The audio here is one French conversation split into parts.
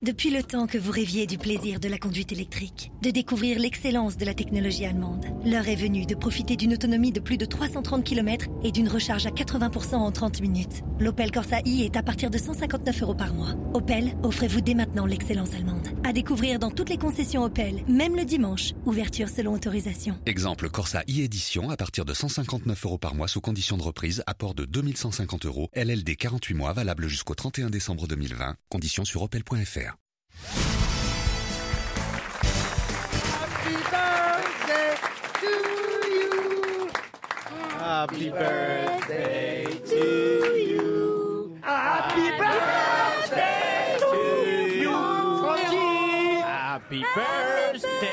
Depuis le temps que vous rêviez du plaisir de la conduite électrique, de découvrir l'excellence de la technologie allemande, l'heure est venue de profiter d'une autonomie de plus de 330 km et d'une recharge à 80% en 30 minutes. L'Opel Corsa i est à partir de 159 € par mois. Opel, offrez-vous dès maintenant l'excellence allemande. À découvrir dans toutes les concessions Opel, même le dimanche. Ouverture selon autorisation. Exemple Corsa i édition à partir de 159 € par mois sous condition de reprise, apport de 2150 €, LLD 48 mois, valable jusqu'au 31 décembre 2020. Conditions sur opel.fr. Happy birthday to you. Happy birthday to you. Francky. Happy birthday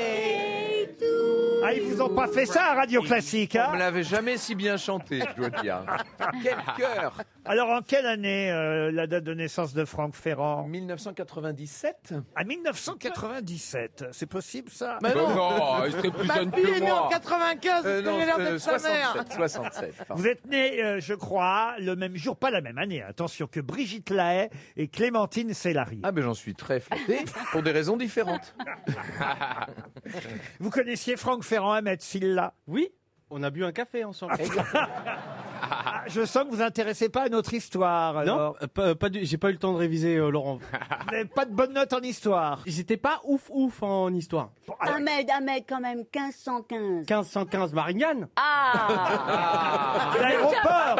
to Ah, ils vous ont pas fait ça à Radio Classique, hein? On me l'avait jamais si bien chanté, je dois dire. Quel cœur! Alors, en quelle année la date de naissance de Franck Ferrand? 1997? À 1997, c'est possible ça? Mais non, il serait plus jeune Il que est né en moi. 95, est-ce qu'il a l'air d'être sa mère? 67. Pardon. Vous êtes né, je crois, le même jour, pas la même année, attention, que Brigitte Lahaie et Clémentine Célari. Ah, ben j'en suis très flatté, pour des raisons différentes. Vous connaissiez Franck Ferrand, Ahmed Silla? Oui, on a bu un café ensemble. Ah, je sens que vous vous intéressez pas à notre histoire. Alors. Non, j'ai pas eu le temps de réviser, Laurent. Vous n'avez pas de bonnes notes en histoire. J'étais pas ouf en histoire. Bon, alors, Ahmed, quand même, 1515. 1515 Marignane. l'aéroport.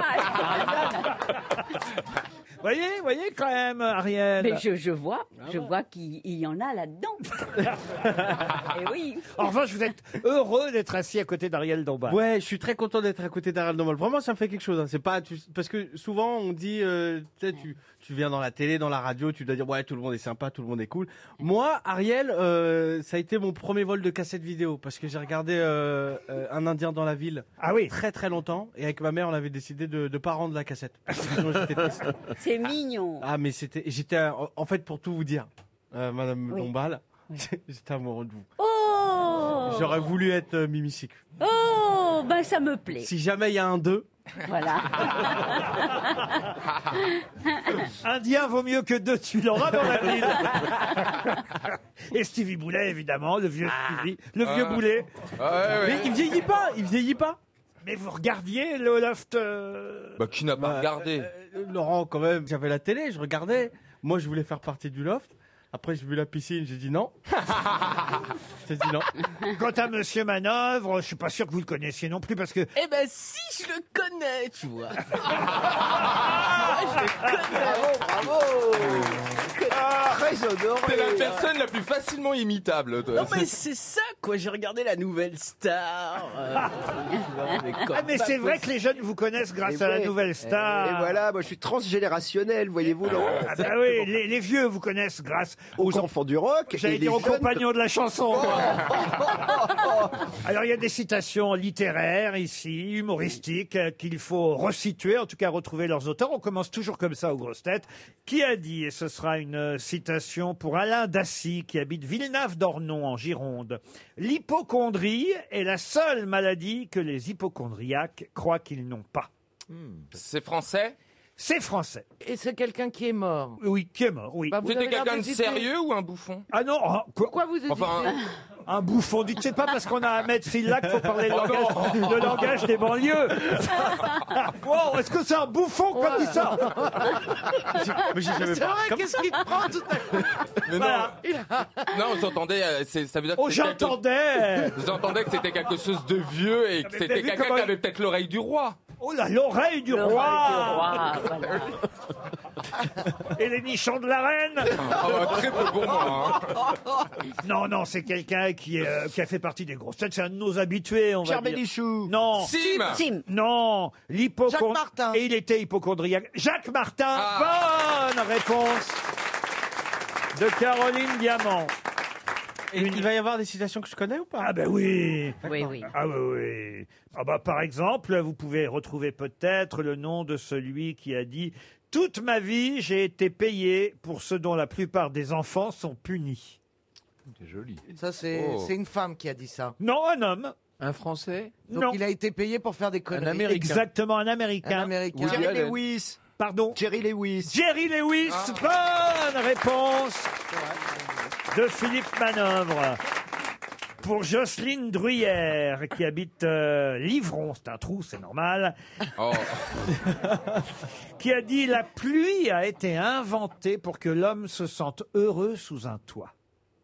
Voyez quand même, Ariel. Mais je vois qu'il y en a là-dedans. Et oui. En revanche, vous êtes heureux d'être assis à côté d'Ariel Dombal. Ouais, je suis très content d'être à côté d'Ariel Dombal. Vraiment, ça me fait quelque chose. Hein. C'est pas parce que souvent on dit, tu viens dans la télé, dans la radio, tu dois dire ouais, tout le monde est sympa, tout le monde est cool. Moi, Ariel, ça a été mon premier vol de cassette vidéo parce que j'ai regardé Un Indien dans la ville. Ah oui. Très très longtemps. Et avec ma mère, on avait décidé de pas rendre la cassette. Sinon, j'étais triste. C'est mignon. Ah mais j'étais en fait pour tout vous dire, Madame Dombal, j'étais amoureux de vous. Oh. J'aurais voulu être Mimi. Oh, ben ça me plaît. Si jamais il y a un 2. Voilà. Indien vaut mieux que deux, tu l'auras dans la ville. Et Stevie Boulet, évidemment, le vieux Stevie, le vieux Boulet. Mais il vieillit pas. Mais vous regardiez le Loft Bah, qui n'a pas regardé? Laurent, quand même, j'avais la télé, je regardais. Moi, je voulais faire partie du loft. Après, j'ai vu la piscine, j'ai dit non. J'ai dit non. Quant à Monsieur Manœuvre, je suis pas sûr que vous le connaissiez non plus parce que... Eh ben si, je le connais, tu vois. Bravo! Très honoré. C'est la personne la plus facilement imitable. Toi. Non mais c'est ça quoi, j'ai regardé la Nouvelle Star. Mais c'est vrai que les jeunes vous connaissent grâce à la Nouvelle Star. Et voilà, moi je suis transgénérationnel, voyez-vous, Laurent. Ah bah oui, les vieux vous connaissent grâce aux enfants du rock. J'allais dire aux compagnons de la chanson. Alors il y a des citations littéraires ici, humoristiques, qu'il faut resituer, en tout cas retrouver leurs auteurs. On commence toujours comme ça aux grosses têtes. Qui a dit, et ce sera une citation pour Alain Dassy, qui habite Villeneuve-d'Ornon en Gironde, « L'hypocondrie est la seule maladie que les hypocondriaques croient qu'ils n'ont pas. » C'est français? C'est français. Et c'est quelqu'un qui est mort. Oui, qui est mort, oui. Bah, vous C'était avez l'air quelqu'un de d'hésiter. sérieux ou un bouffon? Ah non, Pourquoi vous hésitez? Enfin, un bouffon. Dites, c'est pas parce qu'on a Ahmed Silla qu'il faut parler le langage des banlieues. Wow, est-ce que c'est un bouffon comme dit ça? C'est vrai, qu'est-ce qu'il te prend tout à coup? mais Voilà. non, j'entendais, ça veut dire que Oh, c'était j'entendais. j'entendais que c'était quelque chose de vieux et que Mais c'était vu quelqu'un comment qui avait peut-être l'oreille du roi. Oh là, l'oreille du roi. Voilà. Et les nichons de la reine. Ah bah, très peu pour moi. Hein. Non, c'est quelqu'un qui a fait partie des grosses têtes. C'est un de nos habitués, on va dire. Bénichou. Non. Sim. Non. Jacques Martin. Et il était hypochondriaque. Jacques Martin. Bonne réponse de Caroline Diamant. Et il va y avoir des citations que je connais ou pas? Ah ben oui. Oui. Ah oui. Ah bah par exemple, vous pouvez retrouver peut-être le nom de celui qui a dit « Toute ma vie, j'ai été payé pour ce dont la plupart des enfants sont punis. C'est joli. Ça, c'est une femme qui a dit ça. » Non, un homme. Un Français? Donc Non. il a été payé pour faire des conneries. Américain. Exactement, un Un Américain. Américain. Woody Allen. Lewis. Pardon? Jerry Lewis. Jerry Lewis, bonne réponse de Philippe Manœuvre. Pour Jocelyne Druyère, qui habite Livron, c'est un trou, c'est normal, qui a dit « La pluie a été inventée pour que l'homme se sente heureux sous un toit. »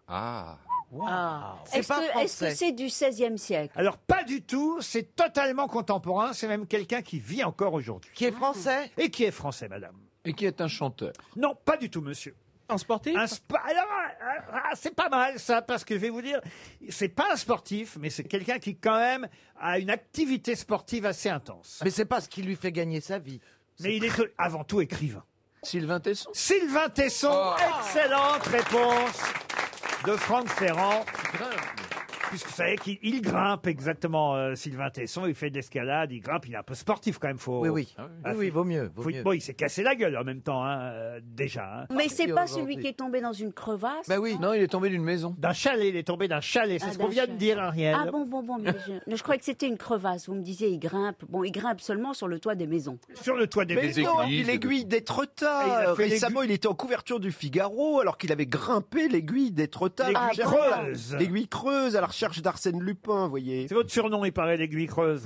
Est-ce que c'est du XVIe siècle? Alors, pas du tout, c'est totalement contemporain, c'est même quelqu'un qui vit encore aujourd'hui. Qui est français? Et qui est français, madame? Et qui est un chanteur. Non, pas du tout, monsieur. Un sportif? Alors, c'est pas mal ça, parce que je vais vous dire, c'est pas un sportif, mais c'est quelqu'un qui quand même a une activité sportive assez intense. Mais c'est pas ce qui lui fait gagner sa vie. Mais il est avant tout écrivain. Sylvain Tesson. Sylvain Tesson, excellente réponse de Franck Ferrand. Puisque vous savez qu'il grimpe exactement, Sylvain Tesson, il fait de l'escalade, il grimpe, il est un peu sportif quand même. Oui, vaut mieux. Bon, il s'est cassé la gueule en même temps, déjà. Mais c'est pas celui qui est tombé dans une crevasse? Non, il est tombé d'une maison. D'un chalet, il est tombé d'un chalet, c'est ce qu'on vient de dire, Ariel. Ah bon, mais je croyais que c'était une crevasse. Vous me disiez, il grimpe. Bon, il grimpe seulement sur le toit des maisons. Sur le toit des Mais maisons. non, puis l'aiguille d'Étretat. Récemment, il était en couverture du Figaro alors qu'il avait grimpé l'aiguille d'Étretat. L'aiguille creuse. L'aiguille creuse à la recherche d'Arsène Lupin, vous voyez. C'est votre surnom, il paraît, l'aiguille creuse.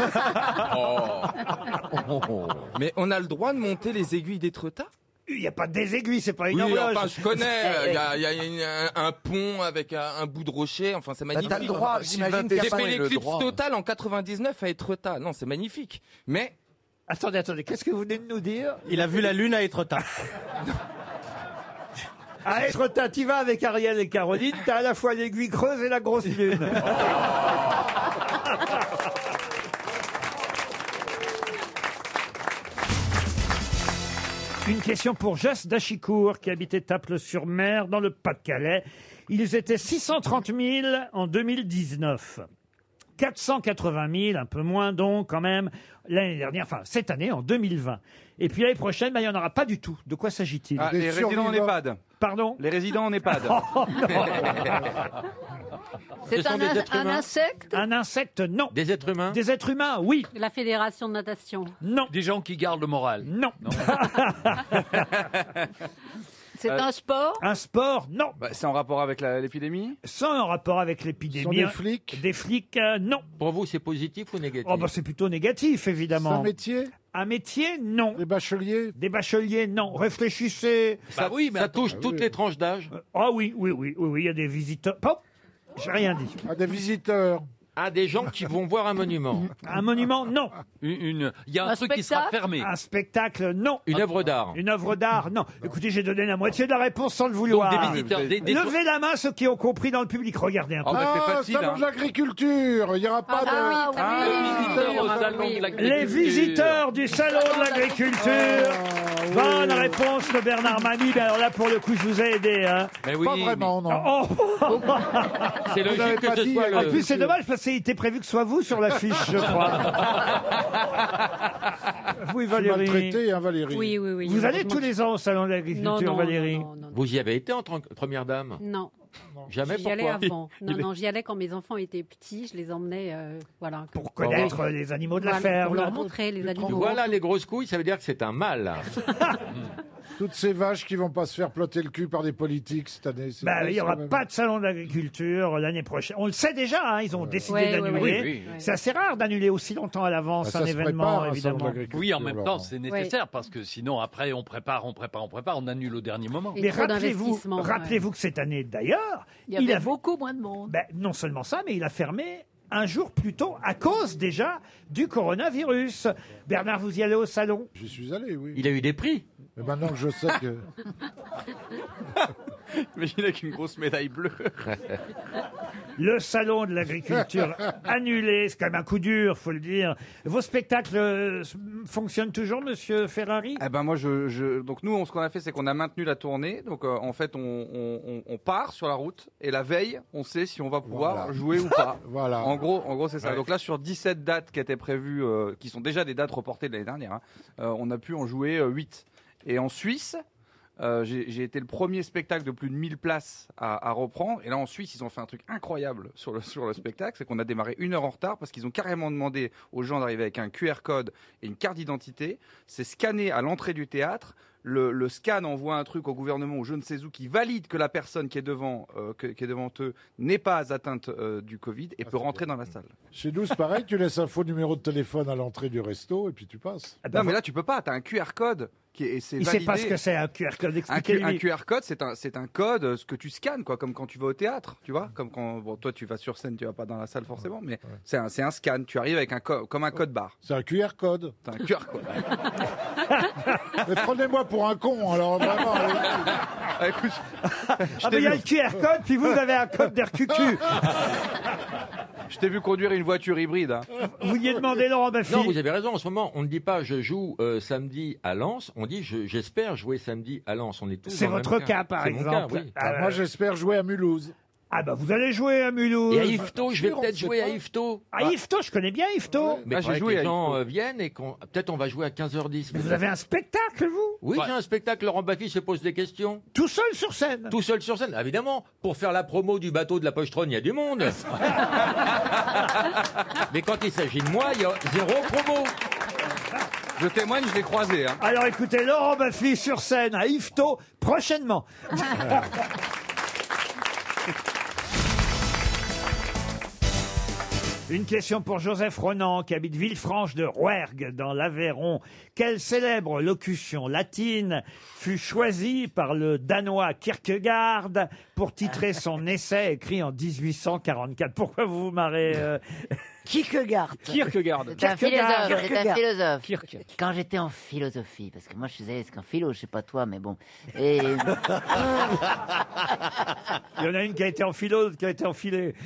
Mais on a le droit de monter les aiguilles d'Étretat? Il n'y a pas des aiguilles, c'est pas une Oui, horloge. enfin, je connais. Il y a un pont avec un bout de rocher. Enfin, c'est magnifique. T'as le droit, j'imagine J'ai qu'il y a fait pas l'éclipse totale en 99 à Étretat. Non, c'est magnifique. Mais Attendez, qu'est-ce que vous venez de nous dire? Il a vu la lune à Étretat. À Étretat, t'y vas avec Ariel et Caroline, t'as à la fois l'aiguille creuse et la grosse lune. Une question pour Jas Dachicourt, qui habitait Taples-sur-Mer, dans le Pas-de-Calais. Ils étaient 630 000 en 2019. 480 000, un peu moins donc quand même, l'année dernière, enfin cette année, en 2020. Et puis l'année prochaine, il n'y en aura pas du tout. De quoi s'agit-il? Les résidents en EHPAD. Pardon? Les résidents en EHPAD. C'est un insecte? Un insecte, non. Des êtres humains? Des êtres humains, oui. La fédération de natation? Non. Des gens qui gardent le moral? Non. C'est un sport? Un sport, non. C'est en rapport avec l'épidémie? Sans rapport avec l'épidémie. Ce sont des flics? Des flics, non. Pour vous, c'est positif ou négatif? Oh, bah, c'est plutôt négatif, évidemment. C'est un métier? Un métier, non. Des bacheliers? Des bacheliers, non. Réfléchissez. Ça, oui, mais ça touche toutes les tranches d'âge. Ah oui, il y a des visiteurs. Oh, j'ai rien dit. Ah, des visiteurs? Ah, des gens qui vont voir un monument. Un monument, non. Il y a un truc qui sera fermé. Un spectacle, non. Une œuvre d'art. Une œuvre d'art, non. Écoutez, j'ai donné la moitié de la réponse sans le vouloir. Donc, des visiteurs, Levez la main ceux qui ont compris dans le public. Regardez un peu. Salon de l'agriculture. Il n'y aura pas Les visiteurs du salon de l'agriculture. Bonne réponse de Bernard Mabie. Ben alors là, pour le coup, je vous ai aidé. Hein. Mais oui, pas vraiment, non. Oh. C'est logique que ce soit En plus, c'est dommage parce qu'il était prévu que ce soit vous sur l'affiche, je crois. Oui, Valérie. Maltraité, hein, Valérie. Oui. Vous allez tous les ans au salon de l'agriculture, Valérie? Non. Vous y avez été en tant que première dame? Non. Jamais. J'y allais Pourquoi? avant. Non, j'y allais quand mes enfants étaient petits. Je les emmenais, voilà. Pour connaître les animaux de la ferme. Pour leur montrer les animaux. Voilà, les grosses couilles, ça veut dire que c'est un mâle. Toutes ces vaches qui vont pas se faire plotter le cul par des politiques cette année. Il n'y aura pas de salon d'agriculture l'année prochaine. On le sait déjà, hein, ils ont décidé d'annuler. Oui. C'est assez rare d'annuler aussi longtemps à l'avance un événement, évidemment. Oui, en même temps, c'est nécessaire parce que sinon, après, on prépare, on annule au dernier moment. Mais rappelez-vous que cette année, d'ailleurs, il y avait beaucoup moins de monde. Non seulement ça, mais il a fermé un jour plus tôt à cause déjà du coronavirus. Bernard, vous y allez au salon? J'y suis allé, oui. Il a eu des prix. Mais maintenant que je sais que... Imagine avec une grosse médaille bleue. Le salon de l'agriculture annulé, c'est quand même un coup dur, faut le dire. Vos spectacles fonctionnent toujours, monsieur Ferrari? Eh ben moi, donc nous, ce qu'on a fait, c'est qu'on a maintenu la tournée. Donc en fait, on part sur la route et la veille, on sait si on va pouvoir jouer ou pas. Voilà. En gros, c'est ça. Ouais. Donc là, sur 17 dates qui étaient prévues, qui sont déjà des dates reportées de l'année dernière, on a pu en jouer 8. Et en Suisse, J'ai été le premier spectacle de plus de 1000 places à reprendre. Et là, en Suisse, ils ont fait un truc incroyable sur le spectacle. C'est qu'on a démarré 1 heure en retard parce qu'ils ont carrément demandé aux gens d'arriver avec un QR code et une carte d'identité. C'est scanné à l'entrée du théâtre. Le scan envoie un truc au gouvernement ou je ne sais où qui valide que la personne qui est devant eux n'est pas atteinte du Covid et peut rentrer dans la salle. Chez nous, c'est pareil, tu laisses un faux numéro de téléphone à l'entrée du resto et puis tu passes. Non, mais là, tu peux pas. Tu as un QR code. Il ne sait pas ce que c'est un QR code. Un QR code, c'est un code, ce que tu scannes, quoi, comme quand tu vas au théâtre, tu vois, comme quand toi tu vas sur scène, tu vas pas dans la salle forcément, mais c'est un scan. Tu arrives avec comme un code barre. C'est un QR code. C'est un QR code. Mais prenez-moi pour un con, alors vraiment. Écoute, mais il y a le QR code, puis vous avez un code d'RQQ. Je t'ai vu conduire une voiture hybride. Hein. Vous vouliez demander, Laurent Baffy? Non, vous avez raison. En ce moment, on ne dit pas je joue samedi à Lens. On dit j'espère jouer samedi à Lens. On est tous. C'est dans le votre même cas, par exemple. Mon cas, oui. Moi, j'espère jouer à Mulhouse. Ah bah vous allez jouer à Mulhouse. Et à Yvetot, je vais peut-être jouer à Yvetot. À Yvetot, je connais bien Yvetot. Mais j'ai joué. Les gens viennent et peut-être on va jouer à 15h10. Vous avez un spectacle, vous? Oui, j'ai un spectacle. Laurent Baffy se pose des questions. Tout seul sur scène? Tout seul sur scène, évidemment. Pour faire la promo du bateau de la Pochetronne, il y a du monde. Mais quand il s'agit de moi, il y a 0 promo. Je témoigne, je l'ai croisé. Hein. Alors écoutez, Laurent Baffy sur scène à Yvetot, prochainement. Une question pour Joseph Ronan, qui habite Villefranche de Rouergue, dans l'Aveyron. Quelle célèbre locution latine fut choisie par le Danois Kierkegaard pour titrer son essai écrit en 1844? Pourquoi vous vous marrez Kierkegaard. C'est un philosophe. Quand j'étais en philosophie, parce que moi je faisais qu'en philo, je sais pas toi, mais bon. Et... Il y en a une qui a été en philo, l'autre qui a été enfilée.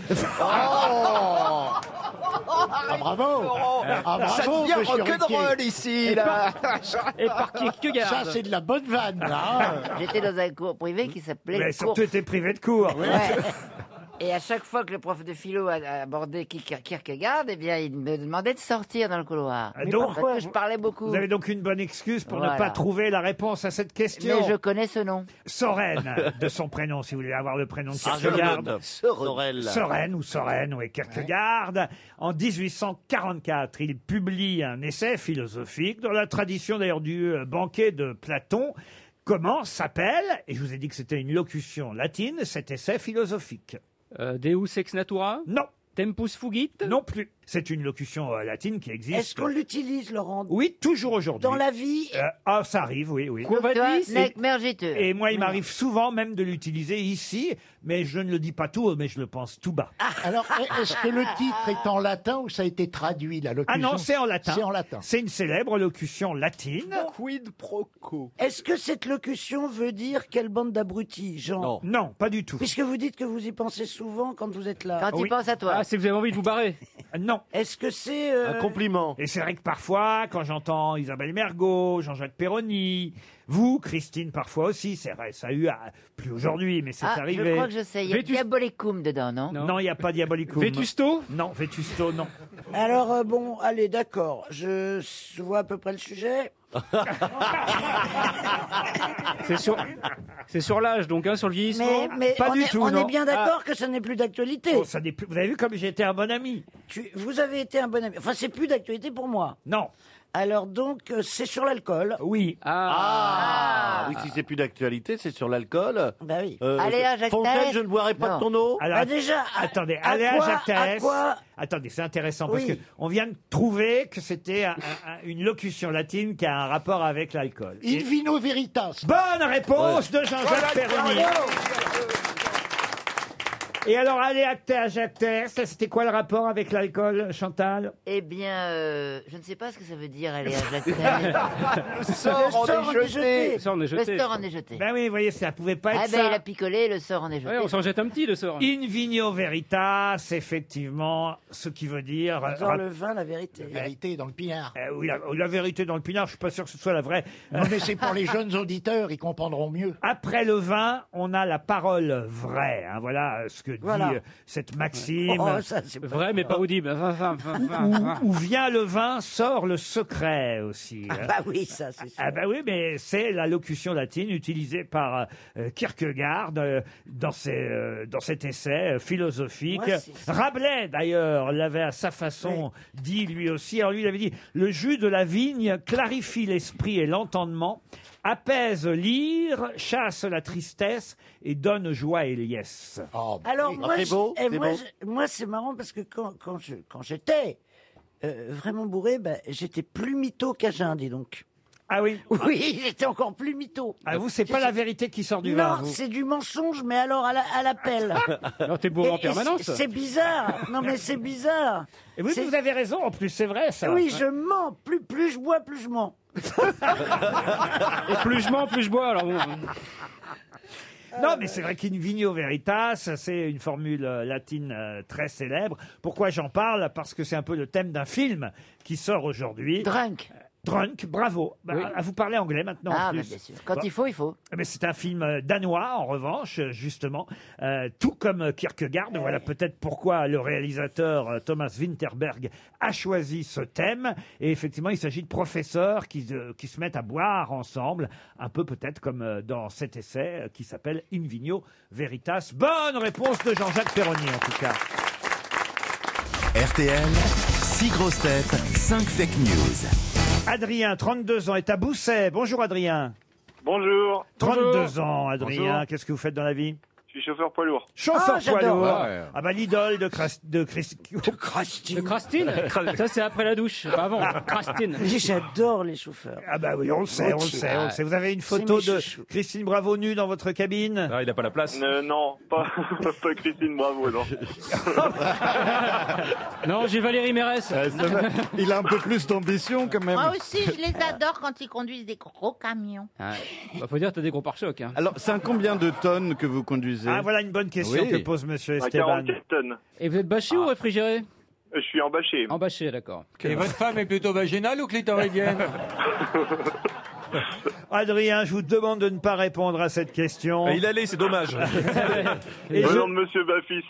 Ah bravo! Ah bravo! Ça devient rock'n'roll ici, là! Et par Kierkegaard. Ça, c'est de la bonne vanne, là! J'étais dans un cours privé qui s'appelait. Mais surtout été privé de cours. Ouais. Et à chaque fois que le prof de philo a abordé Kierkegaard, eh bien, il me demandait de sortir dans le couloir. Donc, parce que je parlais beaucoup. Vous avez donc une bonne excuse pour ne pas trouver la réponse à cette question. Mais je connais ce nom. Soren, de son prénom, si vous voulez avoir le prénom de Kierkegaard. Soren ou Soren, oui, Kierkegaard. En 1844, il publie un essai philosophique dans la tradition d'ailleurs du banquet de Platon. Comment s'appelle, et je vous ai dit que c'était une locution latine, cet essai philosophique? Deus ex natura? Non. Tempus fugit? Non plus. C'est une locution latine qui existe. Est-ce qu'on l'utilise, Laurent? Oui, toujours aujourd'hui. Dans la vie? Ça arrive, oui, oui. Quo vadis? Nec mergitur. Et moi, il m'arrive souvent même de l'utiliser ici, mais je ne le dis pas tout haut, mais je le pense tout bas. Alors, est-ce que le titre est en latin ou ça a été traduit, la locution? Ah non, c'est en latin. C'est en latin. C'est une célèbre locution latine. Quid pro quo. Est-ce que cette locution veut dire quelle bande d'abrutis, genre? Non, pas du tout. Puisque vous dites que vous y pensez souvent quand vous êtes là. Quand il pense à toi. Ah, c'est que vous avez envie de vous barrer. Non. Est-ce que c'est... Un compliment. Et c'est vrai que parfois, quand j'entends Isabelle Mergo, Jean-Jacques Perroni, vous, Christine, parfois aussi, c'est vrai, ça a eu, plus aujourd'hui, mais c'est arrivé. Je crois que je sais, il y a Diabolicum dedans, non? Non, il n'y a pas Diabolicum. Vétusto? Non, Vétusto, non. Alors, bon, allez, d'accord, je vois à peu près le sujet. C'est sur l'âge, donc, sur le vieillissement. Mais pas du tout, on non. est bien d'accord que ça n'est plus d'actualité. Oh, ça n'est plus. Vous avez vu comme j'ai été un bon ami. Vous avez été un bon ami. Enfin, c'est plus d'actualité pour moi. Non. Alors donc, c'est sur l'alcool. Oui. Oui, si c'est plus d'actualité, c'est sur l'alcool. Bah oui. Allez, à Jacques Fontaine, Thérèse. je ne boirai pas Non. de ton eau. Alors, déjà, attendez, à allez quoi- à Jacques à Thérèse. quoi- Attendez, c'est intéressant parce Oui. que on vient de trouver que c'était une locution latine qui a un rapport avec l'alcool. In vino veritas. Bonne réponse de Jean-Jacques Perroni. Et alors, allez à Jacques Thérèse, c'était quoi le rapport avec l'alcool, Chantal? Eh bien, je ne sais pas ce que ça veut dire, aller à Jacques Thérèse. Le sort en est jeté. Le sort en est jeté. Ben oui, vous voyez, ça pouvait pas être Ah ça. ben, il a picolé, le sort en est jeté. Ouais, on s'en jette un petit, le sort. In vigno veritas, effectivement, ce qui veut dire... Dans le vin, la vérité. La vérité dans le pinard. Oui, la vérité dans le pinard, je suis pas sûr que ce soit la vraie. Non, mais c'est pour les jeunes auditeurs, ils comprendront mieux. Après le vin, on a la parole vraie. Hein, voilà ce que Voilà. cette maxime. Oh, ça, c'est Vrai, mais pas audible. Où vient le vin, sort le secret aussi. Ah bah oui, ça, c'est sûr. Ah bah oui, mais c'est la locution latine utilisée par Kierkegaard dans cet essai philosophique. Moi, c'est- Rabelais, d'ailleurs, l'avait à sa façon dit lui aussi. Alors lui, il avait dit « Le jus de la vigne clarifie l'esprit et l'entendement, apaise l'ire, chasse la tristesse et donne joie et liesse. Alors moi, c'est beau, c'est beau. moi, c'est marrant parce que quand j'étais vraiment bourré, j'étais plus mytho qu'à jeun, dis donc. Ah oui. Oui, j'étais encore plus mytho. Ah, vous, c'est pas la vérité qui sort du vin, Non, vous. c'est du mensonge, mais alors à l'appel. Non, t'es bourré en Et permanence. c'est bizarre. Non, mais c'est bizarre. Et oui, C'est- vous avez raison, en plus, c'est vrai, ça. Oui, je mens. Plus je bois, plus je mens. Et plus je mens, plus je bois. Alors bon. Non, mais c'est vrai qu'in vigno veritas, c'est une formule latine très célèbre. Pourquoi j'en parle? Parce que c'est un peu le thème d'un film qui sort aujourd'hui. Drunk. Drunk, bravo. Bah, Oui. vous parlez anglais maintenant. Ah, en plus. bah, bien sûr. Quand Bon. il faut, il faut. Mais c'est un film danois, en revanche, justement, tout comme Kierkegaard. Voilà peut-être pourquoi le réalisateur Thomas Winterberg a choisi ce thème. Et effectivement, il s'agit de professeurs qui se mettent à boire ensemble, un peu peut-être comme dans cet essai qui s'appelle In Vigno Veritas. Bonne réponse de Jean-Jacques Perroni, en tout cas. RTL, 6 grosses têtes, 5 fake news. Adrien, 32 ans, est à Bousset. Bonjour Adrien. Bonjour. 32 ans, Adrien. Bonjour. Qu'est-ce que vous faites dans la vie? Je suis chauffeur poids lourd. Chauffeur poids lourd. Ouais. Ah bah l'idole de Christine. Le Crastine. Ça, c'est après la douche, pas avant. Crastine. J'adore les chauffeurs. Ah bah oui, on le sait, on le sait, on le sait. Vous avez une photo C'est mes de chouchous. Christine Bravo nue dans votre cabine? Ah, il n'a pas la place. Non, pas Christine Bravo, non. Non, j'ai Valérie Mérès. Il a un peu plus d'ambition quand même. Moi aussi, je les adore quand ils conduisent des gros camions. Bah, faut dire, t'as des gros pare-chocs. Hein. Alors, c'est un combien de tonnes que vous conduisez? Ah voilà une bonne question Oui. que pose Monsieur À Esteban. 44 tonnes. Et vous êtes bâché ou réfrigéré? Je suis embâché. Embâché, d'accord. Et votre femme est plutôt vaginale ou clitoridienne? Adrien, je vous demande de ne pas répondre à cette question. Il allait, c'est dommage. Et Au je- nom de Monsieur Baffy,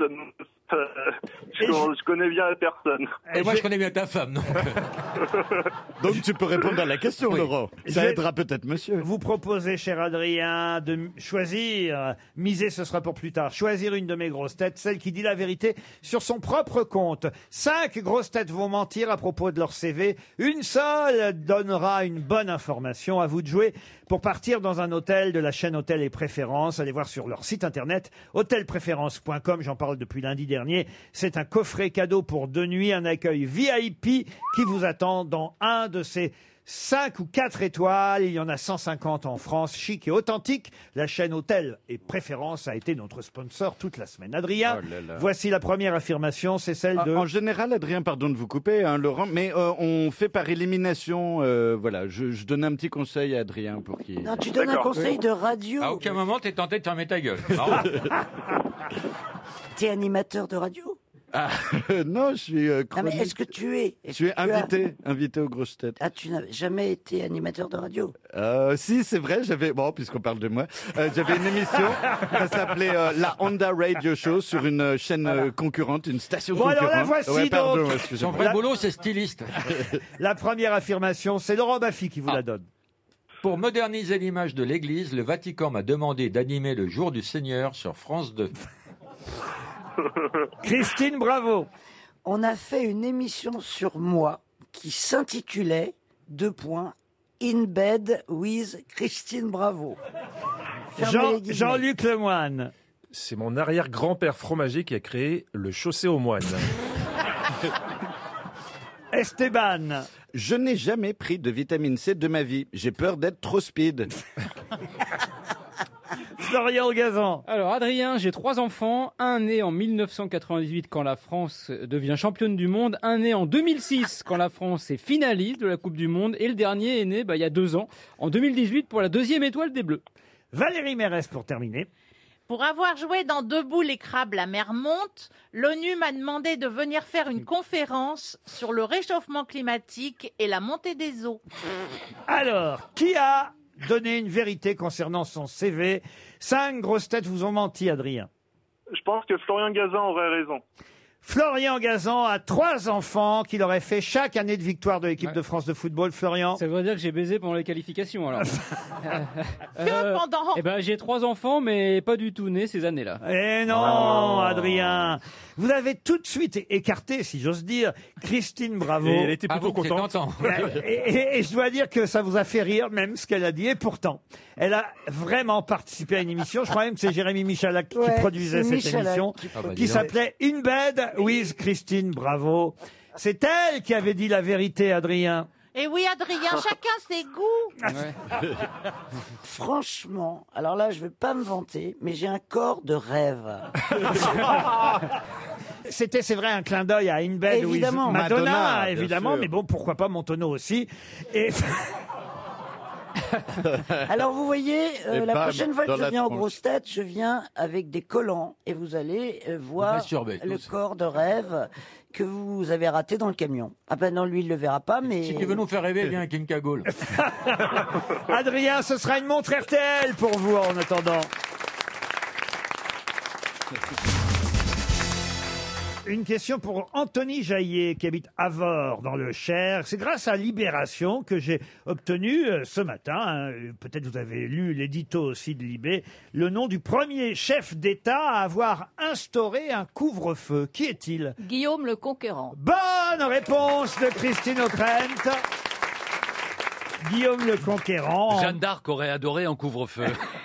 je connais bien la personne. Et moi, je connais bien ta femme, non? Donc, tu peux répondre à la question, Laurent. Ça Je- aidera peut-être monsieur. Vous proposez, cher Adrien, de choisir, miser ce sera pour plus tard, choisir une de mes grosses têtes, celle qui dit la vérité sur son propre compte. 5 grosses têtes vont mentir à propos de leur CV. Une seule donnera une bonne information. À vous de jouer pour partir dans un hôtel de la chaîne Hôtel et Préférences. Allez voir sur leur site internet hôtelpréférence.com. J'en parle depuis lundi dernier. C'est un coffret cadeau pour 2 nuits, un accueil VIP qui vous attend dans un de ces 5 ou 4 étoiles. Il y en a 150 en France, chic et authentique. La chaîne Hôtel et Préférence a été notre sponsor toute la semaine. Adrien, Oh là là. voici la première affirmation, c'est celle de... En général, Adrien, pardon de vous couper, hein, Laurent, mais on fait par élimination. Voilà, je donne un petit conseil à Adrien pour qu'il. Non, tu donnes un conseil de radio. À aucun moment, t'es tenté de fermer ta gueule. Non. T'es animateur de radio? Ah, non, je suis Non, mais chronique. est-ce que tu es? Je suis invité aux grosses têtes. Ah, tu n'as jamais été animateur de radio? Si, c'est vrai, bon, puisqu'on parle de moi, j'avais une émission, ça s'appelait la Honda Radio Show sur une chaîne concurrente, une station Bon, alors concurrente. la voici Ouais, pardon, donc. excusez-moi. Son vrai boulot, c'est styliste. La première affirmation, c'est Laurent Baffy qui vous la donne. Pour moderniser l'image de l'Église, le Vatican m'a demandé d'animer le Jour du Seigneur sur France 2. Christine Bravo. On a fait une émission sur moi qui s'intitulait In Bed with Christine Bravo. Fermez les guillemets. Jean-Luc Lemoyne. C'est mon arrière-grand-père fromager qui a créé le chaussée aux moines. Esteban. Je n'ai jamais pris de vitamine C de ma vie. J'ai peur d'être trop speed. Florian Gazan. Alors, Adrien, j'ai 3 enfants. Un né en 1998 quand la France devient championne du monde. Un né en 2006 quand la France est finaliste de la Coupe du Monde. Et le dernier est né il y a 2 ans, en 2018, pour la 2e étoile des Bleus. Valérie Mérès pour terminer. Pour avoir joué dans Debout les crabes, la mer monte, l'ONU m'a demandé de venir faire une conférence sur le réchauffement climatique et la montée des eaux. Alors, qui a donné une vérité concernant son CV? 5 grosses têtes vous ont menti, Adrien. Je pense que Florian Gazan aurait raison. Florian Gazan a 3 enfants qu'il aurait fait chaque année de victoire de l'équipe de France de football. Florian. Ça veut dire que j'ai baisé pendant les qualifications, alors. pendant Eh ben, j'ai 3 enfants, mais pas du tout nés ces années-là. Eh non, Adrien. Vous avez tout de suite écarté, si j'ose dire, Christine Bravo. Et elle était plutôt contente. Et je dois dire que ça vous a fait rire, même ce qu'elle a dit. Et pourtant, elle a vraiment participé à une émission. Je crois même que c'est Jérémy Michalak qui produisait cette émission, qui s'appelait In Bed with Christine Bravo. C'est elle qui avait dit la vérité, Adrien. Et oui, Adrien, chacun ses goûts. Franchement, alors là, je vais pas me vanter, mais j'ai un corps de rêve. C'était, c'est vrai, un clin d'œil à In Bed with Évidemment. Madonna, évidemment, sûr. mais bon, pourquoi pas mon tonneau aussi. Et Alors vous voyez, Et la bam, prochaine fois que dans je la viens aux tronche. grosses têtes, je viens avec des collants et vous allez voir Masturbez le tous. corps de rêve que vous avez raté dans le camion. Ah ben non, lui il le verra pas, mais... Si tu veux nous faire rêver, viens avec une cagoule. Adrien, ce sera une montre RTL pour vous en attendant. Une question pour Anthony Jaillet, qui habite Avord, dans le Cher. C'est grâce à Libération que j'ai obtenu ce matin, hein, peut-être vous avez lu l'édito aussi de Libé, le nom du premier chef d'État à avoir instauré un couvre-feu. Qui est-il? Guillaume le Conquérant. Bonne réponse de Christine O'Krent. Guillaume le Conquérant. Jeanne d'Arc aurait adoré en couvre-feu.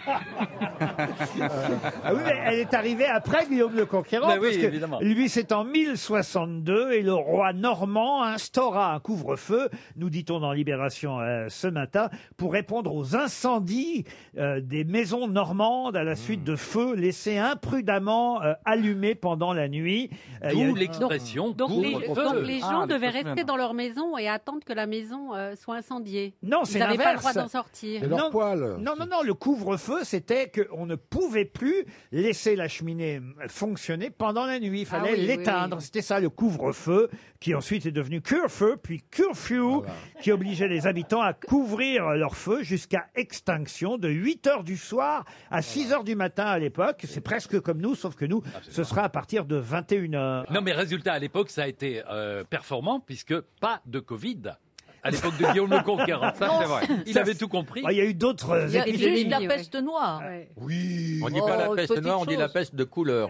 Ah oui, mais elle est arrivée après Guillaume le Conquérant, Mais oui, parce que évidemment. lui c'est en 1062 et le roi normand instaura un couvre-feu, nous dit-on dans Libération ce matin, pour répondre aux incendies des maisons normandes à la suite de feux laissés imprudemment allumés pendant la nuit. Il y a- D'où l'expression Donc les couvre-feu. gens devaient rester dans leur maison et attendre que la maison soit incendiée. Non, c'est Ils n'avaient pas le l'inverse. droit d'en sortir. Non, le couvre-feu, c'était qu'on ne pouvait plus laisser la cheminée fonctionner pendant la nuit. Il fallait Ah oui, l'éteindre. oui, oui. C'était ça, le couvre-feu, qui ensuite est devenu curfew, puis curfew, qui obligeait les habitants à couvrir leur feu jusqu'à extinction de 8 heures du soir à 6 heures du matin à l'époque. C'est presque comme nous, sauf que nous, ce sera à partir de 21 heures. Non, mais résultat, à l'époque, ça a été performant, puisque pas de Covid. À l'époque de Guillaume le Conquérant. Ça, c'est vrai. Il avait tout compris. Il y a eu d'autres Il y a épidémies. eu la peste noire. Oui. On dit pas la Oh, peste petite noire, on dit la chose. peste de couleur.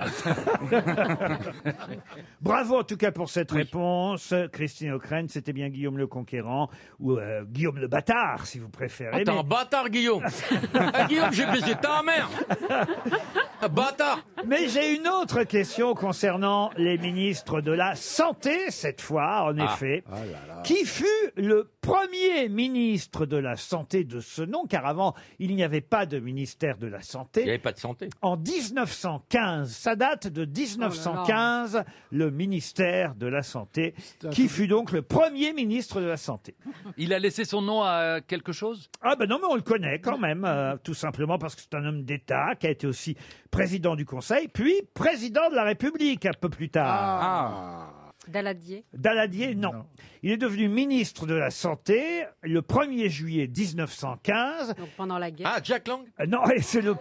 Bravo en tout cas pour cette réponse. Christine O'Krent, c'était bien Guillaume le Conquérant ou Guillaume le Bâtard, si vous préférez. Ah, t'es un bâtard, Guillaume. Ah, Guillaume, j'ai baisé ta mère. Un bâtard. Mais j'ai une autre question concernant les ministres de la Santé, cette fois, en effet. Qui fut le premier ministre de la Santé de ce nom, car avant, il n'y avait pas de ministère de la Santé. Il n'y avait pas de santé. En 1915, ça date de 1915, le ministère de la Santé, qui fut donc le premier ministre de la Santé. Il a laissé son nom à quelque chose? Ah ben non, mais on le connaît quand même, tout simplement parce que c'est un homme d'État qui a été aussi président du Conseil, puis président de la République un peu plus tard. Daladier. Daladier, non. Il est devenu ministre de la Santé le 1er juillet 1915. Donc pendant la guerre. Ah, Jack Lang. Non, et c'est le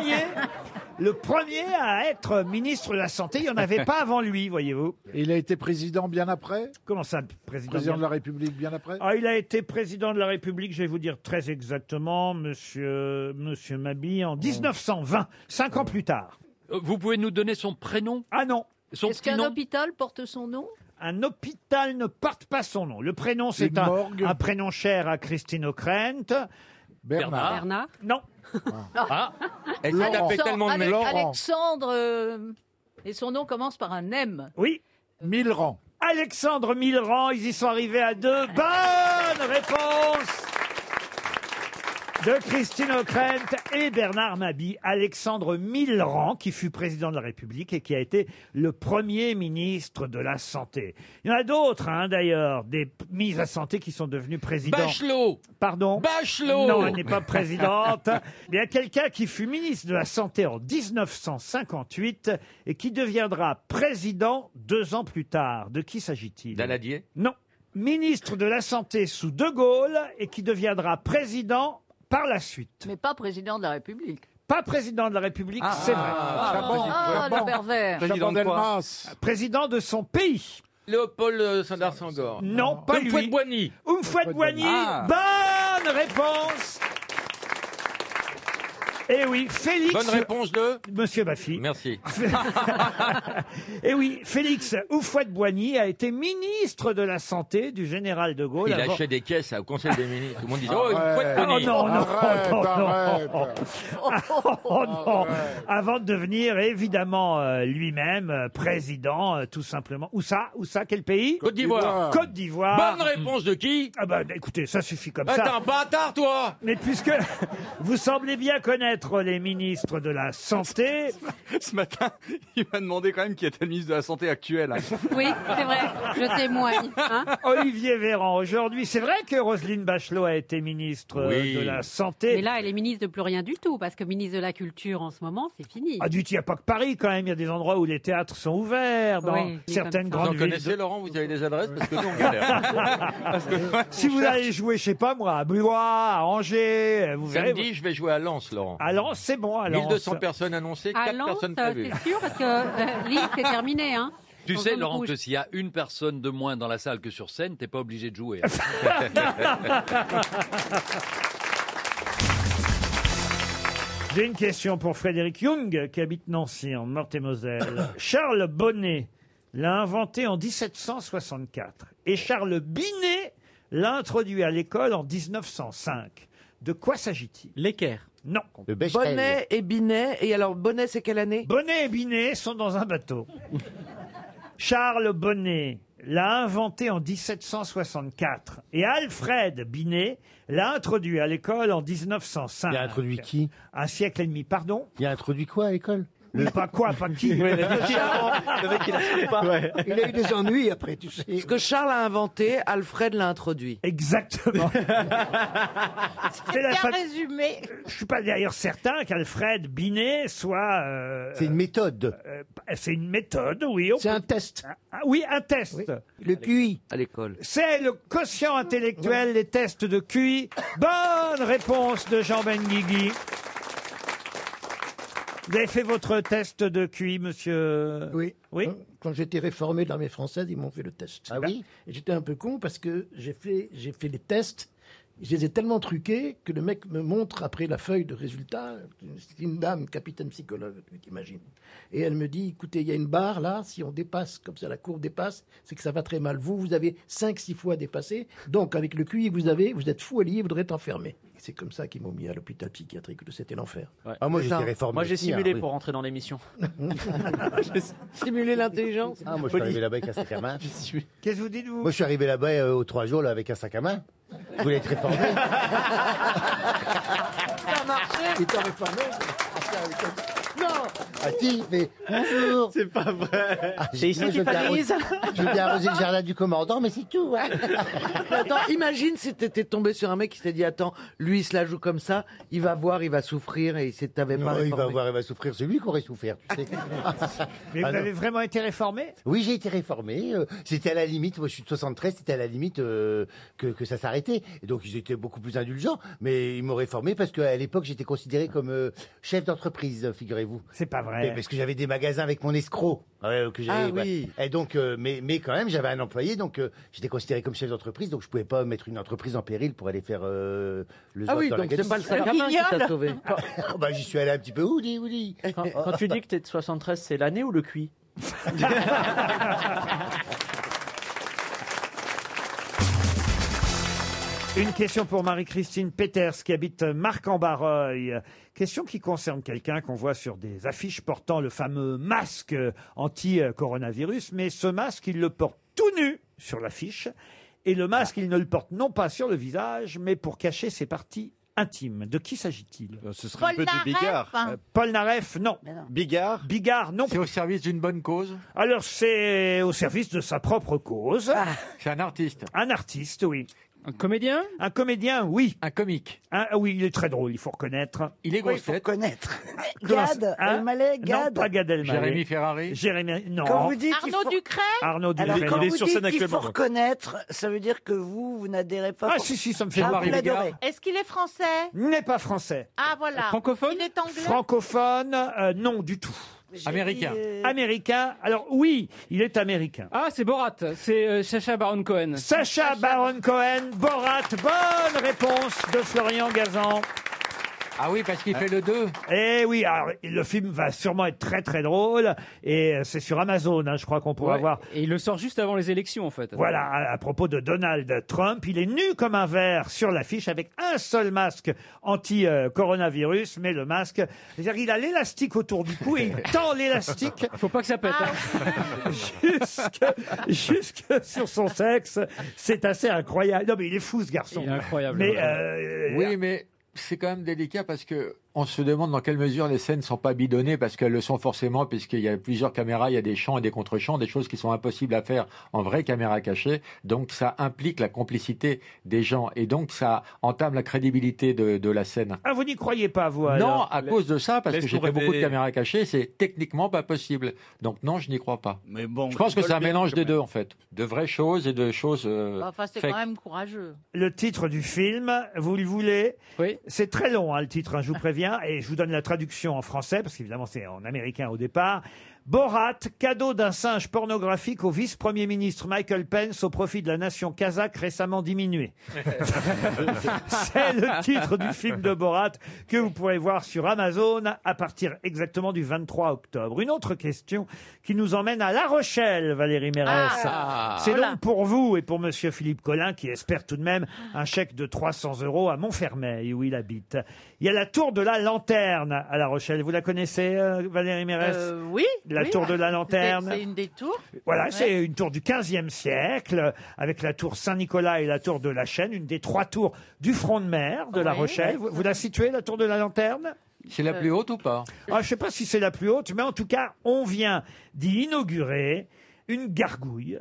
premier à être ministre de la Santé. Il n'y en avait pas avant lui, voyez-vous. Et il a été président bien après? Comment ça, président Président de la République bien après? Ah, il a été président de la République, je vais vous dire très exactement, monsieur Mabille, en 1920, 5 ans plus tard. Vous pouvez nous donner son prénom? Ah non. Son Est-ce petit qu'un nom? hôpital porte son nom? Un hôpital ne porte pas son nom. Le prénom, c'est Une morgue. un prénom cher à Christine O'Krent. Bernard. Bernard. Non. Ah, Elle s'est tapé tellement de Laurent. mecs. Alexandre, et son nom commence par un M. Oui. Millerand. Alexandre Millerand, ils y sont arrivés à 2. Bonne réponse de Christine O'Krent et Bernard Mabille. Alexandre Millerand, qui fut président de la République et qui a été le premier ministre de la Santé. Il y en a d'autres, hein, d'ailleurs, des mises à santé qui sont devenus présidents. Bachelot. Pardon? Bachelot. Non, elle n'est pas présidente. Il y a quelqu'un qui fut ministre de la Santé en 1958 et qui deviendra président 2 ans plus tard. De qui s'agit-il? Daladier. Non. Ministre de la Santé sous De Gaulle et qui deviendra président par la suite. Mais pas président de la République. Pas président de la République, c'est vrai. le pervers. Président de quoi? Président de son pays. Léopold Sédar Senghor. Non, pas lui. Houphouët-Boigny. Houphouët-Boigny. Bonne réponse. Eh oui, Félix. Bonne réponse de Monsieur Baffy. Merci. Eh oui, Félix Houphouët-Boigny a été ministre de la Santé du général de Gaulle. Il avant- lâchait des caisses au Conseil des ministres. Tout le monde disait Arrête. Houphouët-Boigny. Oh non, Arrête, non, arrête. Oh non. Avant de devenir évidemment lui-même président, tout simplement. Où ça? Quel pays? Côte d'Ivoire. Côte d'Ivoire. Bonne réponse de qui? Ah bah écoutez, ça suffit comme T'es ça. un bâtard, toi. Mais puisque vous semblez bien connaître les ministres de la Santé, Ce matin, il m'a demandé quand même qui était le ministre de la Santé actuel. Oui, c'est vrai, je témoigne. Hein. Olivier Véran, aujourd'hui, c'est vrai que Roselyne Bachelot a été ministre Oui. de la Santé. Mais là, elle est ministre de plus rien du tout, parce que ministre de la Culture en ce moment, c'est fini. Ah, il n'y a pas que Paris quand même, il y a des endroits où les théâtres sont ouverts, dans Oui, certaines comme ça. Vous en grandes villes. connaissez, Laurent? Vous avez des adresses? Parce que nous, on galère. Si vous allez jouer, je sais pas moi, à Blois, à Angers, vous verrez. Samedi, je vais jouer à Lens, Laurent. À Lens, c'est bon, à Lens. 1200 personnes annoncées, À 4 Lens, personnes prévues. c'est sûr, parce que Lille, c'est terminé. Hein. Tu En sais, zone Laurent, rouge. que s'il y a une personne de moins dans la salle que sur scène, t'es pas obligé de jouer. J'ai une question pour Frédéric Jung, qui habite Nancy, en Meurthe-et-Moselle. Charles Bonnet l'a inventé en 1764 et Charles Binet l'a introduit à l'école en 1905. De quoi s'agit-il? L'équerre. Non. Bonnet et Binet. Et alors, Bonnet, c'est quelle année? Bonnet et Binet sont dans un bateau. Charles Bonnet l'a inventé en 1764 et Alfred Binet l'a introduit à l'école en 1905. Il a introduit qui? Un siècle et demi, pardon? Il a introduit quoi à l'école? Pas quoi, pas qui? Le mec, il a pas. Ouais. Il a eu des ennuis après, tu sais. Ce que Charles a inventé, Alfred l'a introduit. Exactement. C'est la bien fa- résumé. Je suis pas d'ailleurs certain qu'Alfred Binet soit. C'est une méthode. C'est une méthode, oui. C'est un test. Oui, un test. Le QI. À l'école. C'est le quotient intellectuel, les tests de QI. Bonne réponse de Jean Benguigui. Vous avez fait votre test de QI, monsieur? Oui. Oui. Quand j'étais réformé de l'armée française, ils m'ont fait le test. Ah oui? Et j'étais un peu con parce que j'ai fait les tests. Je les ai tellement truqués que le mec me montre après la feuille de résultat. C'est une dame, capitaine psychologue, tu t'imagines. Et elle me dit, écoutez, il y a une barre là, si on dépasse, comme ça la courbe dépasse, c'est que ça va très mal. Vous avez 5-6 fois dépassé. Donc avec le QI, vous êtes fou allié, vous devrez être enfermé. Et c'est comme ça qu'ils m'ont mis à l'hôpital psychiatrique, c'était l'enfer. Ah, moi, j'étais réformé. Moi, j'ai aussi, simulé oui. pour rentrer dans l'émission. Simuler l'intelligence. Ah, moi, je suis arrivé là-bas avec un sac à main. Qu'est-ce que vous dites, vous? Moi, je suis arrivé là-bas aux 3 jours là, avec un sac à main. Vous voulez être réformé? Ça a marché. Il t'a réformé? Non! Ah, si, mais bonjour! C'est pas vrai! C'est ici qu'il fallise. Je viens arroser le jardin du commandant, mais c'est tout, hein. Attends, imagine si t'étais tombé sur un mec qui s'est dit, attends, lui il se la joue comme ça, il va voir, il va souffrir et c'est t'avais pas Non, il réformé. va voir, il va souffrir. C'est lui qui aurait souffert, tu sais. Mais vous Ah, non. avez vraiment été réformé? Oui, j'ai été réformé. C'était à la limite, moi je suis de 73, c'était à la limite que ça s'arrêtait. Et donc ils étaient beaucoup plus indulgents, mais ils m'ont réformé parce qu'à l'époque j'étais considéré comme chef d'entreprise, figurez-vous. C'est pas vrai. Parce que j'avais des magasins avec mon escroc. Que j'avais, Ah oui. Et donc, mais quand même, j'avais un employé, donc j'étais considéré comme chef d'entreprise, donc je pouvais pas mettre une entreprise en péril pour aller faire le Ah zot oui, dans la donc c'est gadis. pas le sac à main qui t'a sauvé. Bah, j'y suis allé un petit peu oudi. Quand tu dis que t'es de 73, c'est l'année ou le QI? Une question pour Marie-Christine Peters qui habite Marc-en-Barreuil. Question qui concerne quelqu'un qu'on voit sur des affiches portant le fameux masque anti-coronavirus, mais ce masque, il le porte tout nu sur l'affiche. Et le masque, il ne le porte non pas sur le visage, mais pour cacher ses parties intimes. De qui s'agit-il? Ce serait un peu du Bigard. Paul Naref, non. Bigard. Bigard, non. C'est au service d'une bonne cause? Alors, c'est au service de sa propre cause. C'est un artiste. Un artiste, oui. Un comédien? Un comédien, oui. Un comique. Oui, il est très drôle, il faut reconnaître. Il est grosse Il faut tête. connaître. Comment Gad ça, hein Elmaleh, Non, Gad. pas Gad Elmaleh. Jérémy Ferrari. Non. Quand vous dites il Arnaud faut- Ducret. Arnaud Alors, Ducret. quand non. vous dites qu'il faut reconnaître, ça veut dire que vous n'adhérez pas. Ah si, ça me fait Ah, marrer. vous l'adorez. Est-ce qu'il est français? N'est pas français. Ah voilà. Francophone? Il est anglais. Francophone, non du tout. Américain. Américain, alors oui, il est américain. Ah, c'est Borat. C'est Sacha Baron Cohen. Sacha Baron Cohen, Borat, bonne réponse de Florian Gazan. Ah oui, parce qu'il fait le 2. Eh oui, alors, le film va sûrement être très très drôle et c'est sur Amazon, je crois qu'on pourra Ouais. voir. Et il le sort juste avant les élections, en fait. Voilà, à propos de Donald Trump, il est nu comme un verre sur l'affiche avec un seul masque anti-coronavirus, mais le masque, c'est-à-dire qu'il a l'élastique autour du cou et il tend l'élastique Faut pas que ça pète. jusque sur son sexe. C'est assez incroyable. Non mais il est fou ce garçon. Il est incroyable. Mais Oui, mais c'est quand même délicat parce que on se demande dans quelle mesure les scènes sont pas bidonnées parce qu'elles le sont forcément puisqu'il y a plusieurs caméras, il y a des champs et des contre-champs, des choses qui sont impossibles à faire en vraie caméra cachée. Donc ça implique la complicité des gens et donc ça entame la crédibilité de la scène. Ah, vous n'y croyez pas, vous Non, alors à cause de ça, parce que j'ai Laisse-nous fait beaucoup de rêver. caméras cachées, c'est techniquement pas possible. Donc non, je n'y crois pas. Mais bon, Je pense que c'est un bien, mélange quand des même. deux en fait, de vraies choses et de choses. Enfin, c'est fake. quand même courageux. Le titre du film, vous le voulez? Oui. C'est très long, le titre, je vous préviens, et je vous donne la traduction en français, parce qu'évidemment c'est en américain au départ. Borat, cadeau d'un singe pornographique au vice-premier ministre Michael Pence au profit de la nation kazakh récemment diminuée. C'est le titre du film de Borat que vous pourrez voir sur Amazon à partir exactement du 23 octobre. Une autre question qui nous emmène à La Rochelle, Valérie Mérès. C'est Voilà. donc pour vous et pour monsieur Philippe Collin qui espère tout de même un chèque de 300 € à Montfermeil où il habite. Il y a la tour de la Lanterne à La Rochelle. Vous la connaissez, Valérie Mérès? Oui. La oui. tour de la Lanterne. C'est une des tours. Voilà, Ouais. c'est une tour du XVe siècle, avec la tour Saint-Nicolas et la tour de la Chaîne, une des 3 tours du front de mer de La Oui. Rochelle. Vous la situez, la tour de la Lanterne? C'est la plus haute ou pas? Je ne sais pas si c'est la plus haute, mais en tout cas, on vient d'y inaugurer une gargouille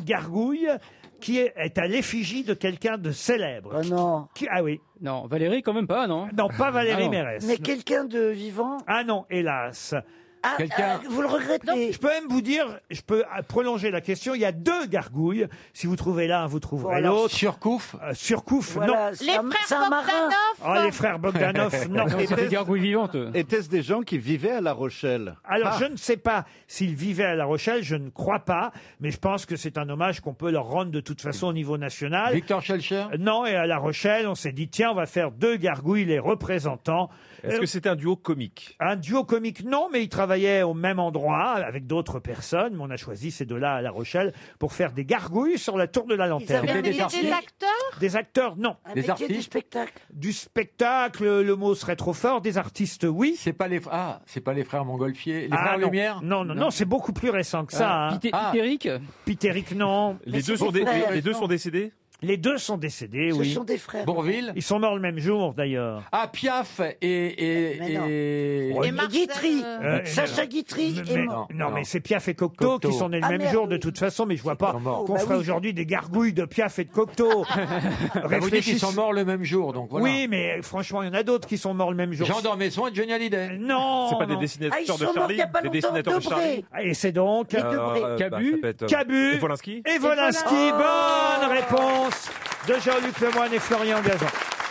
qui est à l'effigie de quelqu'un de célèbre. Oh non. Ah oui. Non, Valérie, quand même pas, non? Non, pas Valérie Ah non. Mérès. Mais quelqu'un de vivant. Ah non, hélas. Ah, Quelqu'un- vous le regrettez. Je peux même vous dire, je peux prolonger la question. Il y a 2 gargouilles. Si vous trouvez l'un, vous trouverez Bon, alors, l'autre. Surcouf? Surcouf, non. Voilà, Les c'est un frères marin. Bogdanov. Oh, les frères Bogdanov, non. Non, c'est des gargouilles vivantes. Était-ce des gens qui vivaient à La Rochelle? Alors, Ah. je ne sais pas s'ils vivaient à La Rochelle, je ne crois pas, mais je pense que c'est un hommage qu'on peut leur rendre de toute façon au niveau national. Victor Schellcher? Non, et à La Rochelle, on s'est dit, tiens, on va faire 2 gargouilles, les représentants. Est-ce que c'était un duo comique? Un duo comique, non, mais ils travaillaient au même endroit avec d'autres personnes. Mais on a choisi ces 2-là à La Rochelle pour faire des gargouilles sur la tour de la Ils Lanterne. avaient Des acteurs. Des acteurs, non. Un Des métier artistes. du spectacle. Du spectacle, le mot serait trop fort. Des artistes, oui. C'est pas les frères Montgolfier, les Ah, frères non. Lumière? Non, c'est beaucoup plus récent que ça. hein. Pitéric? Pitéric, non. Les deux c'est sont des frères, les deux non. sont décédés? Les 2 sont décédés, Ce oui. sont des frères. Bourville? Ils sont morts le même jour, d'ailleurs. Ah, Piaf Mais non. et... Ouais, Et Marcel, Guitry. Sacha Guitry est mais, mort. non, Non. mais c'est Piaf et Cocteau Cocteau. qui sont nés le Ah, même merde, jour de oui. toute façon, mais je vois pas sont morts. qu'on Bah ferait oui. aujourd'hui des gargouilles de Piaf et de Cocteau. Bah, vous dites qu'ils sont morts le même jour, donc voilà. Oui, mais franchement, il y en a d'autres qui sont morts le même jour. Jean Dormesson et Johnny Hallyday. Non, C'est pas non. des dessinateurs Ah, ils de sont morts il Charlie? y a pas Des longtemps. dessinateurs de Charlie? Debré. Et c'est donc Les Debré. Cabu? ça peut être, Cabu et Wolinski? et Wolinski. Bonne réponse de Jean-Luc Lemoyne et Florian Gazan.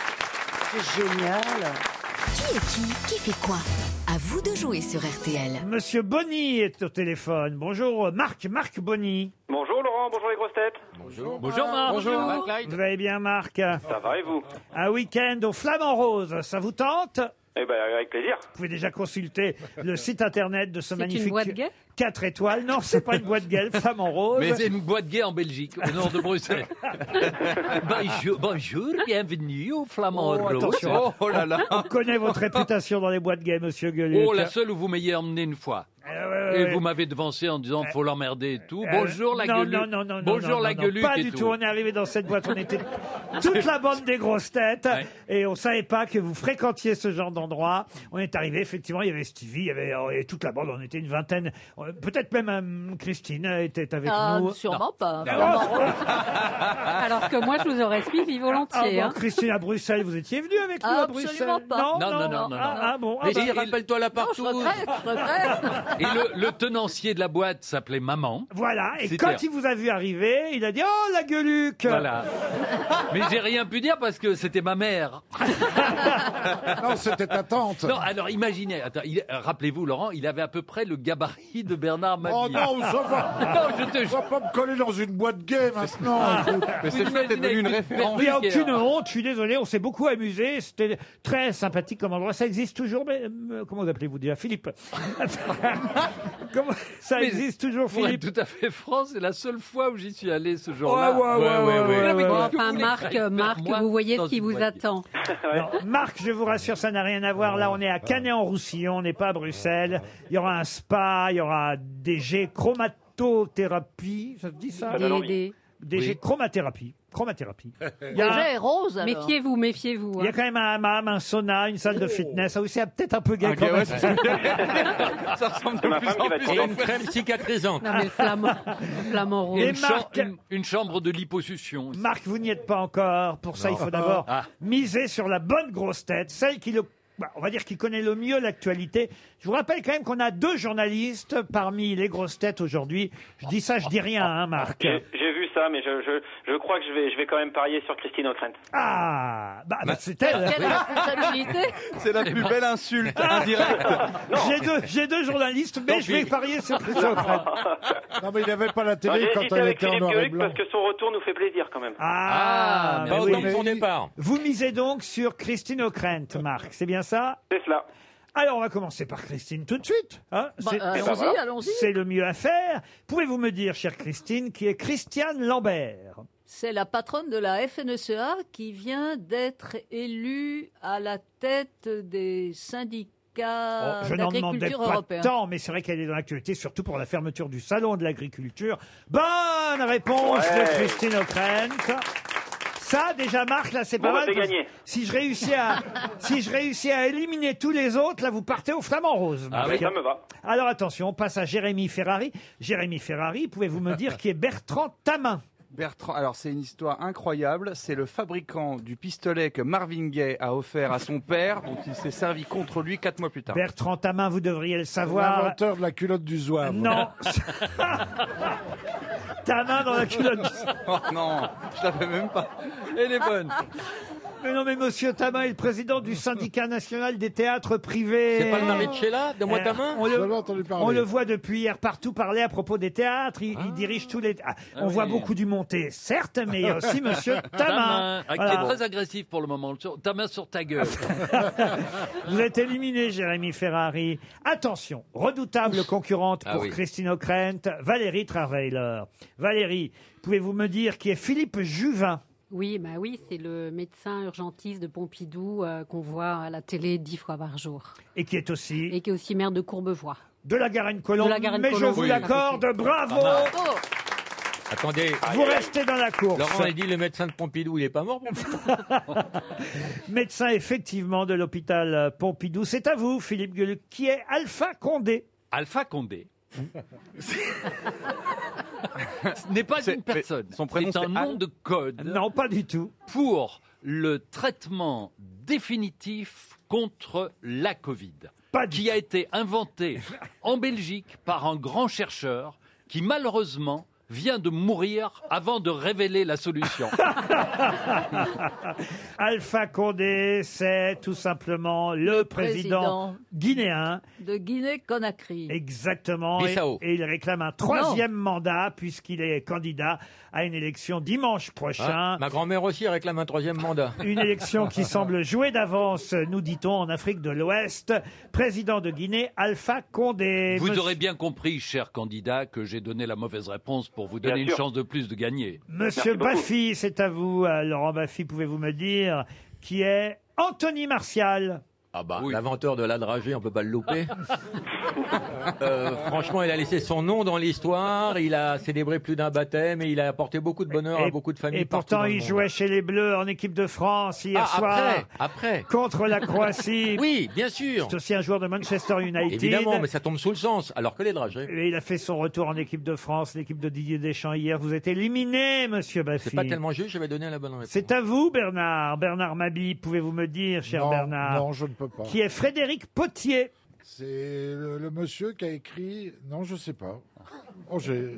C'est génial. Qui est qui fait quoi? À vous de jouer sur RTL. Monsieur Bonny est au téléphone. Bonjour, Marc Bonny. Bonjour Laurent, bonjour les grosses têtes. Bonjour Marc. Bonjour. Vous allez bien, Marc? Ça va et vous? Un week-end au Flamand Rose, ça vous tente? Eh ben avec plaisir. Vous pouvez déjà consulter le site internet de ce C'est une magnifique boîte gay 4 étoiles. Non, c'est pas une boîte gay, Flamand Rose. Mais c'est une boîte gay en Belgique, au nord de Bruxelles. bonjour, bienvenue au Flamand Oh, Rose. attention. Oh là là. On connaît votre réputation dans les boîtes gays, monsieur Gueluc. Oh, la seule où vous m'ayez emmené une fois. Et vous m'avez devancé en disant faut l'emmerder et tout. Bonjour la non, gueuluque. non, Bonjour la gueuluque. Pas et du tout. On est arrivé dans cette boîte, on était toute la bande des grosses têtes et on savait pas que vous fréquentiez ce genre d'endroit. On est arrivé, effectivement, il y avait Stevie, il y avait toute la bande, on était une vingtaine. Peut-être même Christine était avec nous. Sûrement pas. Alors que moi, je vous aurais suivi volontiers. Ah bon, Christine, à Bruxelles, vous étiez venue avec nous à Bruxelles? Absolument pas. Non. Ah bon. Mais si, rappelle-toi la partout. Je regrette. Et le tenancier de la boîte s'appelait Maman. Voilà, et C'était- quand il vous a vu arriver, il a dit « Oh, la gueuluque !» Voilà. Mais j'ai rien pu dire parce que c'était ma mère. Non, c'était ta tante. Non, alors imaginez, rappelez-vous Laurent, il avait à peu près le gabarit de Bernard Mabille. Oh non, ça va. Non, je te On va pas me coller dans une boîte gay maintenant. Mais c'est chouette, t'es devenu une référence. Il n'y a aucune honte, je suis désolé, on s'est beaucoup amusé, c'était très sympathique comme endroit. Ça existe toujours, mais comment vous appelez-vous déjà? Philippe. Comment ça Mais existe toujours, Pour être Philippe? tout à fait franc, c'est la seule fois où j'y suis allé ce jour-là. ouais. Enfin, Marc, vous voyez ce qui vous attend. Non, Marc, je vous rassure, ça n'a rien à voir. Là, on est à Canet-en-Roussillon, on n'est pas à Bruxelles. Il y aura un spa, il y aura des jets chromatothérapie. Ça se dit ça? Des jets chromathérapie. Il y a, Déjà, rose, alors. Méfiez-vous. il y a quand même un hammam, un sauna, une salle de fitness. Ah oui, c'est peut-être un peu gay Ok, quand même. ouais, Ça ressemble de plus en plus. Et une crème cicatrisante. Non, mais flamant rouge. Et Une, Marc, une chambre de liposuction. Marc, vous n'y êtes pas encore. Pour ça, il faut d'abord miser sur la bonne grosse tête, celle qui on va dire qui connaît le mieux l'actualité. Je vous rappelle quand même qu'on a 2 journalistes parmi les grosses têtes aujourd'hui. Je dis ça, je dis rien, hein, Marc. J'ai vu ça, mais je crois que je vais quand même parier sur Christine O'Krent. Ah, c'est elle. Quelle responsabilité. C'est la plus belle insulte indirecte. J'ai deux journalistes, mais je vais parier sur Christine O'Krent. Non, mais il n'avait pas la Non, télé j'ai quand hésité elle avec était en Philippe noir et Gueluc blanc. parce que son retour nous fait plaisir quand même. Ah, Pas oui. autant que son départ. Vous misez donc sur Christine O'Krent, Marc, c'est bien ça? C'est cela. Alors, on va commencer par Christine tout de suite. Hein. Allons-y. C'est le mieux à faire. Pouvez-vous me dire, chère Christine, qui est Christiane Lambert? C'est la patronne de la FNSEA qui vient d'être élue à la tête des syndicats Je n'en demandais d'agriculture pas européens. tant, mais c'est vrai qu'elle est dans l'actualité, surtout pour la fermeture du salon de l'agriculture. Bonne réponse de Christine O'Krent. Ça, déjà, Marc, là, c'est pas mal. c'est gagné. Si je réussis à éliminer tous les autres, là, vous partez au flamant rose. Ah Marc. oui, ça me va. Alors, attention, on passe à Jérémy Ferrari. Jérémy Ferrari, pouvez-vous me dire qui est Bertrand Tamin? Bertrand, alors c'est une histoire incroyable. C'est le fabricant du pistolet que Marvin Gaye a offert à son père, dont il s'est servi contre lui 4 mois plus tard. Bertrand Tamin, vous devriez le savoir. L'inventeur de la culotte du zouave. Non. Tamin dans la culotte. Oh non, je l'avais même pas. Elle est bonne. Mais non, mais monsieur Tamin est le président du syndicat national des théâtres privés. C'est pas le mari de Sheila? Donne-moi ta main. J'avais entendu parler. On le voit depuis hier partout parler à propos des théâtres. Il dirige tous les. On voit beaucoup du monté, certes, mais il y a aussi monsieur Tamin. Qui est Voilà. très agressif pour le moment. Ta main sur ta gueule. Vous êtes éliminé, Jérémy Ferrari. Attention, redoutable concurrente Ah pour oui. Christine O'Krent, Valérie Travailer. Valérie, pouvez-vous me dire qui est Philippe Juvin? Oui, c'est le médecin urgentiste de Pompidou qu'on voit à la télé 10 fois par jour. Et qui est aussi Et qui est aussi maire de Courbevoie. de la Garenne-Colombe. De la Garenne-Colombe. Mais je vous Oui. l'accorde, bravo. Attendez. Vous restez dans la course. Laurent a dit le médecin de Pompidou, il est pas mort. Médecin effectivement de l'hôpital Pompidou. C'est à vous, Philippe Gueluc, qui est Alpha Condé. Alpha Condé. Ce n'est pas une personne. son prénom, c'est un c'est nom Al de code. Non, pas du tout. Pour le traitement définitif contre la Covid, qui a été inventé en Belgique par un grand chercheur qui malheureusement vient de mourir avant de révéler la solution. Alpha Condé, c'est tout simplement le président guinéen. de Guinée-Conakry. Exactement. Et, Bissau. et il réclame un 3e mandat puisqu'il est candidat à une élection dimanche prochain. Ah, ma grand-mère aussi réclame un 3e mandat. Une élection qui semble jouer d'avance, nous dit-on, en Afrique de l'Ouest. Président de Guinée, Alpha Condé. Vous aurez bien compris, cher candidat, que j'ai donné la mauvaise réponse pour vous donner Bien une sûr. chance de plus de gagner. Monsieur Baffy, c'est à vous. Laurent Baffy, pouvez-vous me dire qui est Anthony Martial? Ah bah, l'inventeur de la dragée, on peut pas le louper. Franchement, il a laissé son nom dans l'histoire, il a célébré plus d'un baptême et il a apporté beaucoup de bonheur à beaucoup de familles. Et pourtant, il jouait chez les Bleus en équipe de France hier soir. Après. Contre la Croatie. Oui, bien sûr. C'est aussi un joueur de Manchester United. Évidemment, mais ça tombe sous le sens, alors que les dragées. Et il a fait son retour en équipe de France, l'équipe de Didier Deschamps hier. Vous êtes éliminé, monsieur Baffy. C'est pas tellement juste, je vais donner la bonne réponse. C'est à vous, Bernard. Bernard Mabie, pouvez-vous me dire, cher Bernard. Non, je ne peux pas. Qui est Frédéric Potier. C'est le monsieur qui a écrit... Non, je sais pas. Oh,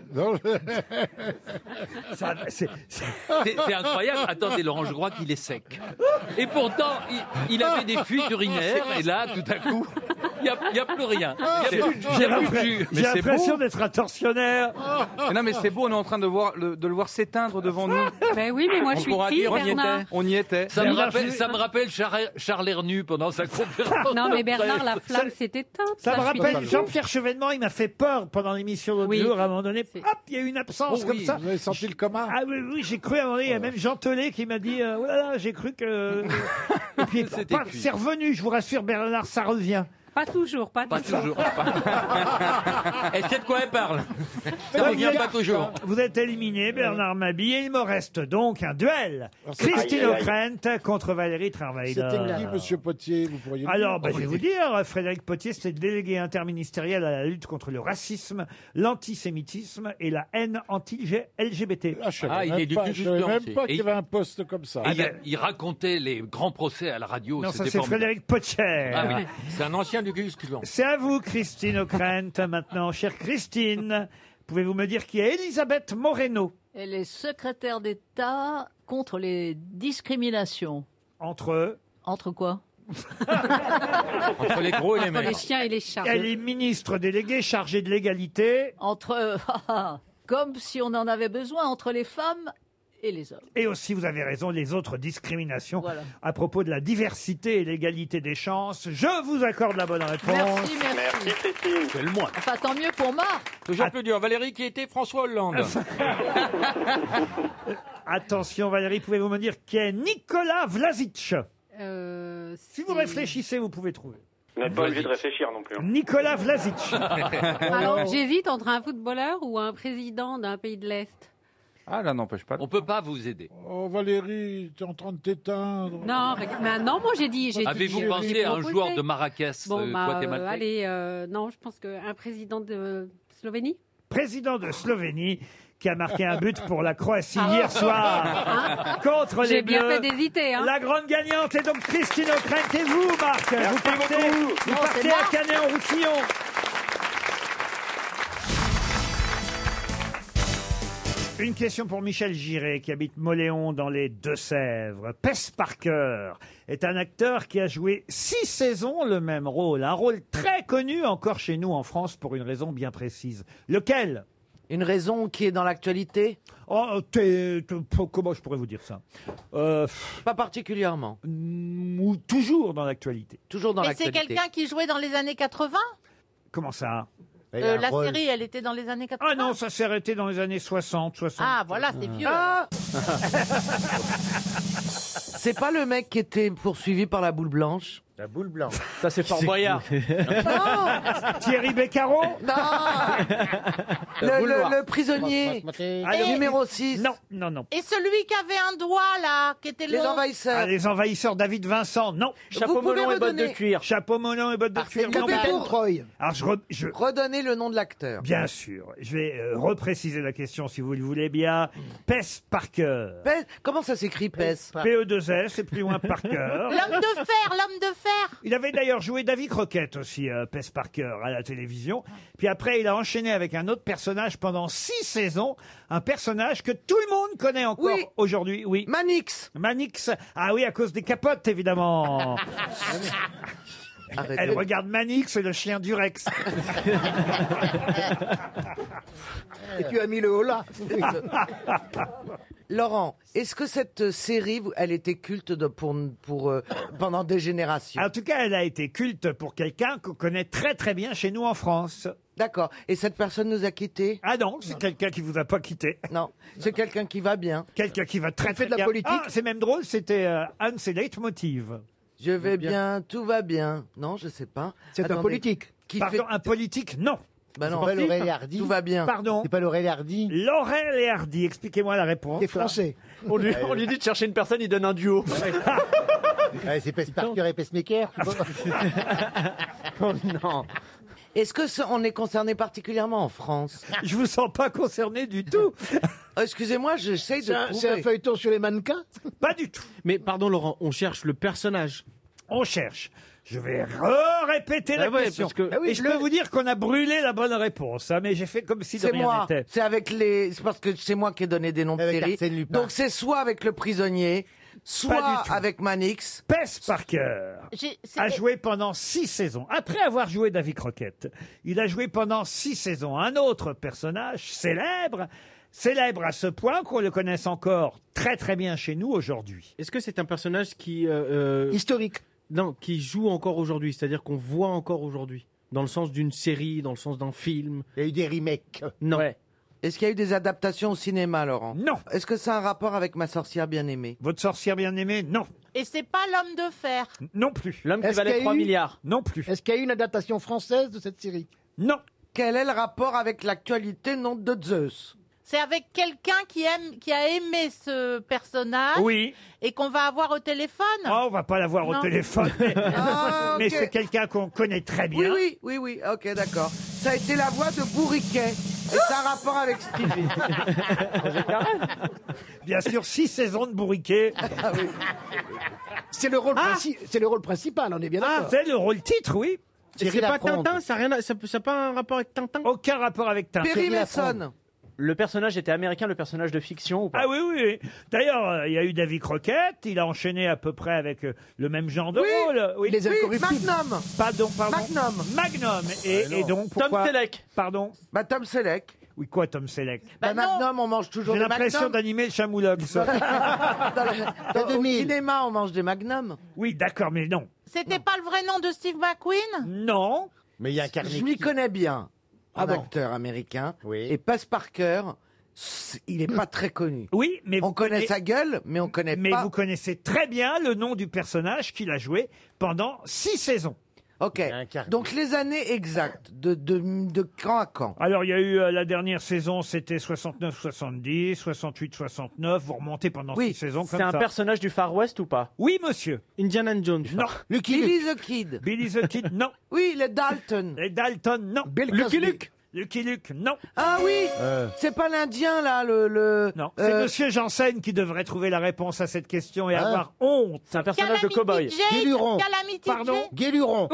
C'est incroyable. Attendez, Laurent, je crois qu'il est sec. Et pourtant, il avait des fuites urinaires, et là, tout à coup, il n'y a plus rien. J'ai l'impression d'être un tortionnaire. Non, mais c'est beau, on est en train de le voir s'éteindre devant nous. Ben oui, mais moi je suis triste, Bernard. On y était. Ça me rappelle Charles Hernu pendant sa conférence. Non, mais Bernard, la flamme s'est éteinte. Ça me rappelle Jean-Pierre Chevènement, il m'a fait peur pendant l'émission l'autre jour. À un moment donné, hop, il y a eu une absence comme ça. Vous avez senti le coma? Ah oui, j'ai cru à un moment donné, il y a même Jean Telet qui m'a dit, oh là là, j'ai cru que... Et puis, c'est revenu, je vous rassure, Bernard, ça revient. Pas toujours, pas toujours. Elle sait de quoi elle parle. Ça revient pas toujours. Vous êtes éliminé, Bernard Mabie, et il me reste donc un duel. Christine O'Krent contre Valérie Travailer. C'était qui, monsieur Potier, vous pourriez me Alors, dire je vais vous dire, Frédéric Potier, c'était le délégué interministériel à la lutte contre le racisme, l'antisémitisme et la haine anti-LGBT. Il éduque je savais même pas qu'il y avait un poste comme ça. Il racontait les grands procès à la radio. Non, ça c'est Frédéric Potier. Ah oui. C'est un ancien du Gus. C'est à vous, Christine O'Krent, maintenant. Chère Christine, pouvez-vous me dire qui est Elisabeth Moreno? Elle est secrétaire d'État contre les discriminations. Entre quoi? Entre les gros et les Entre les chiens et les chats. Elle est ministre déléguée chargée de l'égalité. Comme si on en avait besoin, entre les femmes et les hommes. Et aussi, vous avez raison, les autres discriminations Voilà. à propos de la diversité et l'égalité des chances. Je vous accorde la bonne réponse. Merci. Merci, Christine. C'est le moins. Enfin, tant mieux pour Marc. Toujours plus dur. Valérie qui était François Hollande. Attention, Valérie, pouvez-vous me dire qui est Nicolas Vlasic? Si vous réfléchissez, vous pouvez trouver. Vous n'êtes pas obligé de réfléchir non plus. Nicolas Vlasic. Alors, j'hésite entre un footballeur ou un président d'un pays de l'Est. Ah, là, n'empêche pas. On peut pas vous aider. Oh, Valérie, tu es en train de t'éteindre. Non, mais non, moi j'ai dit. Avez-vous pensé à un joueur de Marrakech, guatémaltais? Allez, non, je pense qu'un président de Slovénie. Président de Slovénie, qui a marqué un but pour la Croatie hier soir contre les Bleus. J'ai bien fait d'hésiter. La grande gagnante est donc Christine O'Krent et vous, Marc. Merci vous partez à Canet-en-Roussillon. Une question pour Michel Giré, qui habite Moléon dans les Deux-Sèvres. Pes Parker est un acteur qui a joué 6 saisons le même rôle. Un rôle très connu encore chez nous en France pour une raison bien précise. Lequel? Une raison qui est dans l'actualité? Oh, comment je pourrais vous dire ça? Pas particulièrement. Ou toujours dans l'actualité. Toujours dans Et c'est l'actualité. quelqu'un qui jouait dans les années 80? Comment ça? La série, elle était dans les années 80? Ah non, ça s'est arrêté dans les années 60. Ah, voilà, c'est vieux. Ah C'est pas le mec qui était poursuivi par la boule blanche? La boule blanche. Ça, c'est Fort Boyard. Thierry Beccaro? Non. Le prisonnier. Le numéro 6. Non. Et celui qui avait un doigt, là, qui était Les long. envahisseurs. Ah, les envahisseurs, David Vincent, non. Chapeau melon et bottes de cuir. Chapeau melon et bottes de cuir, non. Capitaine Troy. Alors, Redonnez le nom de l'acteur. bien sûr, je vais repréciser la question si vous le voulez bien. Pes Parker. Comment ça s'écrit, PES? P-E-2-S, et plus loin Parker. L'homme de fer. Il avait d'ailleurs joué Davy Crockett aussi, Pes Parker, à la télévision. Puis après, il a enchaîné avec un autre personnage pendant 6 saisons. Un personnage que tout le monde connaît encore aujourd'hui. Oui. Manix. Ah oui, à cause des capotes, évidemment. Elle regarde Manix, le chien du Rex. Et tu as mis le holà. Laurent, est-ce que cette série, elle était culte pendant des générations? En tout cas, elle a été culte pour quelqu'un qu'on connaît très très bien chez nous en France. D'accord. Et cette personne nous a quittés? Ah non, c'est quelqu'un qui vous a pas quitté. Non, c'est quelqu'un qui va bien. Quelqu'un qui va très fait très de la bien. politique. Ah, c'est même drôle, c'était Anne, c'est Leitmotiv. Je vais bien, tout va bien. Non, je sais pas. C'est un Attendez. politique. Pardon, un politique, non. Bah non, C'est pas Laurel et Hardy. tout va bien. Pardon. C'est pas Laurel et Hardy. Laurel et Hardy, expliquez-moi la réponse. C'est français. On lui dit de chercher une personne, il donne un duo. Ouais, c'est Pes Parker et Pacemaker. Oh non. Est-ce que on est concerné particulièrement en France? Je vous sens pas concerné du tout. Excusez-moi, j'essaye de C'est un trouver. feuilleton sur les mannequins. Pas du tout. Mais pardon Laurent, on cherche le personnage. On cherche. Je vais répéter la ouais, question. parce que- Et je peux vous dire qu'on a brûlé la bonne réponse, hein, mais j'ai fait comme si de C'est rien moi. n'était. C'est avec les. C'est parce que c'est moi qui ai donné des noms de Avec séries. Arsène Lupin. Donc c'est soit avec le prisonnier, Pas soit du tout. avec Manix. Pes Parker a joué pendant 6 saisons. Après avoir joué Davy Crockett, il a joué pendant 6 saisons un autre personnage célèbre à ce point qu'on le connaisse encore très très bien chez nous aujourd'hui. Est-ce que c'est un personnage qui Historique. non, qui joue encore aujourd'hui, c'est-à-dire qu'on voit encore aujourd'hui, dans le sens d'une série, dans le sens d'un film? Il y a eu des remakes. Non. Ouais. Est-ce qu'il y a eu des adaptations au cinéma, Laurent? Non. Est-ce que ça a un rapport avec Ma sorcière bien-aimée? Votre sorcière bien-aimée, non. Et c'est pas l'homme de fer. Non plus. L'homme qui Est-ce qu'il y valait a 3 eu- milliards. Non plus. Est-ce qu'il y a eu une adaptation française de cette série? Non. Quel est le rapport avec l'actualité non de Zeus? C'est avec quelqu'un qui a aimé ce personnage Oui. et qu'on va avoir au téléphone. Oh, on va pas l'avoir au Non. téléphone, mais, Ah, mais ok. c'est quelqu'un qu'on connaît très bien. Oui, ok, d'accord. Ça a été la voix de Bourriquet. Et ça a un rapport avec Stevie. Bien sûr, 6 saisons de bourriquet. C'est le rôle principal, on est bien Ah, d'accord. c'est le rôle titre, oui. Et c'est pas Tintin, ça n'a pas un rapport avec Tintin? Aucun rapport avec Tintin. Perry Mason. Le personnage était américain, le personnage de fiction ou pas? Ah oui, oui, oui. D'ailleurs, il y a eu Davy Crockett, il a enchaîné à peu près avec le même genre de rôle. Oui, Les Incorruptibles. Magnum. Pardon. Magnum. Et donc, pourquoi... Tom Selleck. Pardon. Bah, Tom Selleck. Oui, quoi, Tom Selleck? Bah, Magnum, on mange toujours J'ai des l'impression Magnum. d'animer le Chamoulox. Au cinéma, on mange des Magnum. Oui, d'accord, mais non. C'était pas le vrai nom de Steve McQueen? Non. Mais il y a un Je m'y connais bien. Un Ah bon. acteur américain. Oui. Et Pes Parker, il est pas très connu. Oui, mais On connaît sa gueule, mais on connaît Mais pas. vous connaissez très bien le nom du personnage qu'il a joué pendant 6 saisons. Ok. Donc les années exactes, de quand à quand? Alors, il y a eu la dernière saison, c'était 69-70, 68-69. Vous remontez pendant 6 saisons comme C'est ça. un personnage du Far West ou pas? Oui, monsieur. Indiana Jones. Non. Billy the Kid. Billy the Kid, non. Oui, les Dalton. Les Dalton, non. Lucky Luke. Lucky Luke, non. Ah oui, c'est pas l'Indien là, le. Non, c'est Monsieur Janssen qui devrait trouver la réponse à cette question et Ah. avoir honte. C'est un personnage de cow-boy. Guéluron. Calamity Pardon. Jane. Guéluron.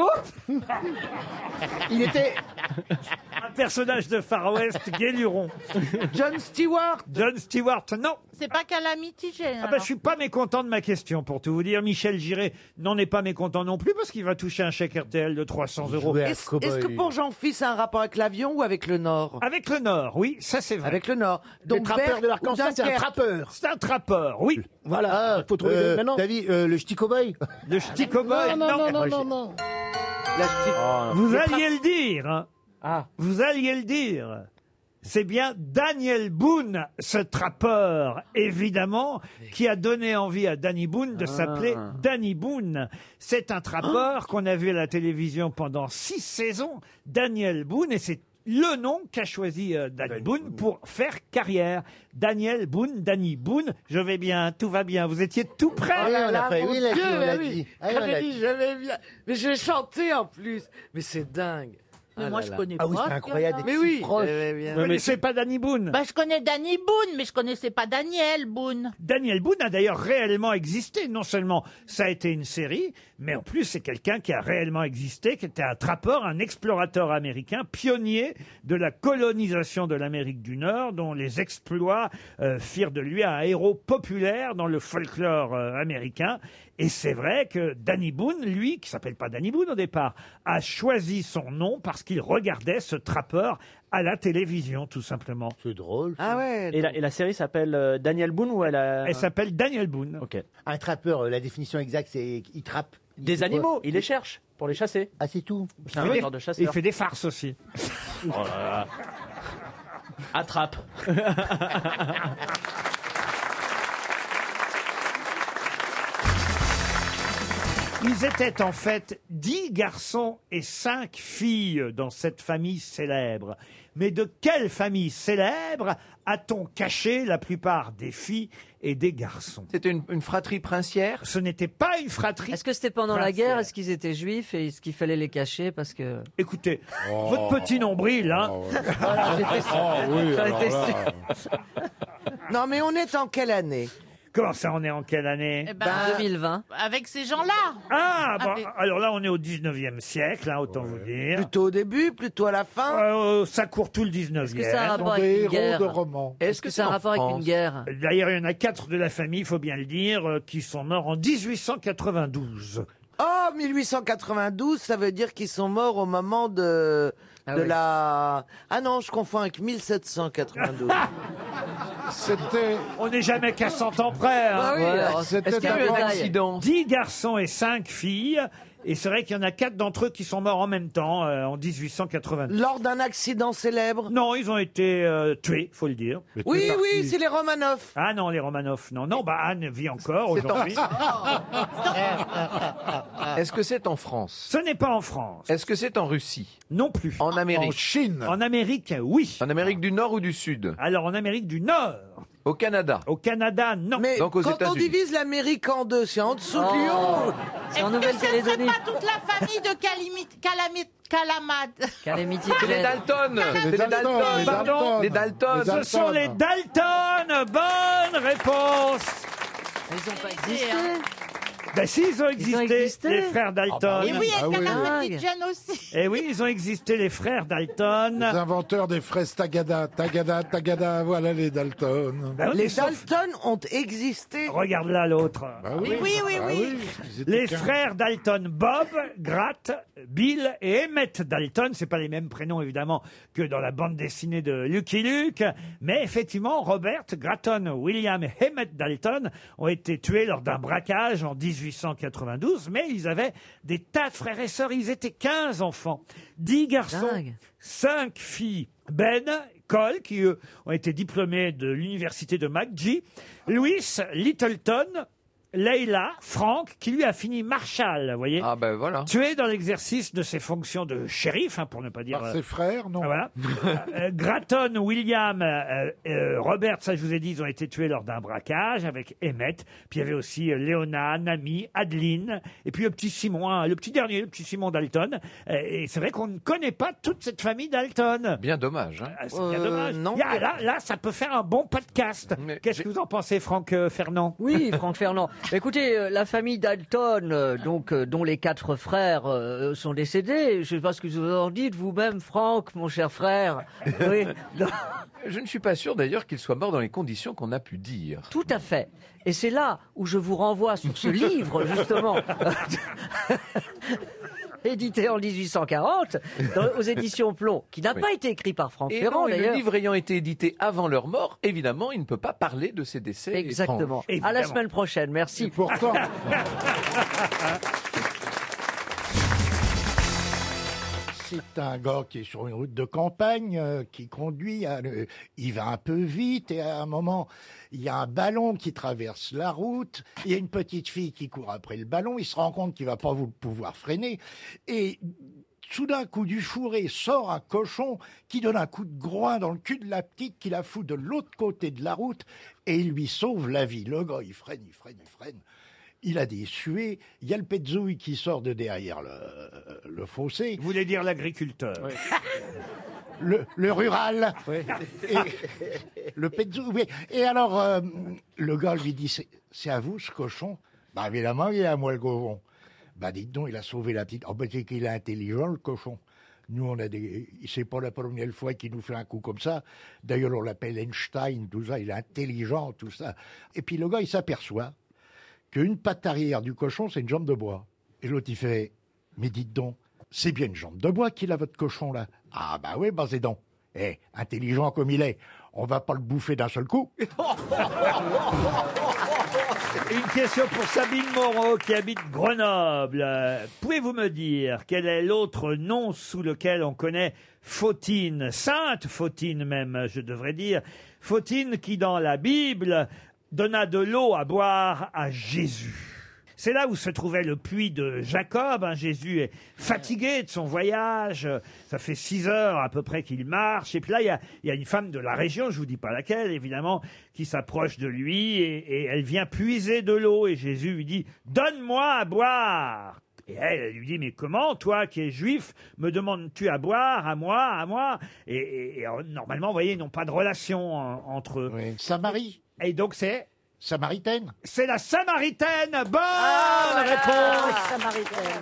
Il était. Un personnage de Far West, Guéluron. John Stewart. John Stewart, non. C'est pas Calamity Jane. Ah bah, je suis pas mécontent de ma question, pour tout vous dire. Michel Giré n'en est pas mécontent non plus parce qu'il va toucher un chèque RTL de 300 €. Est-ce que pour Jean-Fils, ça a un rapport avec l'avion ou avec le Nord? Avec le Nord, oui, ça c'est vrai. Avec le Nord. Le Donc trappeur Berck de ou l'arc-en-ciel, c'est un Dunkerque. trappeur. C'est un trappeur, oui. Voilà, faut trouver maintenant. David, le ch'ti cow-boy. Le ch'ti cow-boy, Non. Vous alliez le dire. Hein. Ah. Vous alliez le dire. C'est bien Daniel Boone, ce trappeur, évidemment, qui a donné envie à Danny Boone de s'appeler Danny Boone. C'est un trappeur qu'on a vu à la télévision pendant 6 saisons, Daniel Boone, et c'est le nom qu'a choisi Danny Boone pour faire carrière. Daniel Boone, Danny Boone, je vais bien, tout va bien. Vous étiez tout prêt. Ah oui, on l'a fait, Mon oui, on l'a Dieu, dit, on mais l'a oui. dit. Ah oui, on l'a Caroline, dit. j'aimais bien. Mais j'ai chanté en plus. Mais c'est dingue. Mais moi, je connais Ah oui, pas. c'est incroyable. Mais oui, proche. j'aimais bien. Vous ne connaissez pas Danny Boone? Bah, je connais Danny Boone, mais je connaissais pas Daniel Boone. Daniel Boone a d'ailleurs réellement existé. Non seulement ça a été une série, mais en plus c'est quelqu'un qui a réellement existé, qui était un trappeur, un explorateur américain, pionnier de la colonisation de l'Amérique du Nord, dont les exploits firent de lui un héros populaire dans le folklore américain. Et c'est vrai que Danny Boone, lui, qui s'appelle pas Danny Boone au départ, a choisi son nom parce qu'il regardait ce trappeur à la télévision, tout simplement. C'est drôle. Ah ouais. Et la série s'appelle Daniel Boone ou elle a... Elle s'appelle Daniel Boone. Ok. Un trappeur, la définition exacte, c'est qu'il trappe. Des fait animaux, quoi il les cherche pour les chasser. Ah, c'est tout. C'est un genre de Il chasseur. fait des farces aussi. Oh là là. Attrape. Ils étaient en fait 10 garçons et 5 filles dans cette famille célèbre. Mais de quelle famille célèbre a-t-on caché la plupart des filles et des garçons? C'était une fratrie princière? Ce n'était pas une fratrie. Est-ce que c'était pendant la princière. guerre? Est-ce qu'ils étaient juifs et est-ce qu'il fallait les cacher parce que... Écoutez, votre petit nombril, hein. Voilà, j'étais sûr. J'en étais sûr. Non, mais on est en quelle année? Comment ça, on est en quelle année? 2020. Avec ces gens-là. Ah, bon, Avec- alors là, on est au 19e siècle, hein, autant vous dire. Plutôt au début, plutôt à la fin? Ça court tout le 19e. Est-ce que ça a un rapport avec une guerre? Est-ce que ça a un rapport avec une guerre? D'ailleurs, il y en a 4 de la famille, il faut bien le dire, qui sont morts en 1892. Oh, 1892, ça veut dire qu'ils sont morts au moment de oui. la... Ah non, je confonds avec 1792. On n'est jamais qu'à 100 ans près. Hein. Ah oui, alors, est-ce qu'il y a eu un accident? 10 garçons et 5 filles. Et c'est vrai qu'il y en a 4 d'entre eux qui sont morts en même temps, en 1892. Lors d'un accident célèbre? Non, ils ont été tués, faut le dire. Oui, oui, c'est les Romanov. Ah non, les Romanov, non. Non, bah Anne vit encore C'est en- aujourd'hui. Est-ce que c'est en France? Ce n'est pas en France. Est-ce que c'est en Russie? Non plus. En Amérique? En Chine. En Amérique, oui. En Amérique du Nord ou du Sud? Alors en Amérique du Nord. Au Canada? Au Canada, non. Mais Donc aux quand on États-Unis. divise l'Amérique en deux, c'est en dessous de Lyon. C'est en Est-ce que ce serait Nouvelle-Calédonie. pas toute la famille de Calamad? Calamity C'est les Jane. Dalton! C'est les Dalton, les Pardon Dalton. Les Dalton! Ce sont les Dalton. Bonne réponse. Ils n'ont pas C'est existé. Ben si, ils ont existé, existé. les frères Dalton. Et oui, Ah avec oui. Calamity Jane aussi. Et oui, ils ont existé, les frères Dalton. Les inventeurs des fraises Tagada, Tagada, Tagada, voilà les Dalton. Ben oui, Les sauf- Dalton ont existé. Regarde là l'autre. Bah Oui, oui, oui, Ah oui. ils étaient Les 15. frères Dalton, Bob, Gratt, Bill et Emmett Dalton. C'est pas les mêmes prénoms évidemment que dans la bande dessinée de Lucky Luke, mais effectivement Robert Gratton, William et Emmett Dalton ont été tués lors d'un braquage en 1892, mais ils avaient des tas de frères et sœurs. Ils étaient 15 enfants, 10 garçons, Dingue. 5 filles. Ben, Cole, qui eux ont été diplômés de l'université de McGee, Louis Littleton, Leila, Frank, qui lui a fini Marshall, vous voyez, Ah ben voilà. tué dans l'exercice de ses fonctions de shérif, hein, pour ne pas dire... Par ses frères, non. Voilà. Gratton, William, Robert, ça je vous ai dit, ils ont été tués lors d'un braquage avec Emmett. Puis il y avait aussi Léona, Nami, Adeline, et puis le petit Simon, hein, le petit dernier, le petit Simon Dalton. Et c'est vrai qu'on ne connaît pas toute cette famille Dalton. Bien dommage. Hein. Ah, c'est bien dommage. non. Là, ça peut faire un bon podcast. Mais Qu'est-ce que vous en pensez, Franck Fernand? Oui, Franck Fernand. Écoutez, la famille Dalton, dont les 4 frères sont décédés, je ne sais pas ce que vous en dites vous-même, Franck, mon cher frère. Oui, non, Je ne suis pas sûr d'ailleurs qu'il soit mort dans les conditions qu'on a pu dire. tout à fait. Et c'est là où je vous renvoie sur ce livre, justement, édité en 1840, aux éditions Plomb, qui n'a Oui. pas été écrit par Franck Et Ferrand, non, et le d'ailleurs. livre ayant été édité avant leur mort, évidemment, il ne peut pas parler de ces décès Exactement. étranges. À la Évidemment. semaine prochaine. Merci. Pourtant, c'est un gars qui est sur une route de campagne, qui conduit, il va un peu vite et à un moment, il y a un ballon qui traverse la route, il y a une petite fille qui court après le ballon, il se rend compte qu'il va pas pouvoir freiner et soudain, coup du fourré, sort un cochon qui donne un coup de groin dans le cul de la petite, qui la fout de l'autre côté de la route et il lui sauve la vie. Le gars, il freine. Il a des suées. Il y a le petzouille qui sort de derrière le fossé. Vous voulez dire l'agriculteur? Le rural. Et, le petzouille. Oui. Et alors, le gars lui dit, c'est à vous ce cochon? Bah évidemment, il est à moi le cochon. Bah dites donc, il a sauvé la petite. Oh, bah, c'est qu'il est intelligent, le cochon. Nous, on a c'est pas la première fois qu'il nous fait un coup comme ça. D'ailleurs, on l'appelle Einstein, tout ça. Il est intelligent, tout ça. Et puis le gars, il s'aperçoit qu'une patte arrière du cochon, c'est une jambe de bois. Et l'autre, il fait, mais dites donc, c'est bien une jambe de bois qu'il a, votre cochon, là. Ah, bah oui, bah c'est donc. Intelligent comme il est, on va pas le bouffer d'un seul coup. Une question pour Sabine Moreau qui habite Grenoble. Pouvez-vous me dire quel est l'autre nom sous lequel on connaît Fautine, Sainte Fautine même, je devrais dire. Fautine qui dans la Bible donna de l'eau à boire à Jésus. C'est là où se trouvait le puits de Jacob. Hein. Jésus est fatigué de son voyage. Ça fait 6 heures à peu près qu'il marche. Et puis là, il y a une femme de la région, je vous dis pas laquelle, évidemment, qui s'approche de lui et elle vient puiser de l'eau. Et Jésus lui dit « Donne-moi à boire !» Et elle lui dit, mais comment, toi qui es juif, me demandes-tu à boire, à moi et normalement, vous voyez, ils n'ont pas de relation entre eux. Samarie. Et donc c'est Samaritaine. C'est la Samaritaine. Bonne réponse. Samaritaine.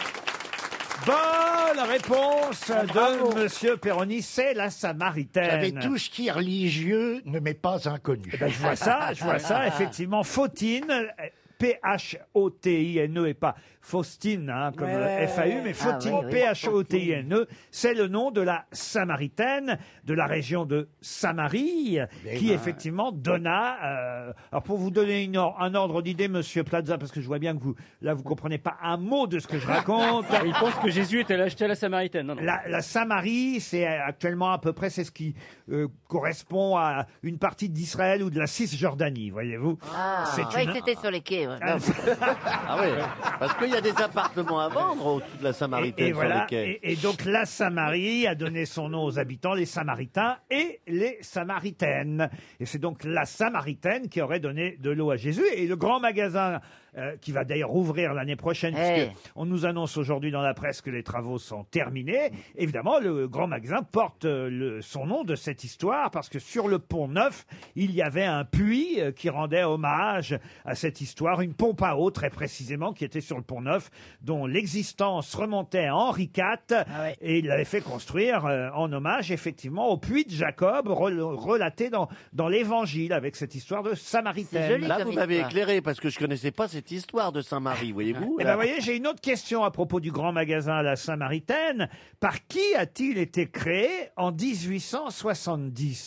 Bonne réponse de Monsieur Perroni, c'est la Samaritaine. J'avais tout ce qui est religieux ne m'est pas inconnu. Eh ben, je vois ça, effectivement, Fautine. P-H-O-T-I-N-E et pas Faustine, hein, comme F-A-U, mais Fautine, P-H-O-T-I-N-E, c'est le nom de la Samaritaine, de la région de Samarie, qui effectivement donna... alors pour vous donner un ordre d'idée, Monsieur Plaza, parce que je vois bien que vous comprenez pas un mot de ce que je raconte. Il pense que Jésus était acheté à la Samaritaine. Non, non. La Samarie, c'est actuellement à peu près, c'est ce qui correspond à une partie d'Israël ou de la Cisjordanie, voyez-vous. C'était sur les quais. Ouais. Ah oui, parce qu'il y a des appartements à vendre au-dessus de la Samaritaine et voilà, sur les quais. et donc la Samarie a donné son nom aux habitants, les Samaritains et les Samaritaines. Et c'est donc la Samaritaine qui aurait donné de l'eau à Jésus. Et le grand magasin qui va d'ailleurs ouvrir l'année prochaine, puisqu'on nous annonce aujourd'hui dans la presse que les travaux sont terminés. Évidemment, le grand magasin porte son nom de cette histoire, parce que sur le pont Neuf, il y avait un puits qui rendait hommage à cette histoire, une pompe à eau très précisément, qui était sur le pont Neuf, dont l'existence remontait à Henri IV, et il l'avait fait construire en hommage effectivement au puits de Jacob, relaté dans l'Évangile, avec cette histoire de Samaritaine. Là, vous m'avez éclairé, parce que je connaissais pas cette histoire de Saint-Marie, voyez-vous. Eh ben, voyez, j'ai une autre question à propos du grand magasin à la Samaritaine. Par qui a-t-il été créé en 1870 ?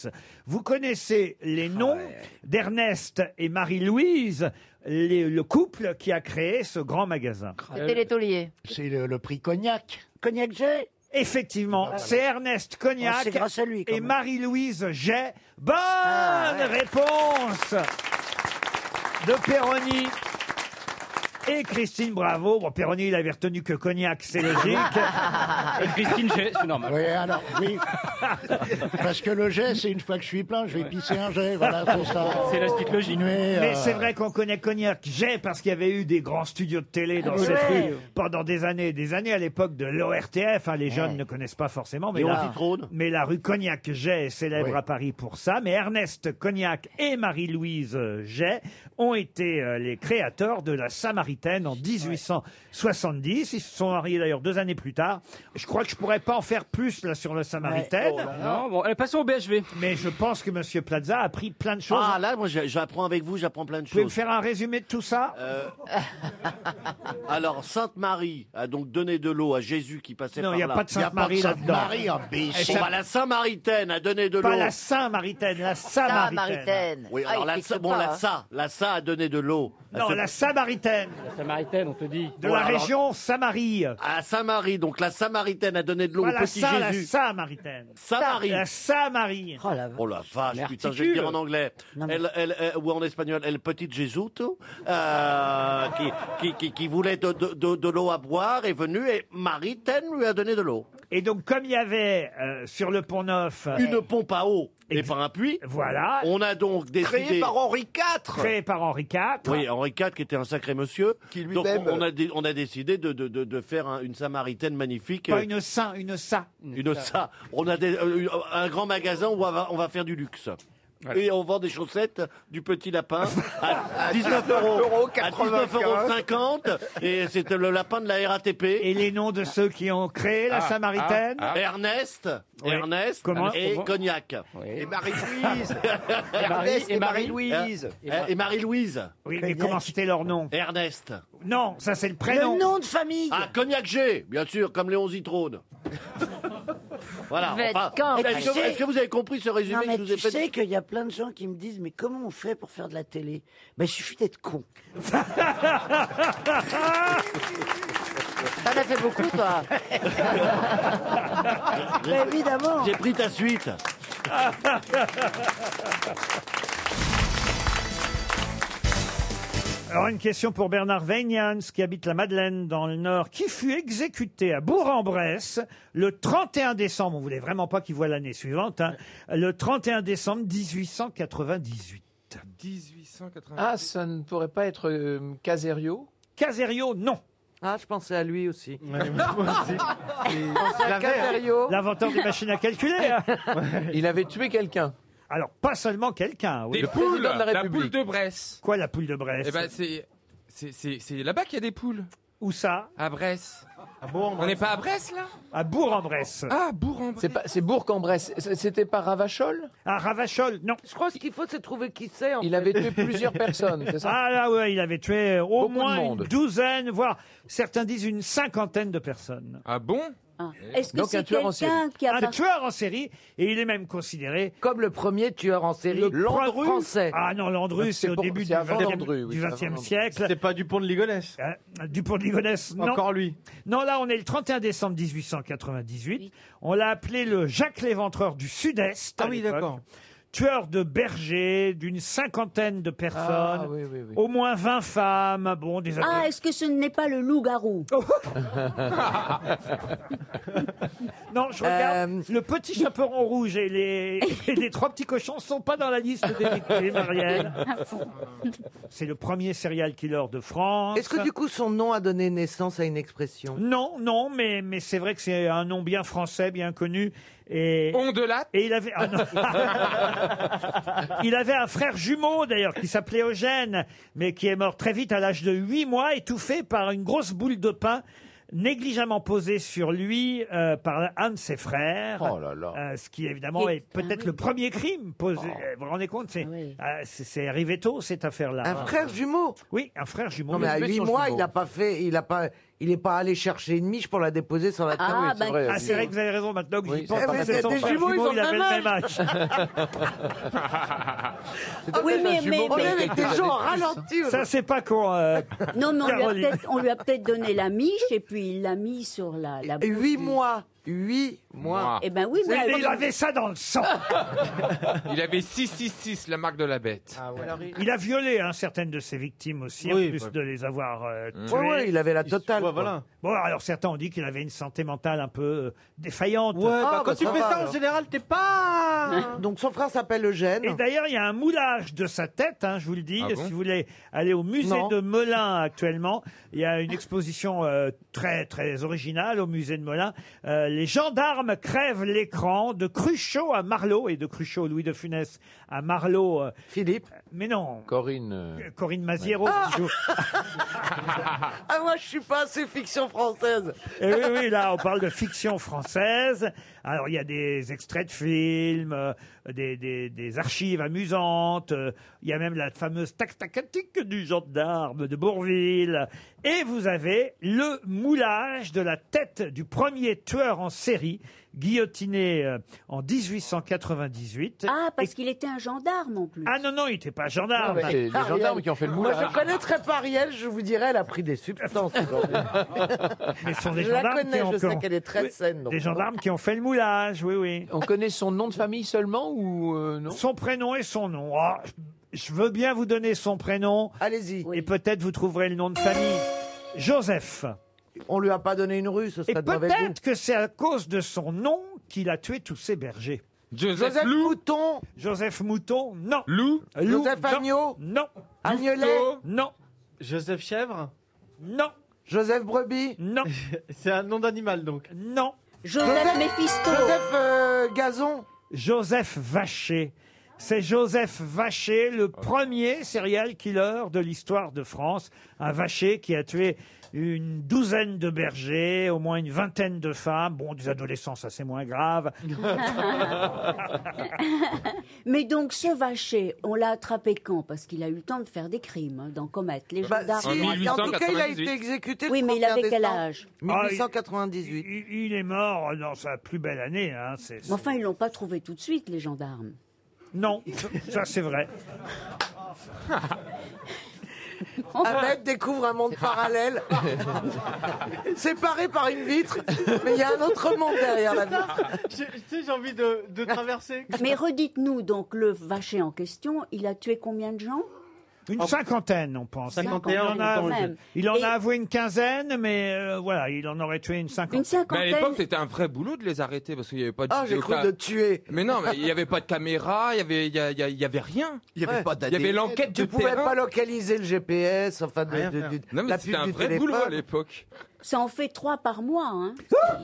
Vous connaissez les noms d'Ernest et Marie-Louise, le couple qui a créé ce grand magasin. C'était les tauliers. C'est le prix Cognac. Cognac G. Effectivement, c'est Ernest Cognac c'est grâce à lui, quand et même. Marie-Louise Jay. Bonne réponse de Perroni et Christine Bravo. Bon, Perroni, il avait retenu que Cognac, c'est logique. Et Christine, c'est normal. Oui, alors, oui. Parce que le jet, c'est une fois que je suis plein, je vais pisser un jet. Voilà, c'est ça. C'est la suite logique. Mais c'est vrai qu'on connaît Cognac Jet parce qu'il y avait eu des grands studios de télé dans cette rue pendant des années à l'époque de l'ORTF. Hein, les jeunes ne connaissent pas forcément, mais la rue Cognac Jet est célèbre à Paris pour ça. Mais Ernest Cognac et Marie-Louise Jet ont été les créateurs de la Samaritaine en 1870. Ils se sont mariés d'ailleurs 2 années plus tard. Je crois que je pourrais pas en faire plus là sur la Samaritaine. Non, bon, allez, passons au BHV. Mais je pense que Monsieur Plaza a appris plein de choses. Ah là, moi j'apprends avec vous, j'apprends plein de Vous pouvez me choses. faire un résumé de tout ça Alors, Sainte Marie a donc donné de l'eau à Jésus qui passait Non, par il là. n'y a pas de Sainte Marie là-dedans. Marie, imbécile. Bon, bah, la Samaritaine a donné de l'eau. Pas la Saint-Maritaine, la Samaritaine. Oui, alors la Sa a donné de l'eau. Non, la Samaritaine. La Samaritaine, on te dit. De la région Samarie. À Saint-Marie, donc la Samaritaine a donné de l'eau Pas au la petit Saint, la Jésus. Samaritaine. Samarie. La Samarie. Oh la vache, putain, je vais le dire en anglais. Ou en espagnol, El Petit Jesuto, qui voulait de l'eau à boire, est venu et Maritaine lui a donné de l'eau. Et donc, comme il y avait sur le Pont Neuf une pompe à eau et par un puits, voilà, on a donc décidé... Créé par Henri IV. Créé par Henri IV. Oui, Henri IV qui était un sacré monsieur. Qui donc lui-même... on a décidé de faire une Samaritaine magnifique. Pas une Saint, une Sa. Une Sa. On a un grand magasin où on va faire du luxe. Voilà. Et on vend des chaussettes du petit lapin à 19 euros, à 19,50 €. Et c'était le lapin de la RATP. Et les noms de ceux qui ont créé la Samaritaine Ernest, Comment et Cognac. Oui. Et Marie-Louise. Ernest et Marie-Louise. Et Marie-Louise. Oui, mais comment c'était leur nom? Ernest. Non, ça c'est le prénom. Le nom de famille. Ah, Cognac G, bien sûr, comme Léon Zitrone. Voilà. Enfin, est-ce que vous avez compris ce résumé non, mais que je vous ai fait? Tu sais qu'il y a plein de gens qui me disent, mais comment on fait pour faire de la télé? Ben, il suffit d'être con. T'en as fait beaucoup, toi. Mais évidemment. J'ai pris ta suite. Alors, une question pour Bernard Weignans, qui habite la Madeleine, dans le Nord, qui fut exécuté à Bourg-en-Bresse le 31 décembre, on voulait vraiment pas qu'il voit l'année suivante, hein, le 31 décembre 1898. 1880. Ah, ça ne pourrait pas être Caserio? Caserio, non. Ah, je pensais à lui aussi. L'inventeur des machines à calculer. Hein. Il avait tué quelqu'un. Alors, pas seulement quelqu'un. Oui. Des poules, la poule de Bresse. Quoi, la poule de Bresse? Eh ben, c'est là-bas qu'il y a des poules. Où ça? À Bresse. On n'est pas à Bresse, là? À Bourg-en-Bresse. Ah, Bourg-en-Bresse. C'est Bourg-en-Bresse. C'était pas Ravachol? Ah, Ravachol, non. Je crois que ce qu'il faut, c'est trouver qui c'est. Il avait tué plusieurs personnes, c'est ça? Ah là, ouais, il avait tué au Beaucoup de moins monde. une douzaine, voire certains disent une cinquantaine de personnes. Ah bon? Est-ce que Donc, c'est un tueur en quelqu'un qui a Un tueur en série, et il est même considéré Comme le premier tueur en série Landru. français. Ah non, Landru, c'est au début du avant XXe Landru, oui, c'est avant Landru. siècle. C'est pas Dupont de Ligonnès. Dupont de Ligonnès, non. Encore lui. Non, là, on est le 31 décembre 1898. On l'a appelé le Jacques l'Éventreur du Sud-Est. Ah à oui, l'époque. d'accord. Tueur de bergers, d'une cinquantaine de personnes, Ah, oui, oui, oui. au moins 20 femmes, bon, des Ah, est-ce que ce n'est pas le loup-garou? Non, je regarde. Le petit chaperon rouge et les trois petits cochons sont pas dans la liste des victimes, Ariel. C'est le premier serial killer de France. Est-ce que du coup son nom a donné naissance à une expression? Non, non, mais c'est vrai que c'est un nom bien français, bien connu. Et Ondelat. il avait il avait un frère jumeau d'ailleurs qui s'appelait Eugène, mais qui est mort très vite à l'âge de 8 mois, étouffé par une grosse boule de pain négligemment posée sur lui par un de ses frères. Oh là là. Ce qui évidemment est peut-être le premier crime posé. Oh. Vous vous rendez compte, c'est arrivé tôt cette affaire-là. Un frère jumeau? Oui, un frère jumeau. Non mais à 8 mois, il n'est pas allé chercher une miche pour la déposer sur la table. Ah, c'est vrai. Ah, c'est vrai que vous avez raison maintenant que j'y Oui, pense. c'est parce vrai. que son Des frère jumeaux, ils ont il le avait même le même âge. Oui, mais On est avec des gens ralentis. Ça, c'est pas con. non, mais Caroline. on lui a peut-être donné la miche et puis il l'a mis sur la Et bouche 8 du- mois. 8 mois. Eh ben oui, mais Mais il avait ça dans le sang. Il avait 666, la marque de la bête. Il a violé certaines de ses victimes aussi, en Oui, plus ouais. de les avoir tuées. Ouais, il avait la totale. Ouais, quoi. voilà. Bon, alors certains ont dit qu'il avait une santé mentale un peu défaillante. Ouais, Ah, quand bah, tu ça fais va, ça, alors. en général, t'es pas... Donc son frère s'appelle Eugène. Et d'ailleurs, il y a un moulage de sa tête, je vous le dis. Ah bon Si vous voulez aller au musée Non. de Melun actuellement, il y a une exposition très très originale au musée de Melun. Les gendarmes crèvent l'écran de Cruchot à Marlot, et de Cruchot, Louis de Funès à Marlot. Philippe. Mais non, Corinne. Corinne Maziero. qui joue. Ah moi je suis pas assez fiction française. Et oui, oui, là, on parle de fiction française. Alors, il y a des extraits de films, des archives amusantes. Il y a même la fameuse tac-tacatique du gendarme de Bourville. Et vous avez le moulage de la tête du premier tueur en série, guillotiné en 1898. Ah, parce qu'il était un gendarme en plus. Ah non, non, il n'était pas gendarme. C'est les gendarmes qui ont fait le Moi moulage. je connaîtrais pas Ariel, je vous dirais elle a pris des substances. Mais ce sont des Je la gendarmes connais, qui ont je sais qu'elle est très Oui, saine. donc. Des gendarmes qui ont fait le moulage, oui, oui. On connaît son nom de famille seulement ou non? Son prénom et son nom. Ah, je veux bien vous donner son prénom. Allez-y. Et peut-être vous trouverez le nom de famille. Joseph. On lui a pas donné une rue, ce Et serait de mauvais goût. peut-être que c'est à cause de son nom qu'il a tué tous ses bergers. Joseph Mouton. Joseph Mouton, non. Lou. Joseph non. Agneau. Non. Agnelet. Non. Joseph Chèvre. Non. Joseph Brebis. Non. C'est un nom d'animal, donc. Non. Joseph Méphisto. Joseph Gazon. Joseph Vacher. C'est Joseph Vacher, le premier serial killer de l'histoire de France. Un Vacher qui a tué une douzaine de bergers, au moins une vingtaine de femmes. Bon, des adolescents, ça c'est moins grave. Mais donc ce Vacher, on l'a attrapé quand? Parce qu'il a eu le temps de faire des crimes, d'en commettre. Les Bah, gendarmes. si, en tout cas, il a 1898. été exécuté Oui, le mais il 31 avait quel décembre âge? 1898. Il est mort dans sa plus belle année. Mais enfin, ils l'ont pas trouvé tout de suite, les gendarmes. Non, ça c'est vrai. Ahmed découvre un monde parallèle, séparé par une vitre, mais il y a un autre monde derrière la vitre. Tu sais, j'ai envie de traverser. Mais redites-nous, donc, le Vacher en question, il a tué combien de gens? Une cinquantaine, on pense. 51, Il en Et- a avoué une quinzaine, mais voilà, il en aurait tué une cinquantaine. Mais à l'époque, c'était un vrai boulot de les arrêter parce qu'il n'y avait pas de. Ah, j'ai cru de tuer. Mais non, mais il n'y avait pas de caméra, il y avait rien. Il y avait pas d'ADN. Il y avait l'enquête Tu de pouvais terrain. pas localiser le GPS, enfin, Rien faire. Non, mais la c'était pub un du vrai téléphone. boulot à l'époque. Ça en fait 3 par mois, hein.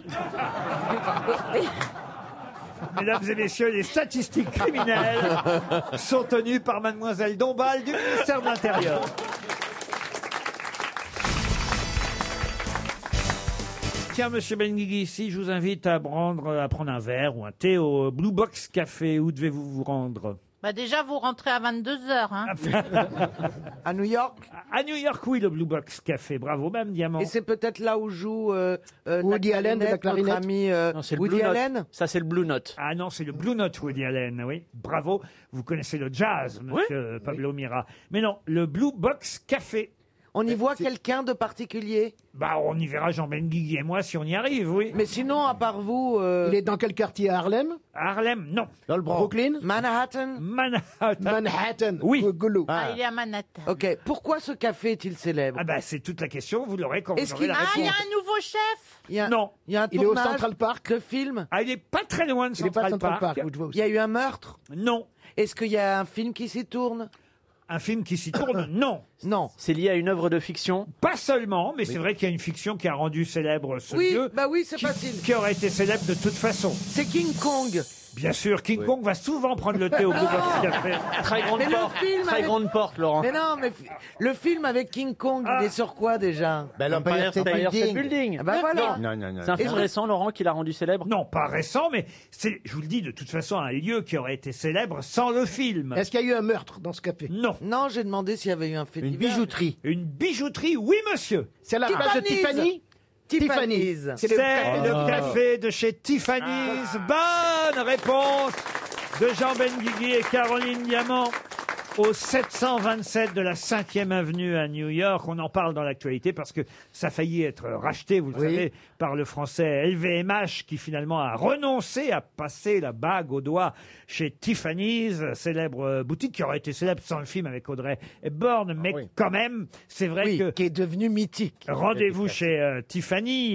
Mesdames et messieurs, les statistiques criminelles sont tenues par mademoiselle Dombal du ministère de l'Intérieur. Tiens, monsieur Benguigui, ici, je vous invite à prendre un verre ou un thé au Blue Box Café. Où devez-vous vous rendre? Bah déjà, vous rentrez à 22h. Hein. À New York? À New York, oui, le Blue Box Café. Bravo, même Diamant. Et c'est peut-être là où joue Woody Allen de la clarinette. notre ami Non, c'est le Woody Blue Note. Allen. Ça, c'est le Blue Note. Ah non, c'est le Blue Note Woody Allen, oui. Bravo, vous connaissez le jazz, monsieur Pablo Mira. Mais non, le Blue Box Café. On y voit quelqu'un de particulier? Bah, on y verra Jean Benguigui et moi si on y arrive, oui. Mais sinon, à part vous... Il est dans quel quartier à Harlem? Harlem, non. Dans le Brooklyn? Manhattan? Manhattan. Oui. Goulot. Ah, il est à Manhattan. Ok. Pourquoi ce café est-il célèbre? Ah bah, c'est toute la question, vous l'aurez quand vous Est-ce aurez la qu'il- réponse. Ah, il y a un nouveau chef. Il y a, Non. il y a un Il est au tournage Central Park. de film. Ah, il est pas très loin de Il est pas Central Central Park. Park. où je vois Il y aussi. a eu un meurtre. Non. Est-ce qu'il y a un film qui s'y tourne? Un film qui s'y tourne, non. Non. C'est lié à une œuvre de fiction. Pas seulement, mais c'est vrai qu'il y a une fiction qui a rendu célèbre ce Oui, lieu. bah oui, c'est qui, facile. qui aurait été célèbre de toute façon. C'est King Kong. Bien sûr, King Kong va souvent prendre le thé au Blue Box Café. Très grande Mais le porte. film Très avec- grande porte, Laurent. Mais non, mais le film avec King Kong, il est sur quoi déjà? Bah, l'Empire State Empire State Building. Building. Ah bah voilà. Non, non, non. C'est un film récent, Laurent, qui l'a rendu célèbre. Non, pas récent, mais c'est, je vous le dis, de toute façon, un lieu qui aurait été célèbre sans le film. Est-ce qu'il y a eu un meurtre dans ce café? Non. Non, j'ai demandé s'il y avait eu un fait Une divers. bijouterie. Une bijouterie, oui, monsieur. C'est à la place de Tiffany? Tiffany's. C'est C'est le le café de chez Tiffany's. Bonne réponse de Jean Benguigui et Caroline Diamant. Au 727 de la 5e avenue à New York. On en parle dans l'actualité parce que ça a failli être racheté, vous le savez, par le français LVMH qui finalement a renoncé à passer la bague au doigt chez Tiffany's, célèbre boutique qui aurait été célèbre sans le film avec Audrey Hepburn, mais quand même, c'est vrai Oui, que... qui est devenu mythique. Rendez-vous chez Tiffany,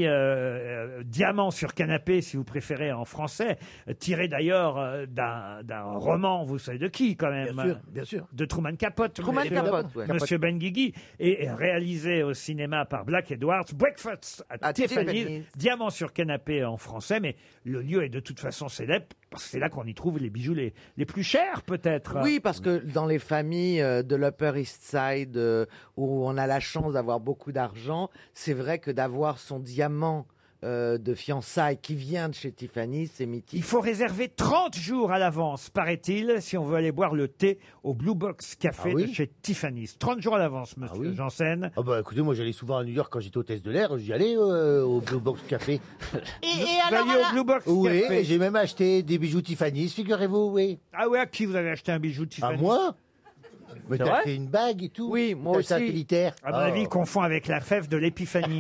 Diamant sur canapé, si vous préférez en français, tiré d'ailleurs d'un roman, vous savez de qui quand même? Bien sûr, bien sûr. De Truman Capote. Truman monsieur- Capote, ouais. Monsieur Benguigui, et réalisé au cinéma par Black Edwards, Breakfast at À Tiffany's, Tiffany's. Diamant sur canapé en français, mais le lieu est de toute façon célèbre, parce que c'est là qu'on y trouve les bijoux les plus chers peut-être. Oui, parce que dans les familles de l'Upper East Side, où on a la chance d'avoir beaucoup d'argent, c'est vrai que d'avoir son diamant de fiançailles qui vient de chez Tiffany, c'est mythique. Il faut réserver 30 jours à l'avance, paraît-il, si on veut aller boire le thé au Blue Box Café Ah oui de chez Tiffany's. 30 jours à l'avance, monsieur oui. Janssen. Ah bah écoutez, moi j'allais souvent à New York quand j'étais hôtesse de l'air, j'y allais au Blue Box Café. Et Vous alors, alliez au Blue Box Oui, Café. et j'ai même acheté des bijoux Tiffany's, figurez-vous, oui. Ah ouais, à qui vous avez acheté un bijou À Tiffany? moi? Mais C'est t'as vrai acheté une bague et tout? Oui, moi T'as aussi. un satellitaire. À mon avis, il confond avec la fève de l'épiphanie.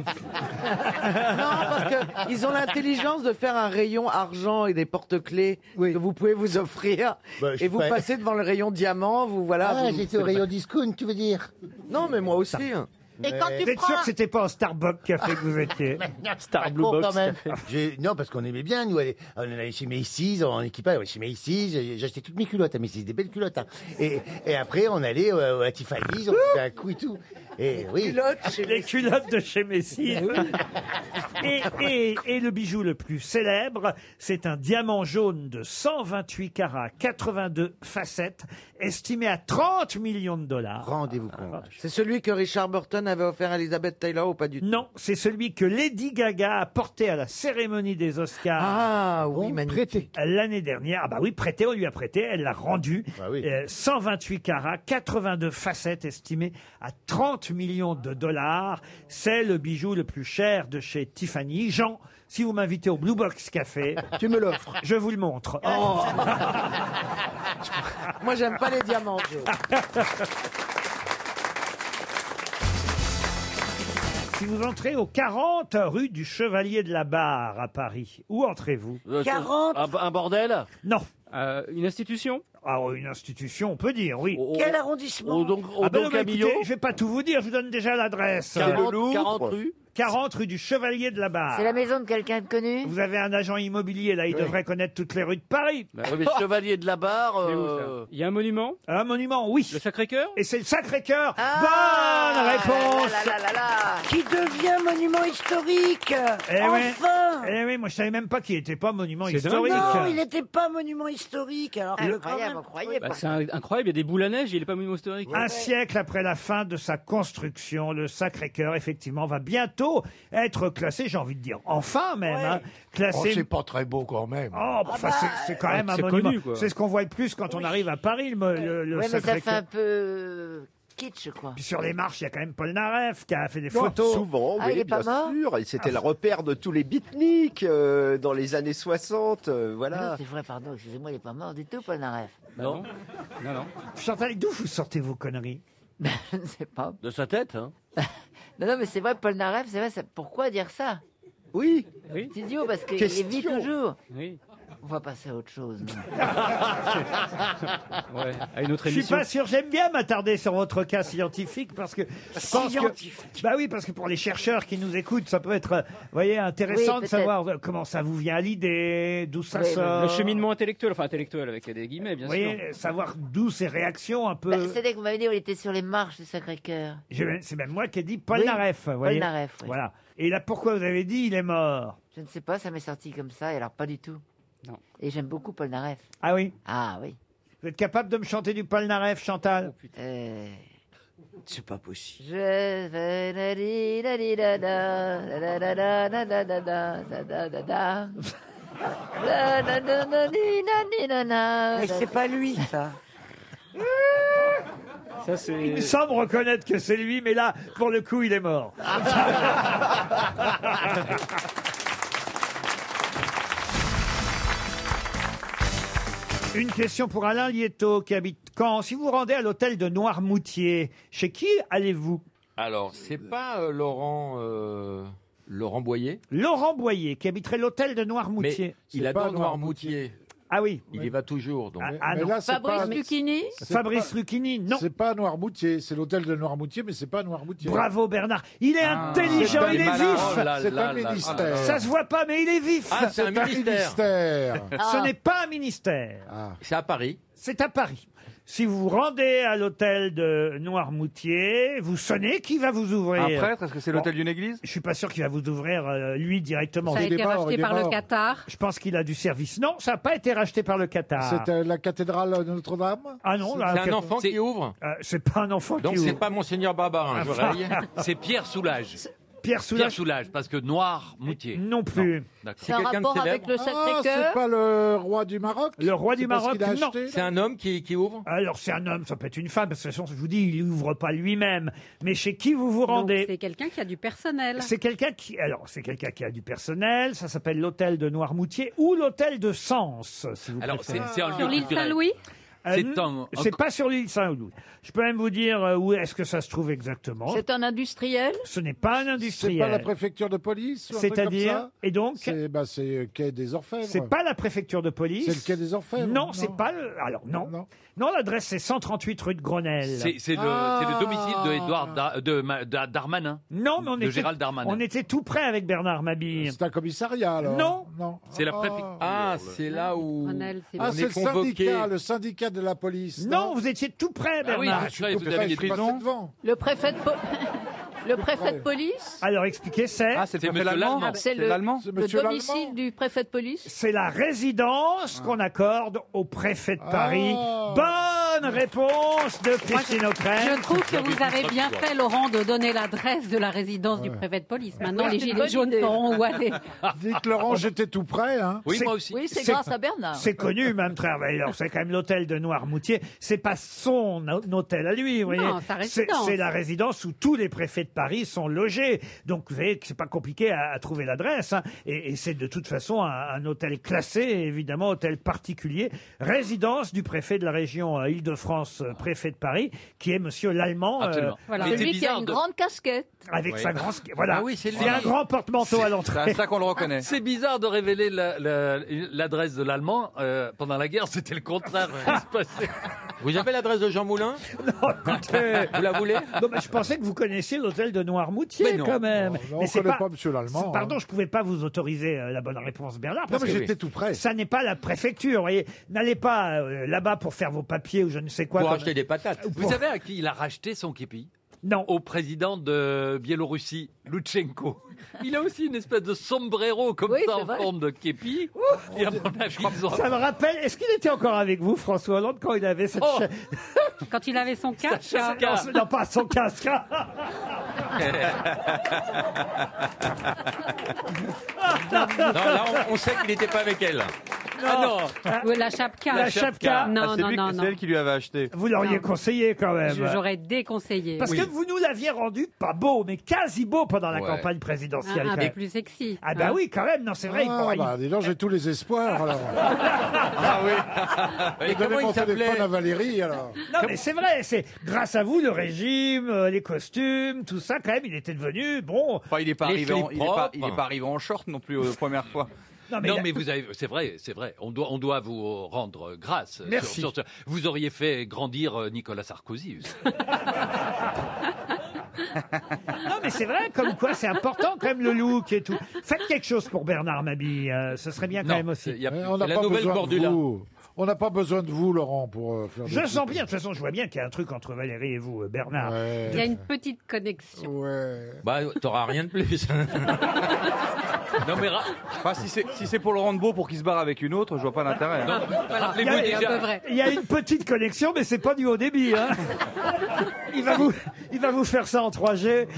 Non, parce qu'ils ont l'intelligence de faire un rayon argent et des porte-clés que vous pouvez vous offrir. Bah, je et vous ferais- passez devant le rayon diamant, vous voilà. Ah, vous- j'étais au rayon discount, tu veux dire? Non, mais moi aussi. et quand Vous tu êtes prends... sûr que c'était pas au Starbucks Café que vous étiez? Star Blue Bon, Box quand même. Café. Non, parce qu'on aimait bien, nous, on allait chez Macy's, en équipage, chez Macy's, j'achetais toutes mes culottes à Macy's, des belles culottes. Hein. Et après, on allait à Tiffany's, on faisait un coup et tout. Et oui. Les culottes de chez Macy's. Et le bijou le plus célèbre, c'est un diamant jaune de 128 carats, 82 facettes, estimé à 30 millions de dollars. Rendez-vous compte. C'est celui que Richard Burton avait offert à Elizabeth Taylor ou pas du tout? Non, c'est celui que Lady Gaga a porté à la cérémonie des Oscars. Ah oui, magnifique. L'année dernière. Ah bah oui, prêté, on lui a prêté, elle l'a rendu. Bah oui. 128 carats, 82 facettes estimées à 30 millions de dollars. C'est le bijou le plus cher de chez Tiffany. Jean, si vous m'invitez au Blue Box Café, Tu me l'offres. je vous le montre. Moi, j'aime pas les diamants. Si vous entrez au 40 rue du Chevalier de la Barre à Paris, où entrez-vous 40 Un bordel? Non. Une institution? Ah, une institution, on peut dire, oui. Quel arrondissement Ah ben non, mais écoutez, je vais pas tout vous dire, je vous donne déjà l'adresse. 40 rue 40 rue du Chevalier de la Barre. C'est la maison de quelqu'un de connu? Vous avez un agent immobilier, là, il devrait connaître toutes les rues de Paris. Oui, mais Chevalier de la Barre. Il y a un monument? Un monument, oui. Le Sacré-Cœur? Et c'est le Sacré-Cœur. Bonne réponse. Qui devient monument historique. Enfin. Eh oui, moi je savais même pas qu'il n'était pas monument C'est historique. Non, il n'était pas monument historique. Alors que quand même- Bah, c'est incroyable, il y a des boules à neige, il est pas monument historique. Un siècle après la fin de sa construction, le Sacré-Cœur, effectivement, va bientôt être classé, j'ai envie de dire, enfin même, hein, classé... Oh, c'est pas très beau quand même. Oh, bah, enfin, c'est quand même un c'est monument. connu, quoi. C'est ce qu'on voit le plus quand on arrive à Paris, le Ouais, mais ça fait Sacré-Cœur. un peu kitsch, quoi. Puis sur les marches, il y a quand même Paul Naref qui a fait des Non, photos. Souvent, Ah, il oui, est pas bien mort sûr. Et c'était le repère de tous les beatniks dans les années 60. Non, Voilà. c'est vrai, pardon, excusez-moi, il est pas mort du tout, Paul Naref. Non. Non. Chantal, d'où vous sortez vos conneries? Je ne sais pas. De sa tête, hein. Non, mais c'est vrai, Paul Naref, c'est vrai, pourquoi dire ça? Oui. C'est idiot, parce qu'il Question. vit toujours. Oui. On va passer à autre chose. non. Ouais, à une autre Je suis émission. pas sûr, j'aime bien m'attarder sur votre cas scientifique parce que je pense que, bah oui, parce que pour les chercheurs qui nous écoutent, ça peut être, vous voyez, intéressant Oui, de peut-être. savoir comment ça vous vient à l'idée, d'où ça sort. Le cheminement intellectuel, enfin intellectuel avec des guillemets, bien Vous sûr. voyez, savoir d'où ces réactions un peu. Bah, c'est dès que vous m'avez dit, on était sur les marches du Sacré-Cœur. C'est même moi qui ai dit Paul Oui, Naref. vous Paul voyez. Naref, oui. Voilà. Et là, pourquoi vous avez dit il est mort? Je ne sais pas, ça m'est sorti comme ça, et alors pas du tout. Non. Et j'aime beaucoup Paul Naref. Ah oui. Ah oui. Vous êtes capable de me chanter du Paul Naref, Chantal? C'est pas possible. Je vais la di da di da da da da da da da da da da da da da. Da da da da di da di da da. Mais c'est pas lui, ça. Ça, c'est... Il semble reconnaître que c'est lui, mais là, pour le coup, il est mort. Une question pour Alain Lietto qui habite Caen. Si vous vous rendez à l'hôtel de Noirmoutier, chez qui allez-vous? Alors, c'est pas Laurent Boyer? Laurent Boyer, qui habiterait l'hôtel de Noirmoutier. Mais il adore Noirmoutier. Ah oui. Il y va toujours. Donc. Ah Mais non. là, c'est Fabrice pas- Lucchini Fabrice Lucchini, non. C'est pas Noirmoutier, c'est l'hôtel de Noirmoutier, mais c'est pas Noirmoutier. Bravo Bernard. Il est intelligent, c'est il est malin. vif. Oh là C'est là un là ministère. là. Ça se voit pas, mais il est vif. Ah, c'est un ministère. Ce n'est pas un ministère. C'est à Paris. C'est à Paris. Si vous vous rendez à l'hôtel de Noirmoutier, vous sonnez, qui va vous ouvrir? Un prêtre, est-ce que c'est l'hôtel d'une église? Je suis pas sûr qu'il va vous ouvrir lui directement. Ça a été racheté par le Qatar. Je pense qu'il a du service. Non, ça n'a pas été racheté par le Qatar. C'était la cathédrale de Notre-Dame. Ah non, C'est un enfant qui ouvre. C'est pas un enfant Donc qui ouvre. c'est pas Monseigneur Barbarin, je raye. C'est Pierre Soulages. Pierre Soulages. Parce que Noirmoutier. Non plus. D'accord. C'est un rapport avec le Ah, Sacré-Cœur? c'est pas le roi du Maroc? Le roi du C'est pas ce Maroc, qu'il a non. acheté, C'est un homme qui ouvre. Alors c'est un homme, ça peut être une femme, parce que de toute façon, je vous dis, il ouvre pas lui-même. Mais chez qui vous vous Donc, rendez? c'est quelqu'un qui a du personnel. C'est quelqu'un qui, alors c'est quelqu'un qui a du personnel. Ça s'appelle l'hôtel de Noirmoutier ou l'hôtel de Sens, si vous Alors, préférez. c'est un lieu Sur l'île culturel. Saint-Louis? C'est pas sur l'île Saint-Louis. Je peux même vous dire où est-ce que ça se trouve exactement. C'est un industriel? Ce n'est pas un C'est industriel. pas la préfecture de police? ou un truc comme C'est-à-dire, ça et donc, C'est quai des Orfèvres. c'est pas la préfecture de police. C'est le quai des Orfèvres. Non, c'est pas le. Alors non. Non, l'adresse c'est 138 rue de Grenelle. C'est le domicile de Édouard Darmanin. Non, mais on de était, Gérald Darmanin. on était tout près avec Bernard Mabille. C'est un commissariat alors. Non. Non. C'est la préfecture. Ah, c'est là où Grenelle, c'est Ah, on c'est est le convoqué. syndicat, le syndicat de la police. Non, vous étiez tout près, Ah oui, Bernard. je croyais que vous aviez Je suis passé prison. devant. Le préfet de, le préfet de police? Alors expliquez, c'est. Ah, c'est le préfet monsieur l'allemand. l'Allemand. C'est l'allemand. C'est le monsieur domicile l'Allemand. du préfet de police? C'est la résidence qu'on accorde au préfet de Paris. Ah. Bonne réponse de Christine O'Krent. Je trouve que vous avez bien fait, Laurent, de donner l'adresse de la résidence du préfet de police. Maintenant, Oui, les c'est une gilets bonne jaunes idée. sauront où aller. Dites Laurent, j'étais tout près. Hein. Oui, C'est- moi aussi. Oui, c'est C'est- grâce à Bernard. C'est connu, même travailleur. C'est quand même l'hôtel de Noirmoutier. C'est pas son hôtel à lui, vous voyez. Non, sa résidence. C'est la résidence où tous les préfets de Paris sont logés. Donc, vous savez que c'est pas compliqué à trouver l'adresse. Hein. Et c'est de toute façon un hôtel classé, évidemment, hôtel particulier. Résidence du préfet de la région Île-de-France. Île-de-France, préfet de Paris, qui est Monsieur l'Allemand. Absolument. Voilà. Celui qui a une grande casquette. Avec sa grande... Voilà. Ah oui, c'est lui. Il y a un grand porte-manteau à l'entrée. C'est à ça qu'on le reconnaît. C'est bizarre de révéler l'adresse de l'Allemand. Pendant la guerre, c'était le contraire qui se passait. Vous avez l'adresse de Jean Moulin? Non, écoutez... Vous la voulez? Non, mais je pensais que vous connaissiez l'hôtel de Noirmoutier, Mais non. quand même. Non, on Mais c'est connaît pas Monsieur l'Allemand, Pardon, hein. je pouvais pas vous autoriser la bonne réponse, Bernard. Parce mais que j'étais tout près. Ça n'est pas la préfecture, vous voyez. N'allez pas là-bas pour faire vos papiers ou je ne sais quoi. Pour comme- acheter des patates. Vous savez à qui il a racheté son képi? Non. Au président de Biélorussie, Loutchenko. Il a aussi une espèce de sombrero comme Oui, ça c'est en vrai. forme de képi. Et à mon avis, ils ont- Ça me rappelle, est-ce qu'il était encore avec vous, François Hollande, quand il avait cette Oh. Quand il avait son casque. Non, non, pas son casque. Non, là, on sait qu'il n'était pas avec elle. Ah non. Ou la chapka. La chapka. Non, Ah, c'est non, lui- non, c'est non. elle qui lui avait acheté. Vous l'auriez Non. conseillé quand même. J'aurais déconseillé. Parce que vous nous l'aviez rendu pas beau, mais quasi beau pendant la Ouais. campagne présidentielle. Un quand peu même. plus sexy. Ah bah Hein. oui, quand même, non, c'est vrai. Ah, bah, dis donc, j'ai tous les espoirs, alors. Ah oui. J'ai Et donné comment mon il s'appelait? téléphone à Valérie, alors. Non, mais c'est vrai, c'est grâce à vous, le régime, les costumes, tout ça, quand même, il était devenu, bon... Enfin, il n'est pas, Les arrivé en- slips il est pas, propres. il est pas arrivé en short non plus première fois. Non, Non, il a- mais vous avez, c'est vrai. On doit vous rendre grâce. Merci. Vous auriez fait grandir Nicolas Sarkozy. Non, mais c'est vrai, comme quoi, c'est important, quand même, le look et tout. Faites quelque chose pour Bernard Mabille, ce serait bien quand même aussi. Il y a Mais on n'a la pas nouvelle besoin Cordula. de vous. On n'a pas besoin de vous, Laurent, pour faire des Je trucs. sens bien, de toute façon, je vois bien qu'il y a un truc entre Valérie et vous, Bernard. Ouais. Il y a une petite connexion. Ouais. Bah, t'auras rien de plus. Non, mais Enfin, si c'est pour le rendre beau pour qu'il se barre avec une autre, je vois pas l'intérêt. hein. Voilà, rappelez-vous c'est un déjà- peu vrai. Il y a une petite connexion, mais c'est pas du haut débit. Hein. Il va vous faire ça en 3G.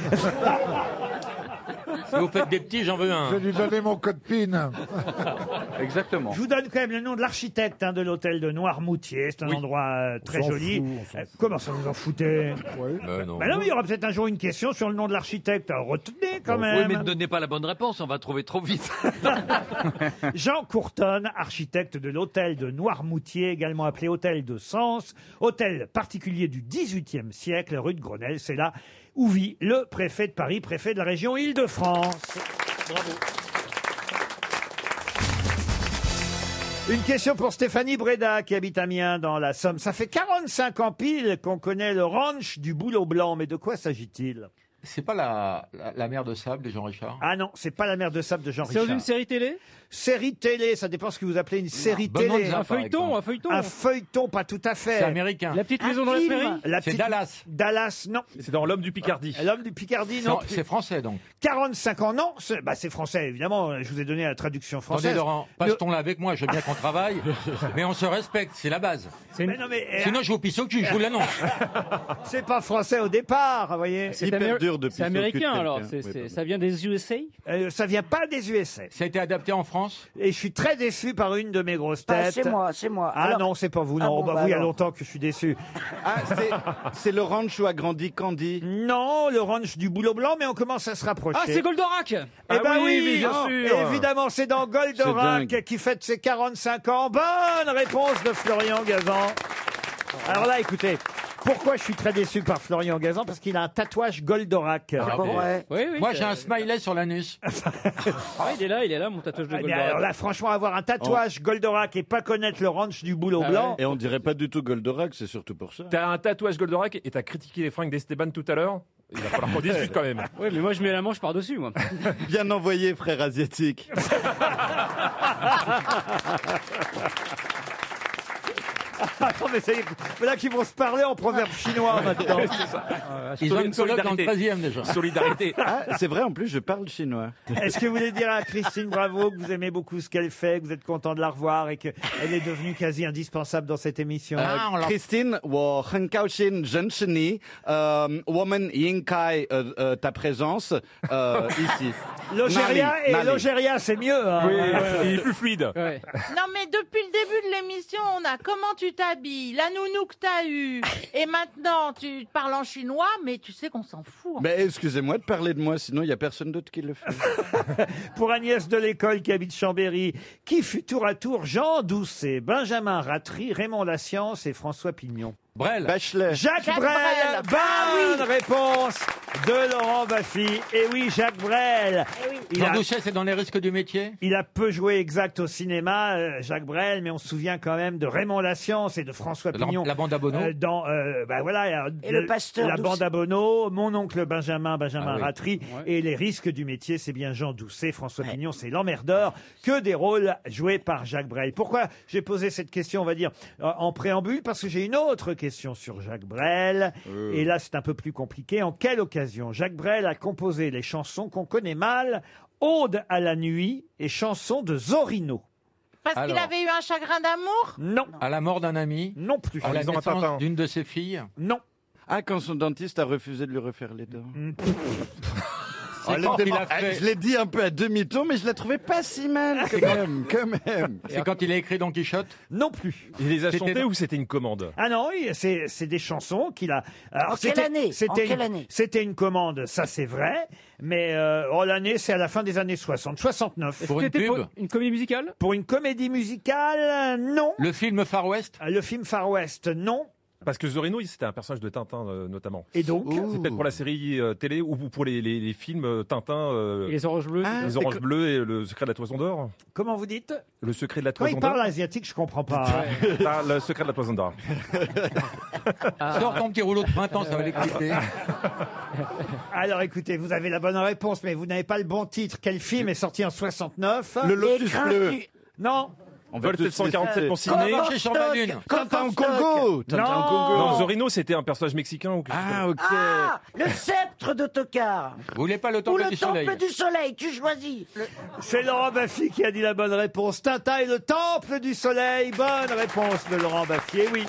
Si vous faites des petits, j'en veux un. Je vais lui donner mon code PIN. Exactement. Je vous donne quand même le nom de l'architecte de l'hôtel de Noirmoutier. C'est un endroit très s'en joli. fout, on s'en fout. Comment ça vous en foutez? Non. Bah non, mais il y aura peut-être un jour une question sur le nom de l'architecte. Alors, retenez quand Oui, même. mais ne donnez pas la bonne réponse, on va trouver trop vite. Jean Courtonne, architecte de l'hôtel de Noirmoutier, également appelé hôtel de Sens, hôtel particulier du XVIIIe siècle, rue de Grenelle. C'est là où vit le préfet de Paris, préfet de la région Île-de-France. Bravo. Une question pour Stéphanie Breda qui habite Amiens dans la Somme. Ça fait 45 ans pile qu'on connaît le ranch du Bouleau Blanc, mais de quoi s'agit-il? C'est pas la mer de sable de Jean Richard? Ah non, c'est pas la mer de sable de Jean C'est dans Richard. une série télé? Série télé, ça dépend ce que vous appelez une série Bonne télé. Onza, Un feuilleton, un feuilleton. Un feuilleton, pas tout à fait. C'est américain. La petite Un maison dans la film. prairie? La C'est petite- Dallas. Dallas, non. C'est dans L'homme du Picardie. L'homme du Picardie, non. C'est français, donc. 45 ans, non. C'est français, évidemment. Je vous ai donné la traduction Attendez, française. Laurent, passe-t-on là avec moi? Je veux bien qu'on travaille, mais on se respecte, c'est la base. Mais non, mais, Sinon, je vous pisse au cul, je vous l'annonce. c'est pas français au départ, vous voyez. C'est hyper dur de pisser C'est au cul de américain alors. quelqu'un. Oui, pardon. Ça vient des USA? Ça vient pas des USA. Ça a été adapté en France? Et je suis très déçu par une de mes grosses Ah, têtes. c'est moi. Ah Alors- non, c'est pas vous. Ah Non, bon, bah, bah vous, il y a alors. longtemps que je suis déçu. Ah, c'est le ranch où a grandi Candy. Non, le ranch du Boulot Blanc, mais on commence à se rapprocher. Ah, c'est Goldorak! Eh ben oui, bien sûr. évidemment, c'est dans Goldorak dingue. qui fête ses 45 ans. Bonne réponse de Florian Gazan. Alors là, écoutez, pourquoi je suis très déçu par Florian Gazan? Parce qu'il a un tatouage Goldorak. C'est pas vrai. Oui, oui. Moi, j'ai un smiley sur l'anus. Ah, il est là, mon tatouage de Eh bien, alors Goldorak. là, franchement, avoir un tatouage Goldorak et pas connaître le ranch du Boulot Ah Blanc. Et on dirait pas du tout Goldorak, c'est surtout pour ça. T'as un tatouage Goldorak et t'as critiqué les fringues d'Esteban tout à l'heure. Il va falloir qu'on discute quand même. Oui, mais moi je mets la manche par-dessus, moi. Bien envoyé, frère asiatique. Attends, mais ça y est, voilà qu'ils vont se parler en proverbe chinois maintenant. Ils ont une colloque dans le Solidarité. 13e déjà. Solidarité. Ah, c'est vrai, en plus, je parle chinois. Est-ce que vous voulez dire à Christine Bravo que vous aimez beaucoup ce qu'elle fait, que vous êtes content de la revoir et qu'elle est devenue quasi indispensable dans cette émission? Christine, 我很高兴认识你。我们应该ta présence ici. L'Ogéria Nali, et Nali. l'Ogéria, c'est mieux. Hein. Oui, il est plus fluide. Non, mais depuis le début de l'émission, on a comment tu tu t'habilles, la nounou que t'as eue, et maintenant tu parles en chinois, mais tu sais qu'on s'en fout. Mais excusez-moi de parler de moi, sinon il n'y a personne d'autre qui le fait. Pour Agnès de l'école qui habite Chambéry, qui fut tour à tour Jean Doucet, Benjamin Ratry, Raymond Lascience et François Pignon? Brel. Bachelet. Jacques Jacques Brel. Brel. Bonne réponse de Laurent Baffy. Et oui, Jacques Brel. Il Jean a, Doucet, c'est dans les risques du métier? il a peu joué exact au cinéma, Jacques Brel, mais on se souvient quand même de Raymond Lascience et de François Pignon. La bande à Bono. Dans, voilà, Et le pasteur la Doucet. bande à Bono, mon oncle Benjamin Ah oui. Ratry, et les risques du métier, c'est bien Jean Doucet, François Pignon, c'est l'emmerdeur, que des rôles joués par Jacques Brel. Pourquoi j'ai posé cette question, on va dire, en préambule? Parce que j'ai une autre question sur Jacques Brel, et là c'est un peu plus compliqué. En quelle occasion Jacques Brel a composé les chansons qu'on connaît mal, Ode à la nuit et chansons de Zorino? Parce qu'il Alors. avait eu un chagrin d'amour? Non. À la mort d'un ami? Non plus. À la lisant un naissance Tintin. d'une de ses filles? Non. Ah, quand son dentiste a refusé de lui refaire les dents. C'est quand il a fait- Je l'ai dit un peu à demi-tour, mais je la trouvais pas si mal quand même. C'est quand il a écrit Don Quichotte? Non plus. Il les a C'était chantés dans- ou c'était une commande? Ah non, oui, c'est des chansons qu'il a. Alors, En quelle année C'était En quelle une, année c'était une commande, ça c'est vrai, mais l'année c'est à la fin des années 60, 69. Pour une C'était pub? pour une comédie musicale? Pour une comédie musicale, non. Le film Far West? Le film Far West, non. Parce que Zorino, c'était un personnage de Tintin, notamment. Et donc C'est peut-être pour la série télé ou pour les films Tintin. Et les oranges bleues? Les oranges bleues et le secret de la toison d'or. Comment vous dites? Le secret de la Quand toison il d'or. parle asiatique, je comprends pas. Ah, le secret de la toison d'or. Sors ton petit rouleau de printemps, ça va l'exciter. Alors écoutez, vous avez la bonne réponse, mais vous n'avez pas le bon titre. Quel film est sorti en 69? Le Lotus Écrin bleu. du- Non. On va Vol tous 747 pour laisser- ciné. Marché sur la lune. Tintin au Congo. Tintin au Non. Congo. Non, Zorino, c'était un personnage mexicain ou quelque chose Ah, ok. Ah, le sceptre d'Ottokar. Vous voulez pas le Ou temple le du soleil? temple du soleil, tu choisis. C'est Laurent Baffy qui a dit la bonne réponse. Tintin et le temple du soleil. Bonne réponse de Laurent Baffy. Eh oui.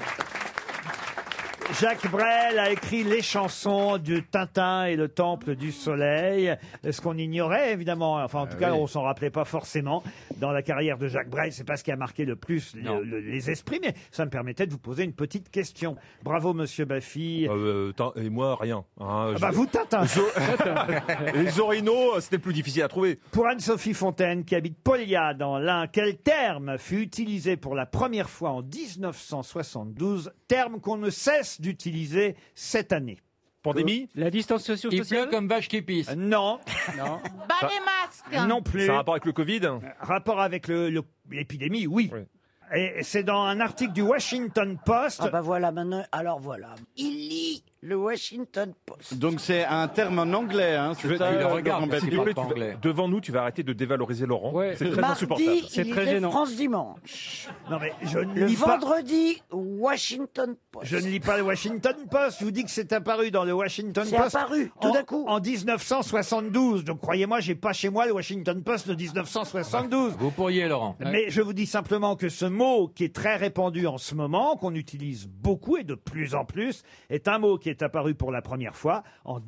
Jacques Brel a écrit les chansons du Tintin et le Temple du Soleil. Ce qu'on ignorait, évidemment, enfin en tout cas, on s'en rappelait pas forcément dans la carrière de Jacques Brel. C'est pas ce qui a marqué le plus les esprits, mais ça me permettait de vous poser une petite question. Bravo, monsieur Baffy. Et moi, rien. Hein, Ah bah vous, Tintin. Et Zorino, c'était le plus difficile à trouver. Pour Anne-Sophie Fontaine, qui habite Polia dans l'Ain, quel terme fut utilisé pour la première fois en 1972, terme qu'on ne cesse d'utiliser cette année? Pandémie? La distanciation Il pleut sociale? comme vache qui pisse. Non, Non. Bah les masques. non plus. Ça a rapport avec le Covid? Rapport avec l'épidémie, oui. Oui. Et c'est dans un article du Washington Post. Ah bah voilà, maintenant, alors voilà. Il lit le Washington Post. Donc c'est un terme en anglais, hein, c'est ça, le regardes, Laurent s'il Baffy parle S'il te pas plaît, anglais. devant nous, tu vas arrêter de dévaloriser Laurent. Ouais. C'est très insupportable. Mardi, C'est il très lisait gênant. France Dimanche. Non mais je ne Le lis pas. vendredi, Washington Post. Je ne lis pas le Washington Post. Je vous dis que c'est apparu dans le Washington C'est Post. apparu, tout d'un coup. En 1972. Donc croyez-moi, j'ai pas chez moi le Washington Post de 1972. Vous pourriez, Laurent. Mais je vous dis simplement que ce mot qui est très répandu en ce moment, qu'on utilise beaucoup et de plus en plus, est un mot qui est apparu pour la première fois en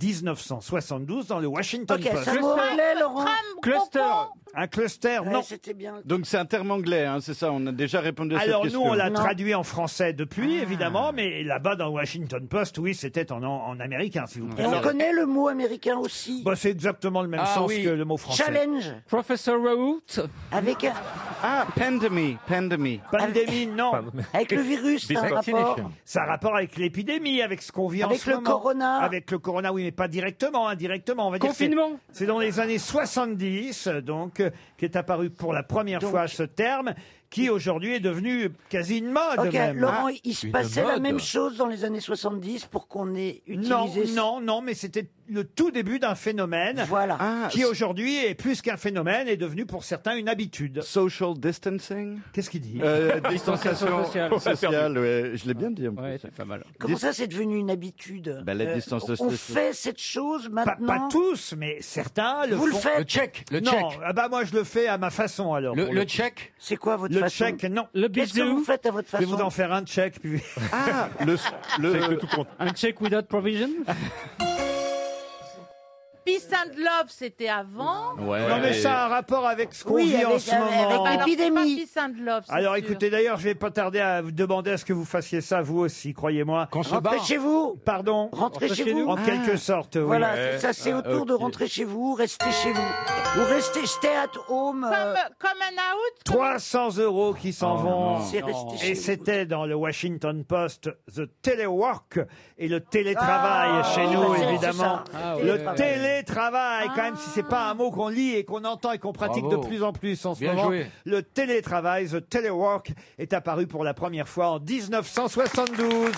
1972 dans le Washington Ok, Post. c'est un mot anglais, Laurent. Cluster. Un cluster, Ouais, non. c'était bien. Donc c'est un terme anglais, hein, c'est ça, on a déjà répondu à cette Alors question. nous, on l'a Non. traduit en français depuis, Ah. évidemment, mais là-bas dans le Washington Post, oui, c'était en américain, si vous Et préférez. on connaît le mot américain aussi. Bah, c'est exactement le même Ah sens oui. que le mot français. Challenge. Professor Raoult. Avec, Ah, pandémie. Pandémie, non. avec le virus, ça a un rapport. Ça a rapport avec l'épidémie, avec ce qu'on vit en Avec ce le moment. corona. Avec le corona, oui, mais pas directement, indirectement. On va dire que Confinement. c'est dans les années 70, donc, qu'est apparu pour la première Donc- fois ce terme, qui aujourd'hui est devenu quasi une mode Ok, même. Laurent, Ah, il se une passait la mode. même chose dans les années 70 pour qu'on ait non, utilisé... non, mais c'était le tout début d'un phénomène Voilà. qui aujourd'hui est plus qu'un phénomène, est devenu pour certains une habitude. Social distancing. Qu'est-ce qu'il dit Distanciation sociale, ouais, je l'ai bien dit. En plus. Ouais, c'est pas mal. Comment ça, c'est devenu une habitude Bah, la distanciation On sociale. fait cette chose pas, maintenant. pas tous, mais certains le Vous le font. faites Le check. Le Non, check. ah bah moi je le fais à ma façon alors. pour Le check. C'est quoi votre Le façon check, non. Le Qu'est-ce que vous bisou. faites à votre Je vais façon vous en faire un check. Puis... Ah, le Un check without provision. Puis Peace and Love, c'était avant. Non, mais ça a un rapport avec ce qu'on vit en ce moment. Alors, c'est pas Peace and Love, c'est Alors sûr. écoutez, d'ailleurs, je vais pas tarder à vous demander à ce que vous fassiez ça, vous aussi, croyez-moi. Rentrez chez vous. Pardon. Rentrez chez vous. En quelque sorte, oui. Voilà, ça c'est autour de rentrer chez vous, rester chez vous. Ou rester stay at home. Comme un out. 300 € qui s'en vont. C'est resté chez Et vous. c'était dans le Washington Post, The Telework et le télétravail chez oui, nous, bah, c'est évidemment. ça. Ah, le oui. télétravail, quand même, si c'est pas un mot qu'on lit et qu'on entend et qu'on pratique Bravo. de plus en plus en ce Bien moment. joué. Le télétravail, The Telework, est apparu pour la première fois en 1972.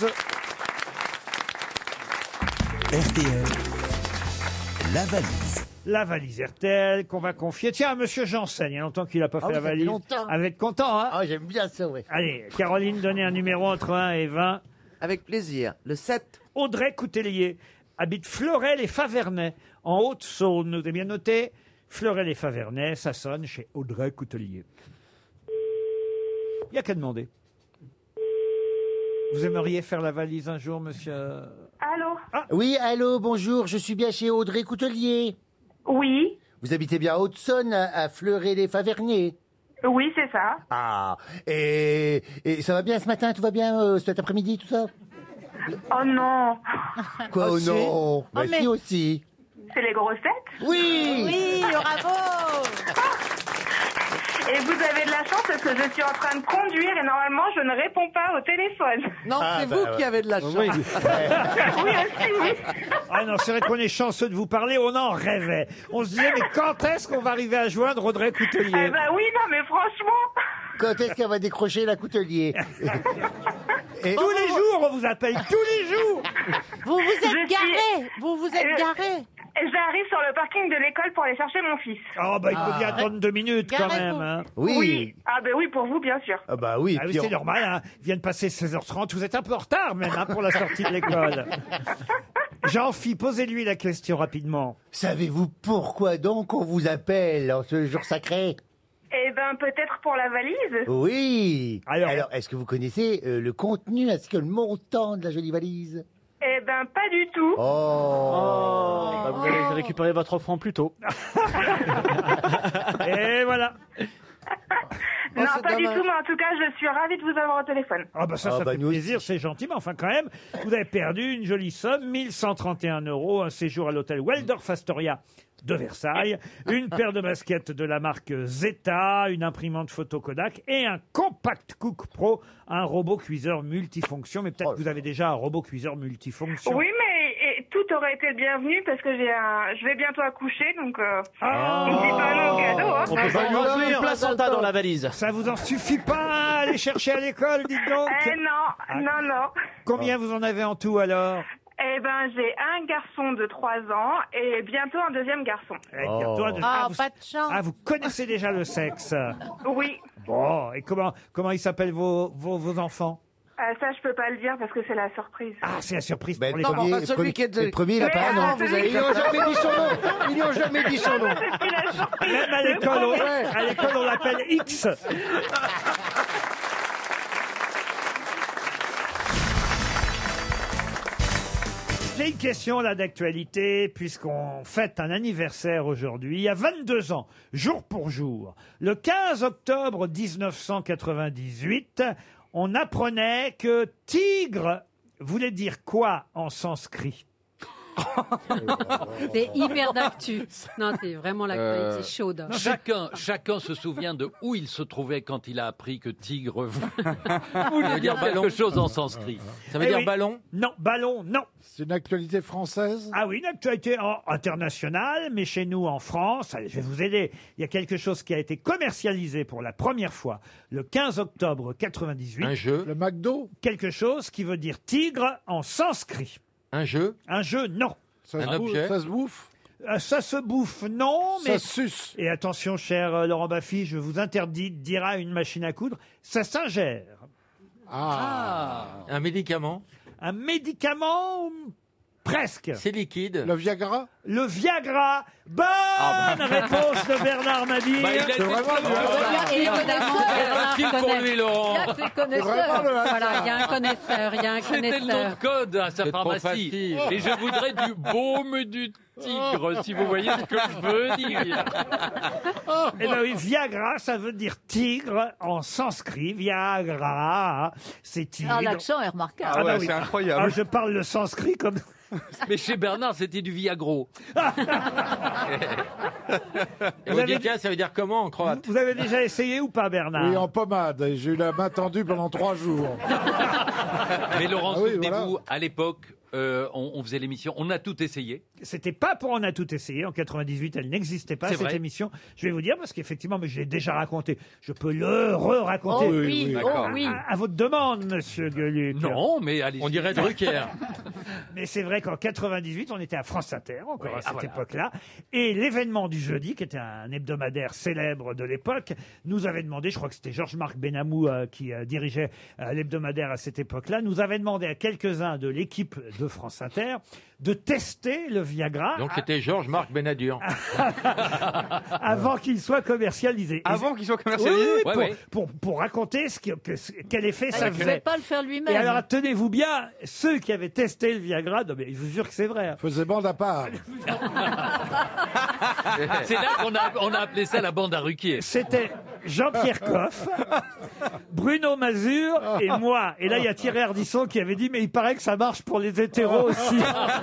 RTL, la valise. La valise RTL qu'on va confier. Tiens, à Monsieur Janssen, il y a longtemps qu'il n'a pas fait oui, la ça fait valise. longtemps. Ah, vous êtes content, hein? Ah, j'aime bien ça, oui. Allez, Caroline, donnez un numéro entre 1 et 20. Avec plaisir. Le 7. Audrey Coutellier habite Fleurel et Favernais, en Haute-Saône. Vous avez bien noté? Fleurel et Favernais, ça sonne chez Audrey Coutellier. Il n'y a qu'à demander. Vous aimeriez faire la valise un jour, monsieur? Allô? Oui, allô, bonjour, je suis bien chez Audrey Coutelier. Oui. Vous habitez bien à Haute-Saône, à Fleuret-les-Favernets. Oui, c'est ça. Ah, et ça va bien ce matin, tout va bien cet après-midi, tout ça? Oh non. Quoi, oh si. non? Bah mais- si aussi. C'est les grosses têtes? Oui. Oui, bravo. Et vous avez de la chance parce que je suis en train de conduire et normalement je ne réponds pas au téléphone. Non, c'est vous qui avez de la chance. Oui, aussi, oui. Ah non, c'est vrai qu'on est chanceux de vous parler, on en rêvait. On se disait, mais quand est-ce qu'on va arriver à joindre Audrey Eh Coutelier? ben oui, non mais franchement. Quand est-ce qu'elle va décrocher la Coutelier? Et- Tous les jours, on vous appelle, tous les jours. Vous vous Je êtes suis- garé. Vous vous êtes garé. J'arrive sur le parking de l'école pour aller chercher mon fils. Oh, bah, il faut bien attendre 2 minutes quand Garez-vous. même. Hein. Oui. Ah ben oui, pour vous, bien sûr. Ah bah oui, Ah oui, puis c'est on- normal, hein. Ils viennent passer 16h30, vous êtes un peu en retard même hein, pour la sortie de l'école. Jean-Phi, posez-lui la question rapidement. Savez-vous pourquoi donc on vous appelle en ce jour sacré? Eh ben peut-être pour la valise. Oui. Alors, est-ce que vous connaissez le contenu ainsi que le montant de la jolie valise? Eh ben pas du tout. Oh, Bah, vous allez récupérer votre offrande plus tôt. Et voilà. Non, c'est pas du dommage. tout, mais en tout cas, je suis ravie de vous avoir au téléphone. Ah bah ça, Ah ça bah fait nous aussi. plaisir, c'est gentil, mais enfin quand même, vous avez perdu une jolie somme, 1131 €, un séjour à l'hôtel Waldorf Astoria de Versailles, une paire de baskets de la marque Zeta, une imprimante photo Kodak et un Compact Cook Pro, un robot cuiseur multifonction. Mais peut-être que vous avez déjà un robot cuiseur multifonction. Oui, mais tout aurait été le bienvenu parce que je vais bientôt accoucher, donc Ah. on dit pas non au cadeau. Hein. On peut pas lui offrir une placenta dans la valise. Ça vous en suffit pas à aller chercher à l'école, dites donc. Non, non, non. Combien vous en avez en tout alors? Eh ben, j'ai un garçon de 3 ans et bientôt un deuxième garçon. Eh, bientôt un de- Ah, vous... pas de chance. ah, vous connaissez déjà le sexe. Oui. Bon, et comment ils s'appellent vos enfants? Ça, je peux pas le dire parce que c'est la surprise. Ah, c'est la surprise Ben, pour le les premier, pas le celui premier- qui est de- le premier, il a Mais pas un attends, nom. Ils n'ont jamais dit son nom. Ils n'ont jamais dit son nom. C'est la surprise. Même à Le l'école, premier- à l'école, on l'appelle X. J'ai une question là d'actualité, puisqu'on fête un anniversaire aujourd'hui. Il y a 22 ans, jour pour jour, le 15 octobre 1998, on apprenait que tigre voulait dire quoi en sanskrit? C'est hyper d'actu. Non, c'est vraiment l'actualité chaude. Chacun se souvient de où il se trouvait quand il a appris que tigre voulait dire quelque chose en sanskrit. Ça veut Eh dire oui. ballon? Non, ballon, non. C'est une actualité française? Ah oui, une actualité internationale, mais chez nous en France, allez, je vais vous aider. Il y a quelque chose qui a été commercialisé pour la première fois le 15 octobre 98. Un jeu? Le McDo? Quelque chose qui veut dire tigre en sanskrit. Un jeu? Un jeu, non. Ça Un se bouffe- objet? Ça se bouffe? Ça se bouffe, non, mais... Ça se suce? Et attention, cher Laurent Baffy, je vous interdis de dire à une machine à coudre, ça s'ingère. Ah. Un médicament? Un médicament, Presque. C'est liquide. Le Viagra? Le Viagra. Bonne réponse de Bernard Mabille. Bah, il a été Et facile pour lui, Laurent. Il y a un connaisseur. Voilà, il y a un connaisseur. Il y a un C'était le nom connaisseur. de code à sa C'est trop pharmacie. facile. Et je voudrais du baume du tigre, si vous voyez ce que je veux dire. Eh ben oui, Viagra, ça veut dire tigre en sanskrit. Viagra, c'est tigre. Ah, l'accent est remarquable. Ah ouais, oui. c'est incroyable. Ah, je parle le sanskrit comme... Mais chez Bernard, c'était du Viagro. Et vodka, ça veut dire comment en croate? Vous avez déjà essayé ou pas, Bernard? Oui, en pommade. Et j'ai eu la main tendue pendant 3 jours. Mais Laurent, Ah oui, souvenez-vous, voilà. à l'époque, on faisait l'émission, on a tout essayé. C'était pas pour On a tout essayé. En 98, elle n'existait pas, C'est cette vrai. émission. Je vais vous dire, parce qu'effectivement, mais je l'ai déjà raconté. Je peux le re-raconter. Oh oui, oh oui. À votre demande, monsieur Gueluc. Non, mais allez. On dirait Drucker. Mais c'est vrai qu'en 98, on était à France Inter, encore Oui, à cette voilà. époque-là. Et l'événement du jeudi, qui était un hebdomadaire célèbre de l'époque, nous avait demandé, je crois que c'était Georges-Marc Benamou qui dirigeait l'hebdomadaire à cette époque-là, nous avait demandé à quelques-uns de l'équipe de France Inter de tester le Viagra Donc c'était Georges-Marc Benadur. avant qu'il soit commercialisé. Avant qu'il soit Oui, commercialisé. oui, Ouais, ouais. pour raconter quel effet Ah, ça il ne pouvait faisait. pas le faire Et lui-même. alors, tenez-vous bien, ceux qui avaient testé le Viagra, non mais je vous jure que c'est vrai. hein. Faisait bande à part. C'est là qu'on a appelé ça la bande à Ruquier. C'était Jean-Pierre Coff, Bruno Mazur et moi. Et là, il y a Thierry Ardisson qui avait dit, mais il paraît que ça marche pour les hétéros aussi.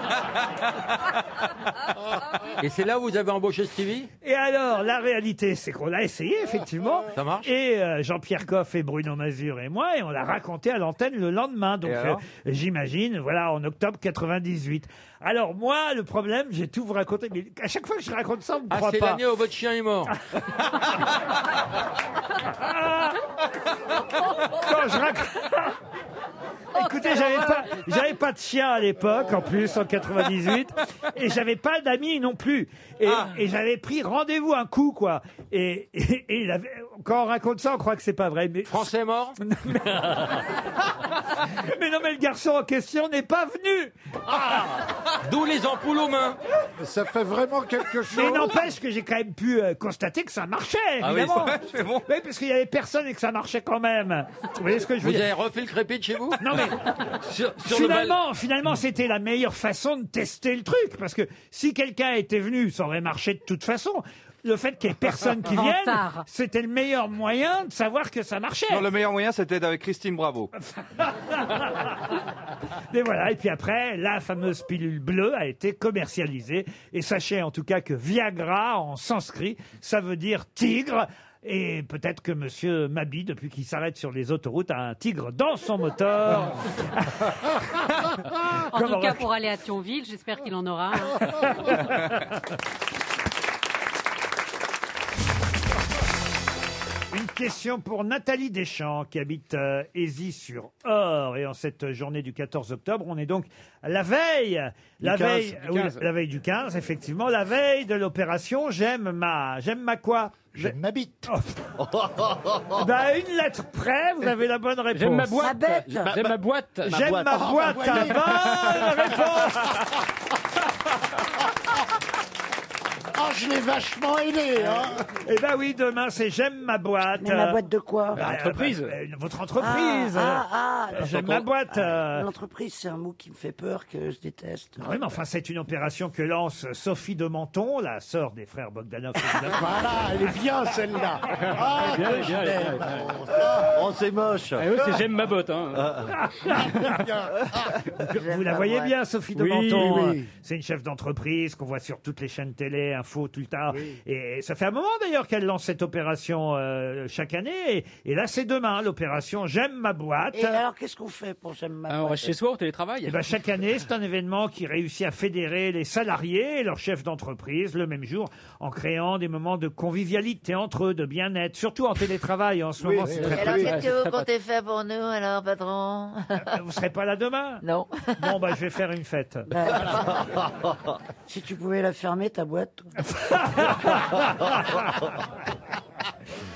Et c'est là où vous avez embauché Stevie? Et alors, la réalité, c'est qu'on l'a essayé, effectivement. Ça marche? Et Jean-Pierre Coff et Bruno Mazur et moi, et on l'a raconté à l'antenne le lendemain. Donc, Et alors j'imagine, voilà, en octobre 98. Alors, moi, le problème, j'ai tout vous raconté, mais à chaque fois que je raconte ça, on me Ah, croit c'est pas. l'année où votre chien est mort. Quand je raconte... Écoutez, j'avais pas de chien à l'époque, en plus, en 98, et j'avais pas d'amis non plus. Et j'avais pris rendez-vous un coup, quoi. Et il avait, quand on raconte ça, on croit que c'est pas vrai. Mais... Français mort? Mais non, mais le garçon en question n'est pas venu. D'où les ampoules aux mains. Ça fait vraiment quelque chose. Mais n'empêche que j'ai quand même pu constater que ça marchait, Ah oui, évidemment. c'est bon. Oui, parce qu'il y avait personne et que ça marchait quand même. Vous voyez ce que je veux Vous dire? avez refait le crépit de chez vous? Non mais finalement, c'était la meilleure façon de tester le truc, parce que si quelqu'un était venu, ça aurait marché de toute façon. Le fait qu'il y ait personne qui vienne, Rentard. c'était le meilleur moyen de savoir que ça marchait. Non, le meilleur moyen, c'était avec Christine Bravo. Mais voilà, et puis après, la fameuse pilule bleue a été commercialisée. Et sachez en tout cas que Viagra, en sanskrit, ça veut dire tigre. Et peut-être que Monsieur Mabi, depuis qu'il s'arrête sur les autoroutes, a un tigre dans son moteur. En tout cas, pour aller à Thionville, j'espère qu'il en aura un. Une question pour Nathalie Deschamps qui habite Aisy-sur-Or. Et en cette journée du 14 octobre, on est donc à la veille. La veille du 15, effectivement. La veille de l'opération J'aime ma quoi? J'aime ma bite. Ben, une lettre près, vous avez la bonne réponse. J'aime ma boîte. Ma bête. J'aime ma boîte. J'aime ma boîte. Bonne réponse. Ah, je l'ai vachement aidé, hein. Eh ben oui, demain c'est J'aime ma boîte. Mais ma boîte de quoi? Entreprise. Votre entreprise. J'aime ma boîte. L'entreprise, c'est un mot qui me fait peur, que je déteste. Oui, mais enfin, c'est une opération que lance Sophie de Menton, la sœur des frères Bogdanov. évidemment. Voilà, elle est bien celle-là. Ah, Bien, que je bien, l'aime. bien. Oh, c'est moche. Ah oui, c'est j'aime ma botte. Hein. Vous la voyez bien, Sophie de Oui, Menton. oui. C'est une chef d'entreprise qu'on voit sur toutes les chaînes télé, info, tout le temps. Et ça fait un moment d'ailleurs qu'elle lance cette opération chaque année. Et là, c'est demain, l'opération J'aime ma boîte. Et alors, qu'est-ce qu'on fait pour J'aime ma Ah, boîte? on reste chez soi, au télétravail. Et ben, chaque année, c'est un événement qui réussit à fédérer les salariés et leurs chefs d'entreprise le même jour en créant des moments de convivialité entre eux, de bien-être, surtout en télétravail en ce moment. C'est très Alors, pratique. qu'est-ce que vous comptez faire pour nous, alors, patron? Vous serez pas là demain? Non. Bon, bah, je vais faire une fête. Si tu pouvais la fermer, ta boîte.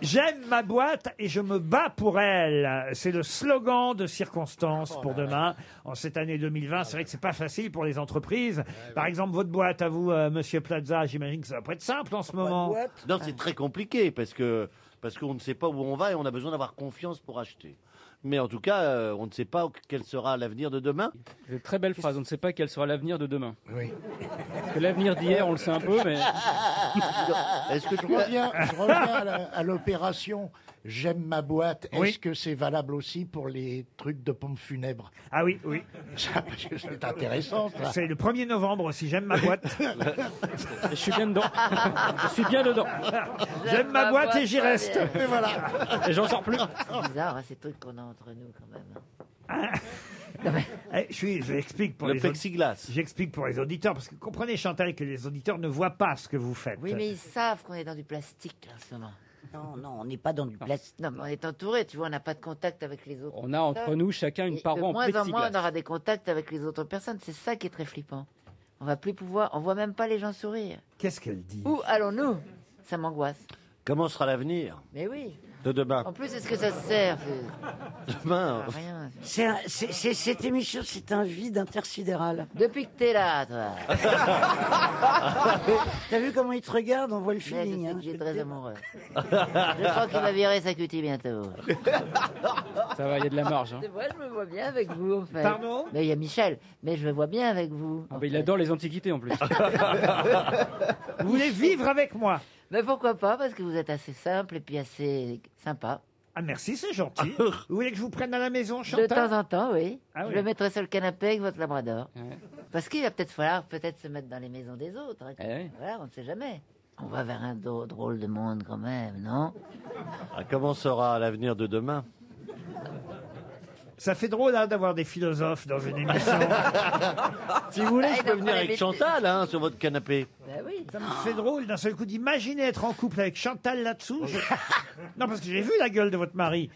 J'aime ma boîte et je me bats pour elle. C'est le slogan de Circonstance pour demain. En cette année 2020, c'est vrai que c'est pas facile pour les entreprises. Par exemple, votre boîte à vous, Monsieur Plaza, j'imagine que ça va pas être simple en ce moment. Non, c'est très compliqué parce qu'on ne sait pas où on va et on a besoin d'avoir confiance pour acheter. Mais en tout cas, on ne sait pas quel sera l'avenir de demain. C'est une très belle phrase. On ne sait pas quel sera l'avenir de demain. Oui. Parce que l'avenir d'hier, on le sait un peu, mais. Est-ce que Je reviens à l'opération J'aime ma boîte. Est-ce Oui. que c'est valable aussi pour les trucs de pompes funèbres? Ah oui, oui. Ça, parce que c'est intéressant, ça. C'est le 1er novembre aussi, j'aime ma boîte. Je suis bien dedans. Je suis bien dedans. J'aime ma boîte et j'y reste. Et voilà. Et j'en sors plus. C'est bizarre, hein, ces trucs qu'on a entre nous quand même. J'explique pour Le les plexiglas. J'explique pour les auditeurs parce que comprenez Chantal que les auditeurs ne voient pas ce que vous faites. Oui, mais ils savent qu'on est dans du plastique là, en ce moment. Non, on n'est pas dans du plastique. Non, mais on est entouré, tu vois, on n'a pas de contact avec les autres. On a entre nous chacun une Et paroi de en moins en moins, plexiglas. on aura des contacts avec les autres personnes. C'est ça qui est très flippant. On va plus pouvoir, on voit même pas les gens sourire. Qu'est-ce qu'elle dit? Où allons-nous? Ça m'angoisse. Comment sera l'avenir Mais oui. de demain? En plus, est-ce que ça sert? Demain. Rien. Cette émission, c'est un vide intersidéral. Depuis que t'es là, toi. T'as vu comment il te regarde? On voit le Mais je feeling. sais Hein. que j'ai très amoureux. Je crois qu'il va virer sa cutie bientôt. Ça va, il y a de la marge. Hein. C'est vrai, je me vois bien avec vous, en fait. Pardon? Mais il y a Michel, mais je me vois bien avec vous. Ah bah, il adore les antiquités en plus. Vous voulez vivre avec moi? Mais pourquoi pas? Parce que vous êtes assez simple et puis assez sympa. Ah merci, c'est gentil. Vous voulez que je vous prenne à la maison, De Chantal? temps en temps, oui. Ah Je oui. le mettrai sur le canapé avec votre labrador. Ouais. Parce qu'il va peut-être falloir se mettre dans les maisons des autres. hein. Eh oui. Voilà, on ne sait jamais. On va vers un drôle de monde quand même, non? Comment sera l'avenir de demain? Ça fait drôle hein, d'avoir des philosophes dans une émission. Si vous voulez, Ah, je il peux en venir fallait avec vite. Chantal hein, sur votre canapé. Ben oui. Ça me fait drôle d'un seul coup d'imaginer être en couple avec Chantal là-dessous. Non, parce que j'ai vu la gueule de votre mari.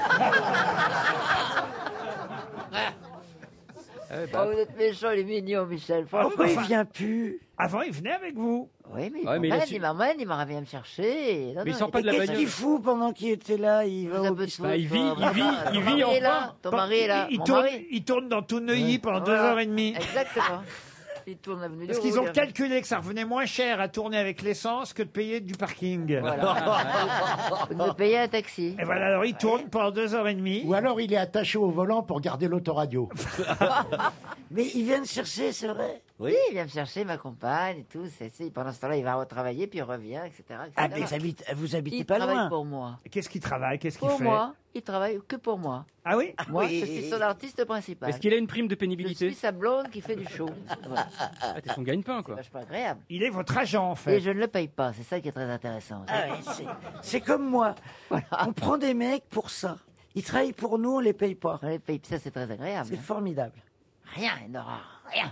Oh, vous êtes méchant, il est mignon, Michel. Pourquoi il enfin- vient plus? Avant, il venait avec vous. Oui, mais, Ouais, mais il a su- il m'emmène, il m'en revient me chercher. Non, Mais il non, sort pas de la Qu'est-ce bagnole. qu'il fout pendant qu'il était là? Il va Ça au peut te bistrot. Bah, il vit, toi. il vit, Ton il mari vit est là, enfin. ton mari est là. Il Mon tourne, mari- il tourne dans tout Neuilly pendant Voilà. 2h30. Exactement. Il tourne l'avenue Parce du qu'ils ont Rouge. calculé que ça revenait moins cher à tourner avec l'essence que de payer du parking. Vous devez payer un taxi. Et voilà, alors il tourne pendant 2h30. Ou alors il est attaché au volant pour garder l'autoradio. Mais il vient de chercher, c'est vrai. Oui, il vient me chercher, ma compagne et tout. Pendant ce temps-là, il va retravailler, puis il revient, etc. Ah, mais vous habitez Il pas travaille loin. pour moi. Qu'est-ce qu'il travaille? Qu'est-ce qu'il Pour fait? moi, il travaille que pour moi. Ah oui? Moi, oui. je suis son artiste principal. Est-ce qu'il a une prime de Je pénibilité? suis sa blonde qui fait du show. Voilà. Ah, t'es son gagne-pain, quoi. C'est vachement agréable. Il est votre agent, en Et fait. je ne le paye pas, c'est ça qui est très intéressant. Ah ouais, c'est comme moi. On prend des mecs pour ça. Ils travaillent pour nous, on les paye pas. On les paye, ça c'est très agréable. C'est formidable. Rien, Nora, rien.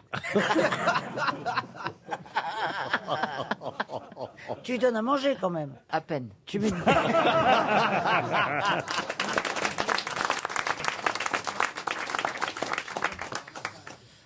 Tu lui donnes à manger quand même. À peine. Tu mets...